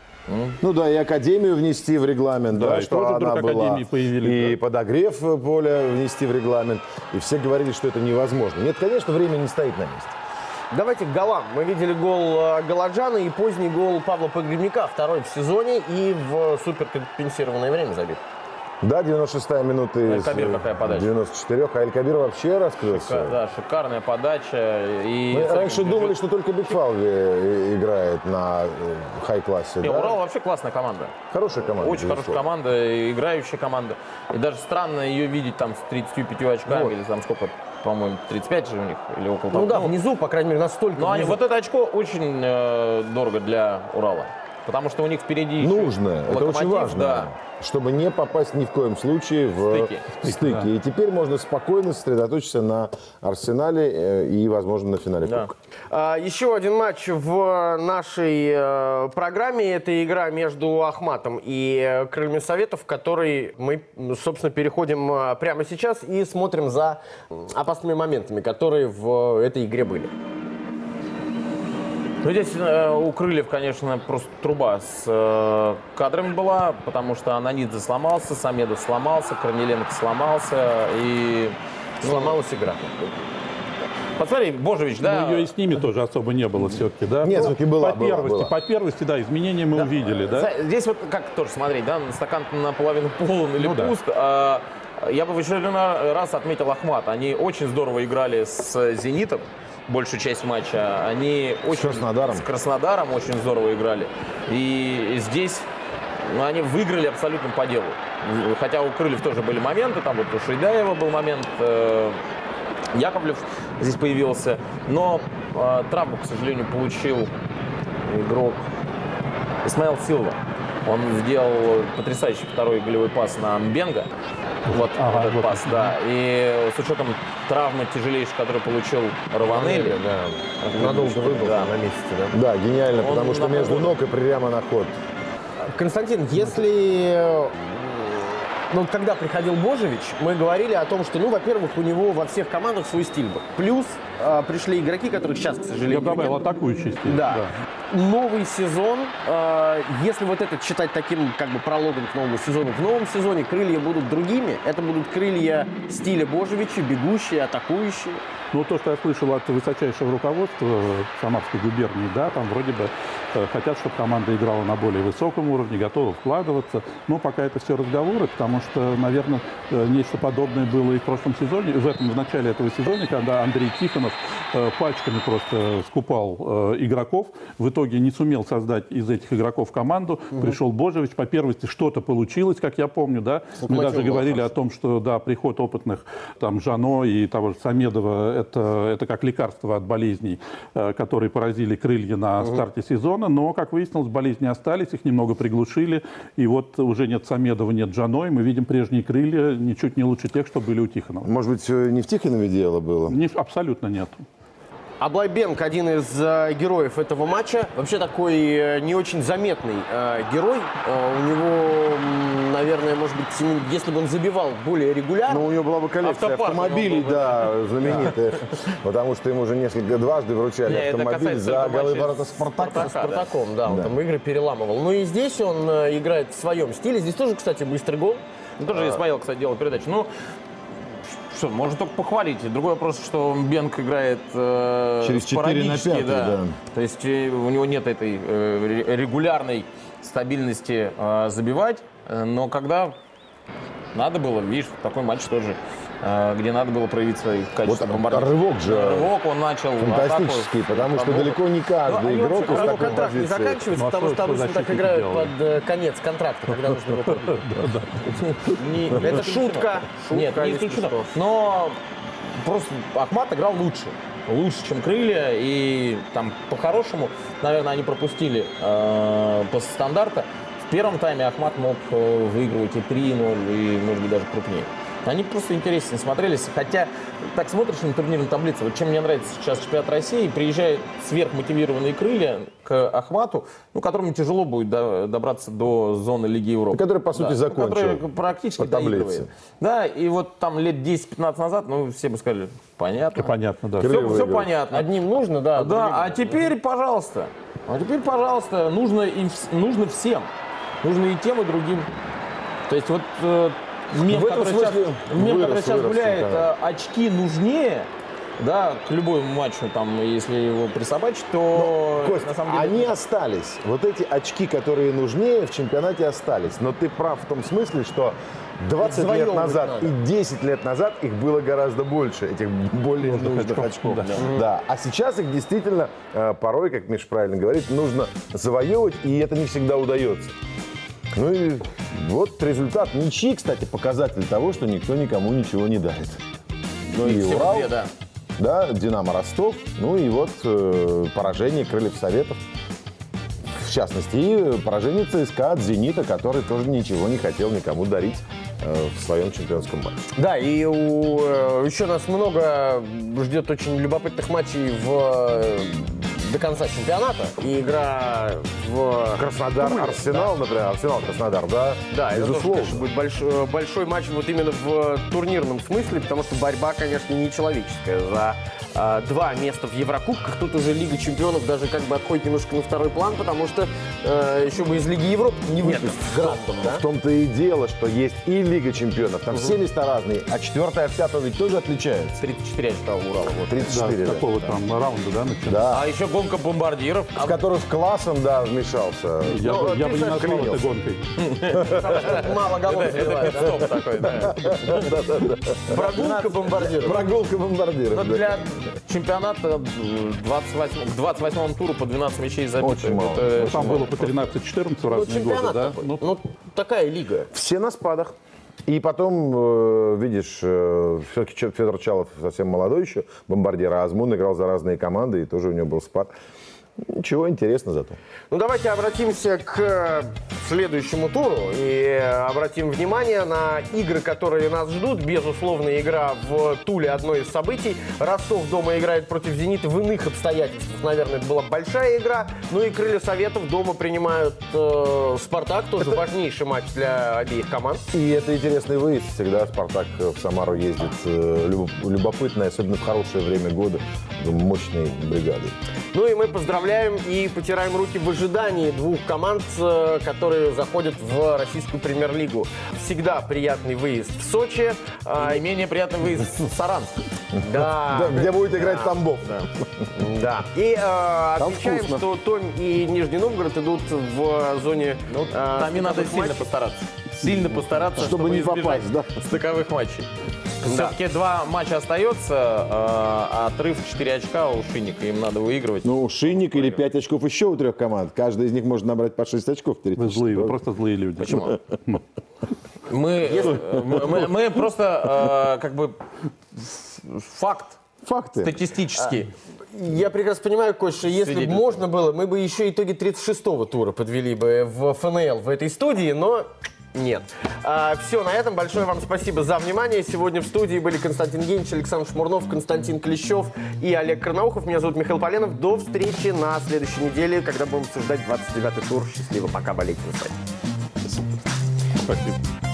Ну да, и академию внести в регламент, да, Да, и что тоже она вдруг была. академии появились, И подогрев поля внести в регламент. И все говорили, что это невозможно. Нет, конечно, время не стоит на месте. Давайте к голам. Мы видели гол э, Галаджана и поздний гол Павла Погребняка, второй в сезоне и в суперкомпенсированное время забит. Да, девяносто шестая минута из Эль-Кабир какая подача. девяносто четырёх, а Эль-Кабир вообще раскрылся. Шика- да, шикарная подача. И Мы с этим раньше бежит. думали, что только Бигфалви играет на э, хай-классе. Не, да? Урал вообще классная команда. Хорошая команда. Очень хорошая безусловно. команда, играющая команда. И даже странно ее видеть там с тридцатью пятью очками, Вот. или там сколько, по-моему, тридцать пять же у них, или около того. Ну да, внизу, по крайней мере, настолько Но они, внизу. вот это очко очень э, дорого для Урала. Потому что у них впереди еще Нужно, это очень Локомотив, важно, да. чтобы не попасть ни в коем случае в Стыки. стыки. Да. И теперь можно спокойно сосредоточиться на Арсенале э, и, возможно, на финале Да. Кубка. А, еще один матч в нашей э, программе. Это игра между Ахматом и э, Крыльями Советов, в которой мы, собственно, переходим э, прямо сейчас и смотрим за м, опасными моментами, которые в э, этой игре были. Ну, здесь э, у Крыльев, конечно, просто труба с э, кадрами была, потому что Ананидзе сломался, Самедов сломался, Корниленко сломался, и... Сломалась игра. Посмотри, Божевич, да? Но ее и с ними тоже особо не было все-таки, да? Нет, Ну, все-таки была, по была, первости, была. По первости, да, изменения мы увидели, да? За- Здесь вот как тоже смотреть, да, стакан наполовину полон или Ну да. пуст. А, я бы в очередной раз отметил Ахмат. Они очень здорово играли с «Зенитом» большую часть матча. Они очень, Краснодаром. С Краснодаром очень здорово играли. И здесь ну, они выиграли абсолютно по делу. Хотя у Крыльев тоже были моменты, там вот у Шейдаева был момент. э, Яковлев здесь появился. Но э, травму, к сожалению, получил игрок Исмаил Силва. Он сделал потрясающий второй голевой пас на Мбенга. Вот ага, этот вот. пас, да. И с учетом травмы тяжелейшей, которую получил Раванелли, да. Надолго выбыл да. на месяце, да? Да, гениально, Он потому что на между погоду. ног и прямо на ход. Константин, если... Ну, когда приходил Божевич, мы говорили о том, что, ну, во-первых, у него во всех командах свой стиль был. Плюс э, пришли игроки, которых сейчас, к сожалению, Я добавил нет. атакующий стиль. Да. Новый сезон, э, если вот это считать таким как бы прологом к новому сезону, в новом сезоне крылья будут другими. Это будут крылья стиля Божевича, бегущие, атакующие. Ну, то, что я слышал от высочайшего руководства Самарской губернии, да, там вроде бы э, хотят, чтобы команда играла на более высоком уровне, готова вкладываться. Но пока это все разговоры, потому что, наверное, э, нечто подобное было и в прошлом сезоне, в этом, в начале этого сезона, когда Андрей Тихонов э, пачками просто скупал э, игроков, в итоге не сумел создать из этих игроков команду, угу. Пришел Божевич, по первости что-то получилось, как я помню, да. Мы даже говорили о том, что, да, приход опытных, там, Жано и того же Самедова, Это, это как лекарство от болезней, э, которые поразили крылья на угу. старте сезона. Но, как выяснилось, болезни остались, их немного приглушили. И вот уже нет Самедова, нет Джано, и мы видим прежние крылья ничуть не лучше тех, что были у Тихонова. Может быть, не в Тихонове дело было? Не, абсолютно нет. Аблай Бенг, один из э, героев этого матча, вообще такой э, не очень заметный э, герой. Э, у него, м, наверное, может быть, если бы он забивал более регулярно... Ну, у него была бы коллекция автомобилей, да, знаменитых. Потому что ему уже несколько дважды вручали автомобиль за голы ворота Спартака. С Спартаком, да, он там игры переламывал. Ну и здесь он э, играет в своем стиле. Здесь тоже, кстати, быстрый гол. Тоже Исмаил, кстати, делал передачу. Ну, что, можно только похвалить. Другой вопрос, что Бенг играет э, через четыре на пять, да. да. То есть э, у него нет этой э, регулярной стабильности э, забивать. Но когда надо было, видишь, такой матч тоже, э, где надо было проявить свои качества. Вот рывок же. Рывок он начал. Фантастический, атаку, потому что далеко не каждый ну, игрок из такой контракт не заканчивается, потому что обычно так играют под э, конец контракта, когда нужно его победить. Это шутка. Нет, не исключено. Но просто Ахмат играл лучше. Лучше, чем крылья. И там по-хорошему, наверное, они пропустили э, после стандарта. В первом тайме Ахмат мог выигрывать и три ноль, и, может быть, даже крупнее. Они просто интереснее смотрелись. Хотя, так смотришь на турнирную таблицу, вот чем мне нравится сейчас чемпионат России, приезжают сверхмотивированные крылья к Ахмату, ну, которому тяжело будет до, добраться до зоны Лиги Европы. Который, по сути, да, закончил который практически доигрывает. Да, и вот там лет десять-пятнадцать назад, ну, все бы сказали, понятно. Понятно, да. Все, все понятно. Одним нужно, да. Да, а теперь, пожалуйста, а теперь, пожалуйста, нужно, и, нужно всем. Нужно и тем, и другим. То есть вот э, мем, который сейчас, мем, вырос, который сейчас вырос, гуляет, да. э, очки нужнее, да, к любому матчу, там, если его присобачить, то... Но, Кость, на самом деле, они остались. Вот эти очки, которые нужнее, в чемпионате остались. Но ты прав в том смысле, что двадцать лет назад надо. И десять лет назад их было гораздо больше, этих более нужных, нужных очков. очков. Да. Да. Да. А сейчас их действительно э, порой, как Миша правильно говорит, нужно завоевывать, и это не всегда удается. Ну и вот результат. Ничьи, кстати, показатель того, что никто никому ничего не дарит. Ну и, и Урал, да. Да, Динамо Ростов, ну и вот э, поражение Крыльев Советов. В частности, и поражение ЦСКА от «Зенита», который тоже ничего не хотел никому дарить э, в своем чемпионском матче. Да, и у, э, еще нас много ждет очень любопытных матчей в... до конца чемпионата. И игра в Краснодар-Арсенал, да. Например, Арсенал-Краснодар, да? Да, безусловно. Это тоже, будет большой, большой матч вот именно в турнирном смысле, потому что борьба, конечно, нечеловеческая. За а, два места в Еврокубках тут уже Лига Чемпионов даже как бы отходит немножко на второй план, потому что а, еще бы из Лиги Европы не выпустить. Грантом, да? В том-то и дело, что есть и Лига Чемпионов, там угу. все места разные, а четвертая от пятого ведь тоже отличаются. тридцать четыре очка у Урала. Вот. тридцать четыре, да. да. Какого там раунда, да, начинается? Да. А еще гонка бомбардиров. В которую с классом, да, вмешался. Я, ну, я бы не назвал это гонкой. Мало голов. Это пидстоп такой, да. Прогулка бомбардиров. Прогулка бомбардиров. Но для чемпионата к двадцать восьмому туру по двенадцать мячей забито. Очень мало. Там было по тринадцать-четырнадцать в разные годы, да? Ну, такая лига. Все на спадах. И потом, э, видишь, э, все-таки Федор Чалов совсем молодой еще, бомбардир, а Азмун играл за разные команды, и тоже у него был спад. Ничего, интересно зато. Ну, давайте обратимся к следующему туру и обратим внимание на игры, которые нас ждут. Безусловно, игра в Туле – одно из событий. Ростов дома играет против «Зенита» в иных обстоятельствах. Наверное, это была большая игра. Ну и «Крылья Советов» дома принимают э, «Спартак». Тоже это важнейший матч для обеих команд. И это интересный выезд. Всегда «Спартак» в Самару ездит э, любопытно, особенно в хорошее время года, мощной бригадой. Ну и мы поздравляем и потираем руки в ожидании двух команд, которые заходят в российскую премьер-лигу. Всегда приятный выезд в Сочи. И не менее приятный выезд в Саранск. Да. Где будет играть Тамбов. Да. И отмечаем, что Томь и Нижний Новгород идут в зоне... Там и надо сильно постараться. Сильно постараться, чтобы не попасть в стыковых матчей. Все-таки два матча остается, а отрыв четыре очка у Шинника, им надо выигрывать. Ну, Шинник или пять очков еще у трех команд. Каждый из них может набрать по шесть очков. Вы злые, вы просто злые люди. Почему? Мы, мы, мы просто как бы факт. Факты. Статистически. Я прекрасно понимаю, Коша, если бы можно было, мы бы еще итоги тридцать шестого тура подвели бы в эф эн эл в этой студии, но... Нет. А, все, на этом большое вам спасибо за внимание. Сегодня в студии были Константин Генич, Александр Шмурнов, Константин Клещев и Олег Карнаухов. Меня зовут Михаил Поленов. До встречи на следующей неделе, когда будем обсуждать двадцать девятый тур. Счастливо. Пока, болейте за сайт. Спасибо.